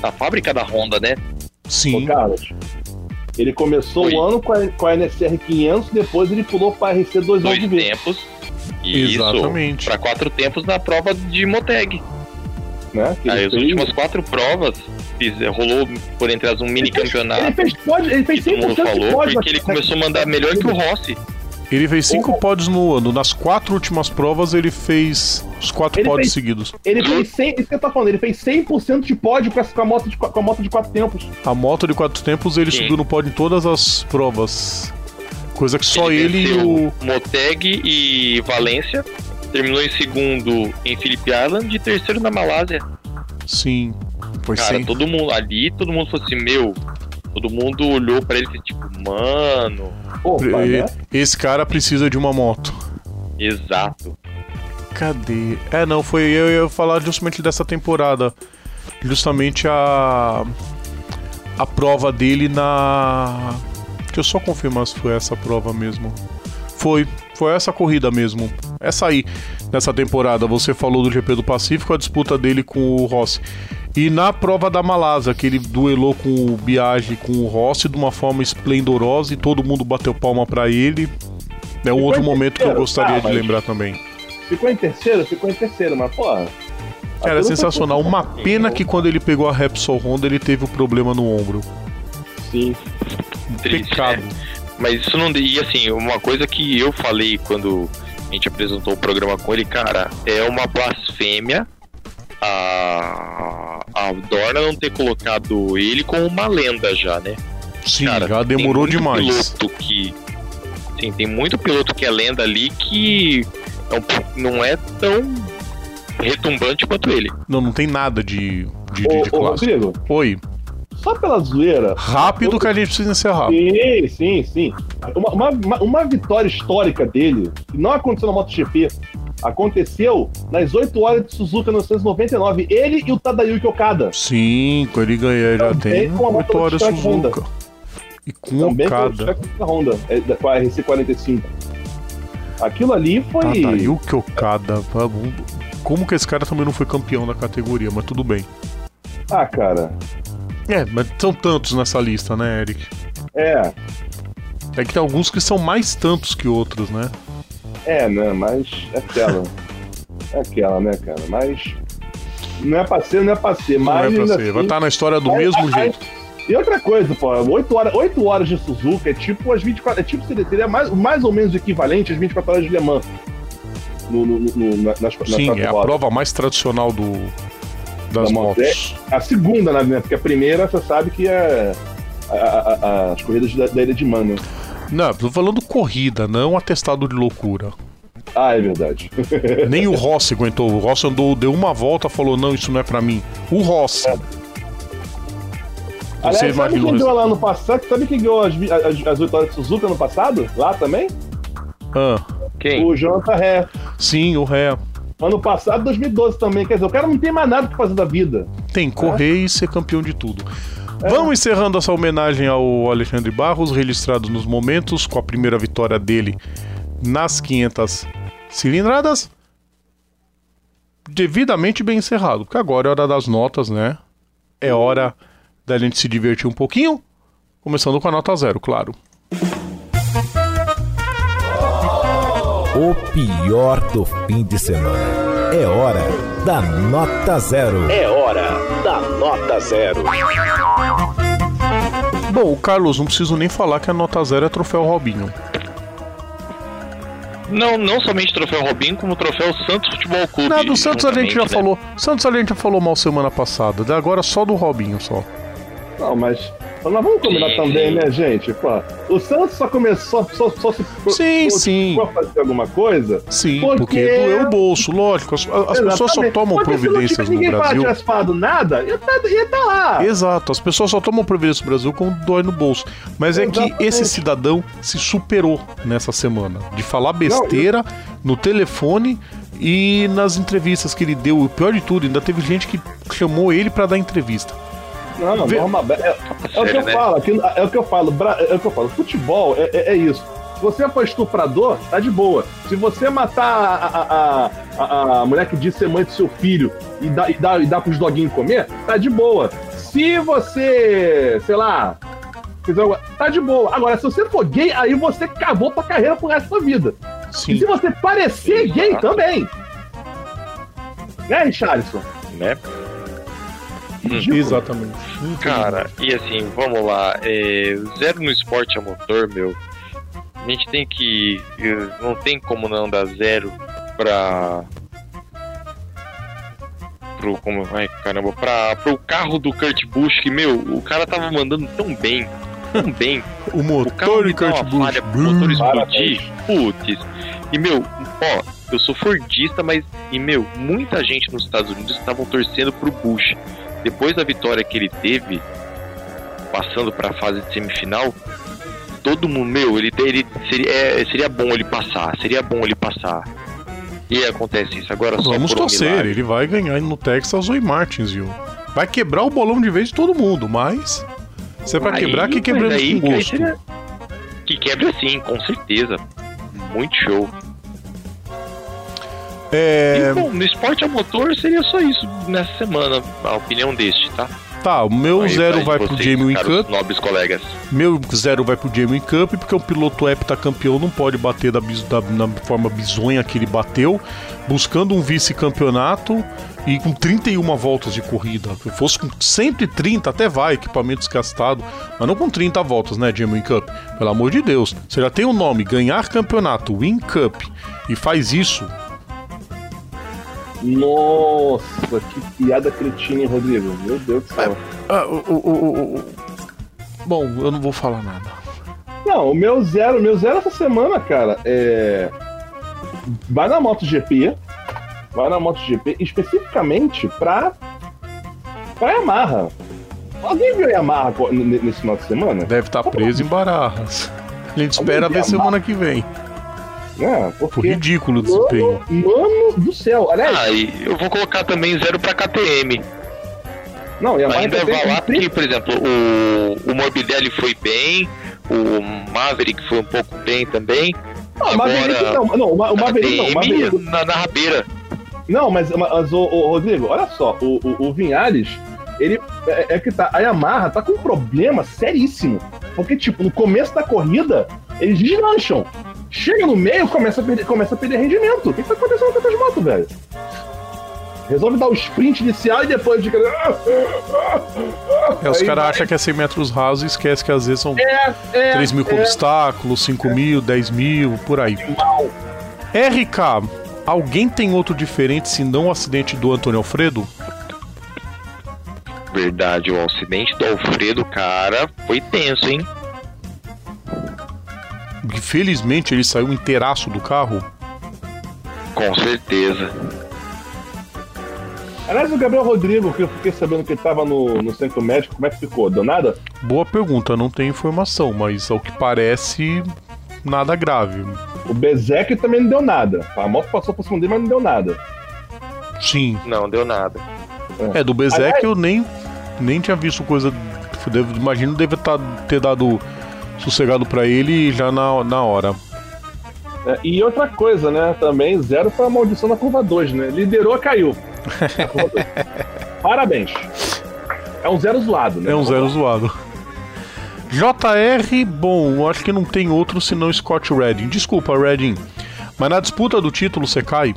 na fábrica da Honda, né? Sim. Ô, Carlos, ele começou Oi. o ano com a, com a N S R quinhentos, depois ele pulou para R C dois Dois V. tempos. Isso, Exatamente. para quatro tempos na prova de Moteg. Né? Que Aí ele as fez- últimas quatro provas, fiz, rolou por entre as um mini campeonato. Ele fez pódio, ele fez Que todo mundo cem por cento de falou, pódio. porque ele começou a mandar melhor que o Rossi. Ele fez cinco pódios no ano. Nas quatro últimas provas, ele fez os quatro Ele pódios fez- seguidos. Ele fez cem, isso que eu tô falando, ele fez cem por cento de pódio com, essa, com, a moto de, com a moto de quatro tempos. A moto de quatro tempos, ele Sim. subiu no pódio em todas as provas. Coisa que só ele, e o... venceu Moteg e Valência. Terminou em segundo em Phillip Island e terceiro na Malásia. Sim. Foi Cara, sem... todo mundo ali, todo mundo falou assim, meu. Todo mundo olhou pra ele e fez tipo, mano. Opa, E- né? Esse cara precisa de uma moto. Exato. Cadê? É, não, foi eu ia falar justamente dessa temporada. Justamente a. A prova dele na. Deixa eu só confirmar se foi essa prova mesmo. Foi, foi essa corrida mesmo. Essa aí, nessa temporada. Você falou do G P do Pacífico, a disputa dele com o Rossi. E na prova da Malásia, que ele duelou com o Biaggi, com o Rossi de uma forma esplendorosa e todo mundo bateu palma pra ele. É um Ficou outro em momento que eu terceiro? gostaria Ah, de mas- lembrar também. Ficou em terceiro? Ficou em terceiro, mas, porra. Cara, é aquilo foi- sensacional. Uma pena que quando ele pegou a Repsol Honda, ele teve o problema no ombro. Sim. Um Triste, pecado. né? Mas isso não. E assim, uma coisa que eu falei quando a gente apresentou o programa com ele, cara, é uma blasfêmia a, a Dorna não ter colocado ele como uma lenda já, né? Sim, Cara, já tem demorou muito demais. Piloto que, sim, tem muito piloto que é lenda ali que é um- não é tão retumbante quanto ele. Não, não tem nada de, de, de, Ô, de ô, clássico. Rodrigo, Oi. só pela zoeira. Rápido que a gente precisa encerrar. Sim, sim, sim. Uma, uma, uma- uma vitória histórica dele, que não aconteceu na MotoGP, aconteceu nas oito horas de Suzuka em mil novecentos e noventa e nove. Ele e o Tadayuki Okada. Sim, quando ele ganhar já Também tem com a moto oito horas de track Honda. Suzuka. E com Também com Okada. a Honda, é, da- com a R C quarenta e cinco. Aquilo ali foi. Tadayuki Okada. Vamos- Como que esse cara também não foi campeão da categoria, mas tudo bem. Ah, cara. É, mas são tantos nessa lista, né, Eric? É, É que tem alguns que são mais tantos que outros, né? é, né? Mas é aquela. É aquela, né, cara? Mas. Não é pra ser, não é pra ser. Não Mas é pra ainda ser. assim- Vai estar na história do Aí- mesmo aí- jeito. E outra coisa, pô, oito horas, oito horas de Suzuka é tipo as vinte e quatro. É tipo, seria, seria mais, mais ou menos o equivalente às vinte e quatro horas de Le Mans. No, no, no, na- nas, nas Sim, quatro é a rodas. prova mais tradicional do, das Da motos. A segunda, né? Porque a primeira você sabe que é a- a- a- as corridas da, da Ilha de Man, né? Não, tô falando corrida, não atestado de loucura. Ah, é verdade. Nem o Rossi aguentou. O Rossi andou, deu uma volta, falou, não, isso não é pra mim. O Rossi. Você Aliás, sabe imagina o quem ganhou resultado. lá no passado? Sabe quem ganhou as, vi- as, as oito horas de Suzuka no passado? Lá também? Ah, Quem? O Jonathan Ré. sim, o ré. Ano passado, dois mil e doze também. Quer dizer, o cara não tem mais nada pra fazer da vida. Tem correr e ser campeão de tudo. É. Vamos encerrando essa homenagem ao Alexandre Barros, registrado nos momentos, com a primeira vitória dele nas quinhentas cilindradas. Devidamente bem encerrado, porque agora é hora das notas, né? É hora da gente se divertir um pouquinho, começando com a nota zero, claro. O pior do fim de semana. É hora da nota zero. É hora da nota zero. Bom, Carlos, não preciso nem falar que a nota zero é troféu Robinho. Não, não somente troféu Robinho, como troféu Santos Futebol Clube. Não, do Santos a gente já juntamente, né? falou. Santos a gente já falou mal semana passada, agora só do Robinho só. Não, mas. Mas nós vamos combinar Sim, também, sim. né, gente? Pô, o Santos só começou, só, só se Sim, só sim. a fazer alguma coisa. Sim, Porque- porque doeu o bolso, lógico. As, as pessoas só Exatamente. tomam Porque providências se não no ninguém Brasil. tivesse falado nada, ia estar ia tá lá. Exato, as pessoas só tomam providência no Brasil quando dói no bolso. Mas é que Exatamente. esse cidadão se superou nessa semana. De falar besteira no telefone e nas entrevistas que ele deu. O pior de tudo, ainda teve gente que chamou ele pra dar entrevista. Não, não, Vê- normal. É, é o que Sério, eu né? falo, aqui, é o que eu falo, Bra- é o que eu falo. Futebol é, é, é isso. Se você for estuprador, tá de boa. Se você matar a, a, a, a, a mulher que diz ser mãe do seu filho e dá, e dá, e dá pros doguinhos comer, tá de boa. Se você, sei lá, fizer algo, tá de boa. Agora, se você for gay, aí você acabou tua carreira pro resto da vida. Sim. E se você parecer Exato. gay também. Né, Richarlison? Né? Ridículo. Exatamente. Cara, e assim, vamos lá. É, zero no esporte a motor, meu. A gente tem que. Não tem como não dar zero pra. Pro. Como. Ai, caramba. Pra, pro carro do Kurt Busch, que, meu, o cara tava mandando tão bem. Tão bem. O O carro motor me de dá Kurt uma Busch. falha pro motor Parabéns. explodir. Putz. E, meu, ó, eu sou fordista, mas. E, meu, muita gente nos Estados Unidos estavam torcendo pro Busch. Depois da vitória que ele teve, passando pra fase de semifinal, todo mundo, meu, ele, ele seria, é, seria bom ele passar, seria bom ele passar. E aí acontece isso agora só Vamos por um torcer, milagre. ele vai ganhar no Texas ou em Martinsville. Vai quebrar o bolão de vez de todo mundo, mas se é pra Aí, quebrar, que mas quebramos aí, com que aí gosto. seria- Que quebra sim, com certeza. Muito show. É... E, bom, no esporte a motor seria só isso nessa semana, a opinião deste, tá? Tá, o meu Aí, zero aí vai vocês, pro Jamie caros Cup. nobres colegas. Meu zero vai pro Jamie Cup, porque o piloto heptacampeão não pode bater da, bis- da, na forma bizonha que ele bateu, buscando um vice-campeonato e com trinta e uma voltas de corrida. Se fosse com cento e trinta, até vai, equipamento desgastado, mas não com trinta voltas, né, Jamie Cup? Pelo amor de Deus. Você já tem o nome, ganhar campeonato, Win Cup, e faz isso. Nossa, que piada cretina, hein, Rodrigo? Meu Deus do céu. Ah, o, o, o, o... Bom, eu não vou falar nada. Não, o meu zero, meu zero essa semana, cara, é. Vai na MotoGP. Vai na MotoGP, especificamente pra. pra Yamaha. Alguém viu a Yamaha co- n- nesse final de semana? Deve estar preso em Barajas. A gente espera Alguém ver viu a semana que vem. É, Foi porque. ridículo o desempenho. Mano, mano do céu. Aliás, Ah, e eu vou colocar também zero pra K T M. não, Yamaha Ainda tem- vai lá tem- porque, por exemplo, o, o Morbidelli foi bem, o Maverick foi um pouco bem também. Não, o Maverick não, não, o Ma- o Maverick não, o K T Maverick, M na, na rabeira. não, mas, mas o, o Rodrigo, olha só, o, o, o Vinhales, ele é, é que tá, a Yamaha tá com um problema seríssimo, porque tipo, no começo da corrida, eles deslancham, chega no meio, começa a perder, começa a perder rendimento. O que tá acontecendo com essas motos, velho? Resolve dar o sprint inicial e depois fica... É, os Aí caras vai. acham que é cem metros rasos e esquece que às vezes são É, é, três mil com é, obstáculos, cinco mil, dez mil, por aí. mal. R K, alguém tem outro diferente se não o acidente do Antônio Alfredo? Verdade, o acidente do Alfredo, cara, foi tenso, hein? Que felizmente ele saiu inteiraço do carro. Com certeza. Aliás, o Gabriel Rodrigo, que eu fiquei sabendo que ele tava no, no centro médico, como é que ficou? Deu nada? Boa pergunta, não tem informação, mas ao que parece, nada grave. O Bezek também não deu nada. A moto passou por cima dele, mas não deu nada. Sim. Não, deu nada. É, do Bezek eu nem, nem tinha visto coisa. Devo, imagino deve tá, ter dado sossegado pra ele já na, na hora. É, e outra coisa, né? Também, zero foi a maldição da curva dois, né? Liderou, caiu. A curva dois. Parabéns. É um zero zoado, né? É um zero zoado. J R, bom, eu acho que não tem outro senão Scott Redding. Desculpa, Redding. Mas na disputa do título você cai?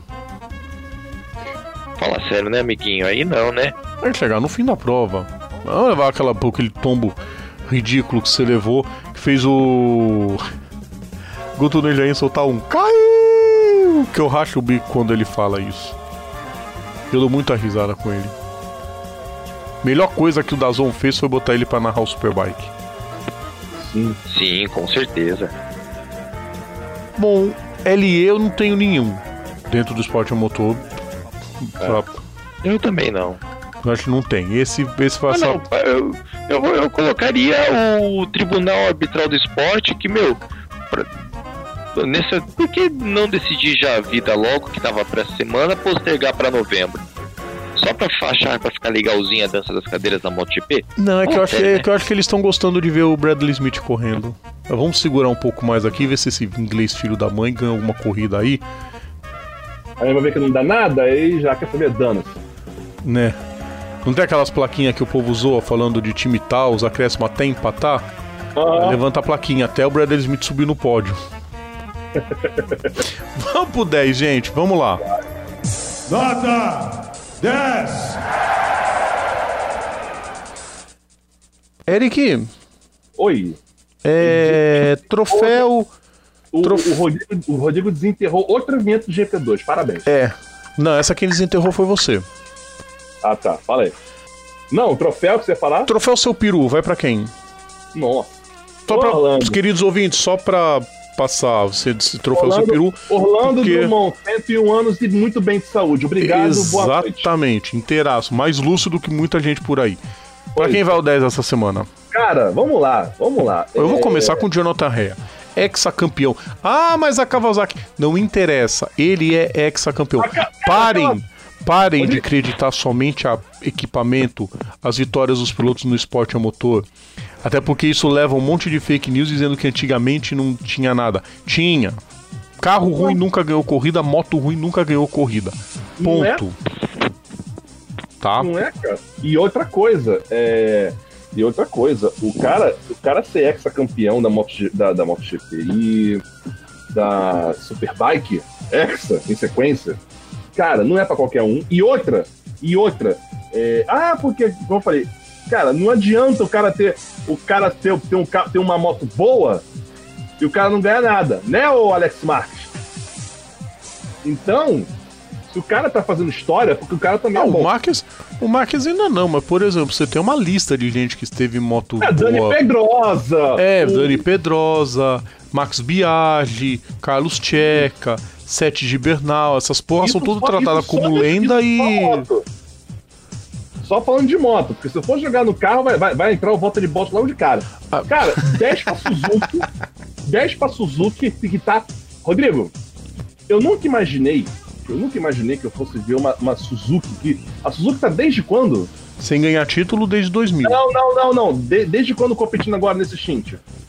Fala sério, né, amiguinho? Aí não, né? Vai chegar no fim da prova. Não levar aquela, aquele tombo ridículo que você levou, que fez o Guto Nejain soltar um caiu, que eu racho o bico quando ele fala isso. Eu dou muita risada com ele. Melhor coisa que o Dazon fez foi botar ele pra narrar o Superbike. Sim. Sim, com certeza. Bom, L E eu não tenho nenhum dentro do esporte a motor. Pra- Eu também não. Eu acho que não tem. Esse, esse vai Ah, só. não, eu, eu, eu colocaria o Tribunal Arbitral do Esporte, que, meu, pra, nessa, por que não decidir já a vida logo, que tava pra essa semana, postergar pra novembro? Só pra achar, pra ficar legalzinha a dança das cadeiras da MotoGP? Não, é que, eu acho, É, é que eu acho que eles estão gostando de ver o Bradley Smith correndo. Mas vamos segurar um pouco mais aqui, ver se esse inglês filho da mãe ganha alguma corrida aí, Aí vai ver que não dá nada, aí já quer saber danos. né? Não tem aquelas plaquinhas que o povo zoa falando de time tal, os acréscimos até empatar? Ah. Levanta a plaquinha, até o Bradley Smith subir no pódio. Vamos pro dez, gente, vamos lá. Nota dez. Eric. Oi. É... Troféu... O, Trof... o, Rodrigo, o Rodrigo desenterrou outro evento do G P dois, parabéns. É. Não, essa quem desenterrou foi você. Ah, tá, fala aí. Não, o troféu que você ia falar? Troféu Seu Peru, vai pra quem? Nossa. Só pra Orlando. os queridos ouvintes, só pra passar você desse Troféu Orlando, Seu Peru. Orlando porque... Drummond, cento e um anos e muito bem de saúde. Obrigado, boa noite. Exatamente, inteiraço. Mais lúcido que muita gente por aí. Pra Oi. quem vai o dez essa semana? Cara, vamos lá, vamos lá. Eu vou É, começar com o Jonathan Rea. Ex-campeão. Ah, mas a Kawasaki. Não interessa. Ele é ex-campeão. Parem. Parem de acreditar somente a equipamento, as vitórias dos pilotos no esporte a motor. Até porque isso leva um monte de fake news dizendo que antigamente não tinha nada. Tinha. Carro ruim nunca ganhou corrida, moto ruim nunca ganhou corrida. Não é? Ponto. Tá? Não é, cara? E outra coisa, é... E outra coisa, o cara, o cara ser ex-campeão da, Moto, da, da MotoGP e da Superbike, exa, em sequência, cara, não é pra qualquer um. E outra, e outra, é... ah, porque, como eu falei, cara, não adianta o cara ter, o cara ter, ter, um, ter uma moto boa e o cara não ganha nada, né, ô Alex Marques? Então, se o cara tá fazendo história, porque o cara também Ah, é bom. o Marques, o Marques ainda não, mas por exemplo, você tem uma lista de gente que esteve em moto É, Dani boa. Pedrosa. É, o- Dani Pedrosa, Max Biaggi, Carlos Checa, Sete Gibernal, essas porras são Isso tudo só- tratadas isso só- como lenda isso só e... moto. Só falando de moto, porque se eu for jogar no carro, vai, vai, vai entrar o volta de bosta logo de cara. Ah. Cara, dez pra Suzuki, dez pra Suzuki que tá... Rodrigo, eu nunca imaginei, eu nunca imaginei que eu fosse ver uma, uma Suzuki que... A Suzuki tá desde quando? Sem ganhar título desde dois mil. Não, não, não, não. De- desde quando competindo agora nesse stint?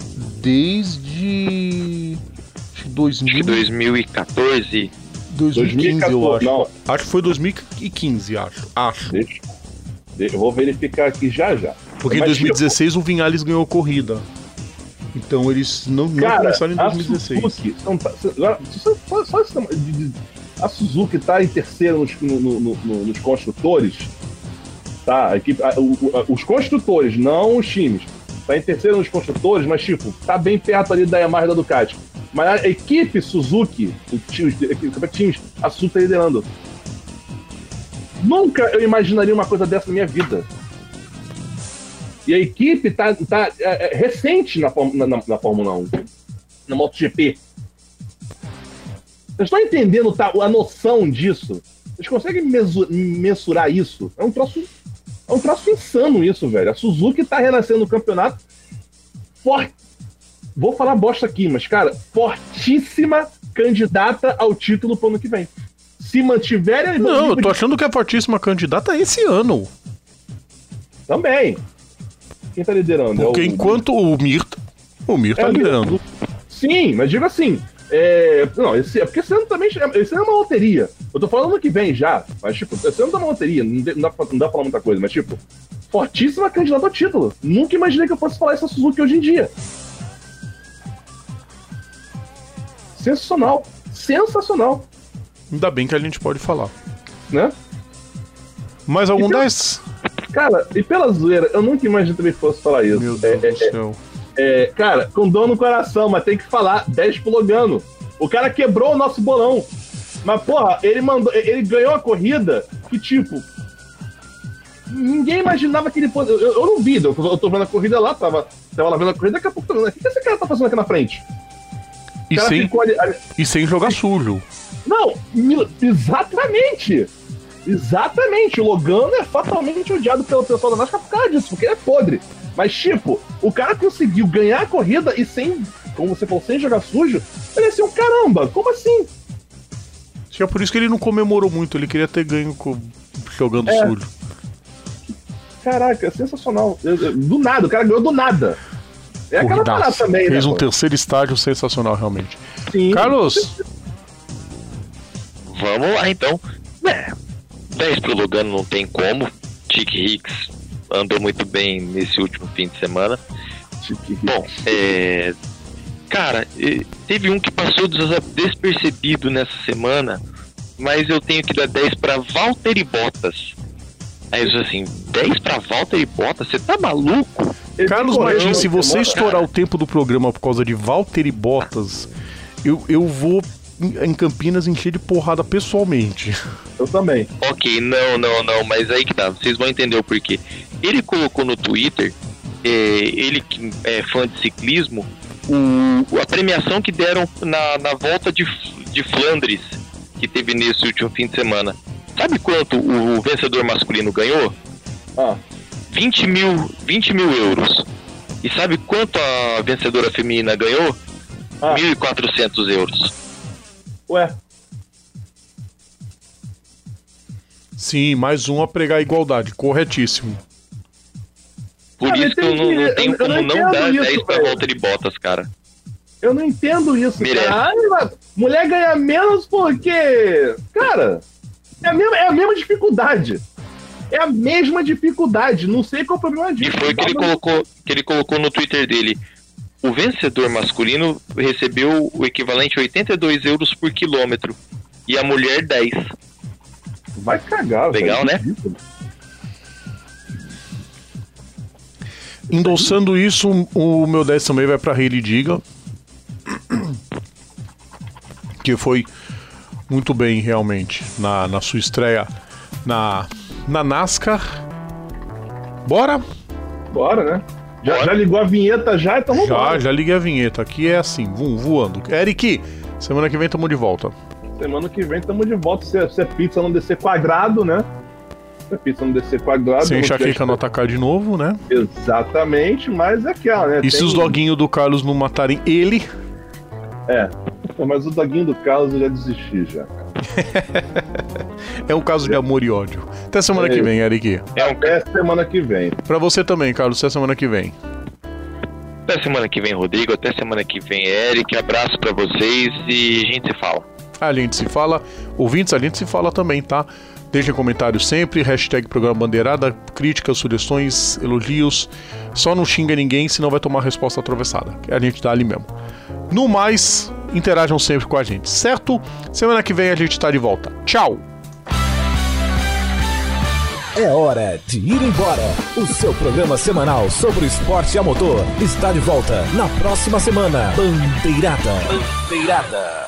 Desde... Acho que dois mil... dois mil e quatorze. dois mil e quinze, eu acho. Não, Acho que foi dois mil e quinze, acho. Acho. deixa, deixa, eu vou verificar aqui já já. Porque em Mas, dois mil e dezesseis o Vinhales ganhou corrida. Então eles não, não Cara, começaram em a dois mil e dezesseis. Suzuki, não tá- agora, só, só, só esse tamanho de- de- a Suzuki tá em terceiro nos, no- no- no- nos construtores, tá? A equipe, a- o- o- os construtores, não os times. Tá em terceiro nos construtores, mas tipo, tá bem perto ali da Yamaha e da Ducati. Mas a equipe Suzuki, o time, os times, a Suzuki tá liderando. Nunca eu imaginaria uma coisa dessa na minha vida. E a equipe tá, tá é, é, recente na, Fórmula- na, na, na Fórmula um, na MotoGP. Vocês estão entendendo tá, a noção disso? Vocês conseguem mesu- mensurar isso? É um troço, é um troço insano isso, velho. A Suzuki tá renascendo no campeonato. For... Vou falar bosta aqui, mas, cara, fortíssima candidata ao título pro ano que vem. Se mantiverem... Não, eu tô achando que é fortíssima candidata esse ano. Também. Quem tá liderando? Porque é o... enquanto o Mir... O Mir tá É, liderando. Sim, mas digo assim. É, não, esse, é porque esse ano também. Esse ano é uma loteria. Eu tô falando ano que vem já. Mas, tipo, esse ano tá uma loteria. Não, de- não, dá, pra, não dá pra falar muita coisa, mas, tipo, fortíssima candidata ao título. Nunca imaginei que eu fosse falar essa Suzuki hoje em dia. Sensacional. Sensacional. Ainda bem que a gente pode falar. Né? Mais algum E pela- dez? Cara, e pela zoeira, eu nunca imaginei também que fosse falar isso. Meu É, Deus é, do céu. É, cara, com dor no coração, mas tem que falar, dez pro Logano. O cara quebrou o nosso bolão. Mas, porra, ele mandou. Ele ganhou a corrida que, tipo. Ninguém imaginava que ele fosse. Eu, eu não vi, eu tô, eu tô vendo a corrida lá, tava, tava lá vendo a corrida, daqui a pouco tô vendo. O que esse cara tá fazendo aqui na frente? O E cara sem, ficou ali- ali- e sem jogar sujo. Não, mil- exatamente! Exatamente! O Logano é fatalmente odiado pelo pessoal da NASCAR por causa disso, porque ele é podre. Mas, tipo, o cara conseguiu ganhar a corrida e sem, como você falou, sem jogar sujo, ele é assim, um caramba, como assim? Acho que é por isso que ele não comemorou muito. Ele queria ter ganho co- jogando É. sujo. Caraca, sensacional. Eu- eu- Do nada, o cara ganhou do nada. É aquela parada Corridaça. também, Fez né? um pô? terceiro estágio sensacional, realmente. Sim. Carlos, Vamos lá então. É, dez pro Logano não tem como. Chique Hicks andou muito bem nesse último fim de semana. Bom, é... cara, teve um que passou despercebido nessa semana, mas eu tenho que dar dez para Valtteri Bottas. Aí eu disse assim, dez para Valtteri Bottas? Você tá maluco? Ele Carlos Martins, se você estourar cara. o tempo do programa por causa de Valtteri Bottas, eu, eu vou em Campinas encher de porrada pessoalmente. Eu também. Ok, não, não, não, mas aí que tá, vocês vão entender o porquê. Ele colocou no Twitter, é, ele que é fã de ciclismo, o, a premiação que deram na, na volta de, de Flandres, que teve nesse último fim de semana. Sabe quanto o vencedor masculino ganhou? Ah. vinte mil, vinte mil euros. E sabe quanto a vencedora feminina ganhou? Ah. mil e quatrocentos euros. Ué? Sim, mais um a pregar a igualdade, corretíssimo. Por cara, isso que eu não, não tenho eu, como eu não, não dar isso, dez pra Valtteri Bottas, cara. Eu não entendo isso, Merece. cara. Ai, mulher ganha menos porque... Cara, é a mesma, é a mesma dificuldade. É a mesma dificuldade. Não sei qual é o problema disso. E foi que ele, colocou, que ele colocou no Twitter dele. O vencedor masculino recebeu o equivalente a oitenta e dois euros por quilômetro. E a mulher dez. Vai cagar. Legal, né? Endossando isso, o meu dez também vai pra Hailey Diga, que foi muito bem realmente na, na sua estreia na, na NASCAR. Bora? Bora, né? Já, já ligou a vinheta já, então vamos Já, embora. já liguei a vinheta. Aqui é assim, vum, voando. Eric, semana que vem tamo de volta. Semana que vem tamo de volta. Se, se a pizza não descer quadrado, né? Se a pizza não descer quadrado... Sem enxaqueca no atacar de novo, né? Exatamente, mas é aquela, né? E Tem... se os doguinhos do Carlos não matarem ele... É, mas o doguinho do Carlos eu já desisti já. É um caso de amor e ódio. Até semana é. que vem, Eric. É um... Até semana que vem. Pra você também, Carlos. Até semana que vem. Até semana que vem, Rodrigo. Até semana que vem, Eric. Abraço pra vocês e a gente se fala. A gente se fala. Ouvintes, a gente se fala também, tá? Deixem comentários sempre. Hashtag Programa Bandeirada. Críticas, sugestões, elogios. Só não xinga ninguém, senão vai tomar resposta atravessada. A gente dá ali mesmo. No mais, interajam sempre com a gente, certo? Semana que vem a gente tá de volta. Tchau! É hora de ir embora. O seu programa semanal sobre o esporte a motor está de volta na próxima semana. Bandeirada. Bandeirada.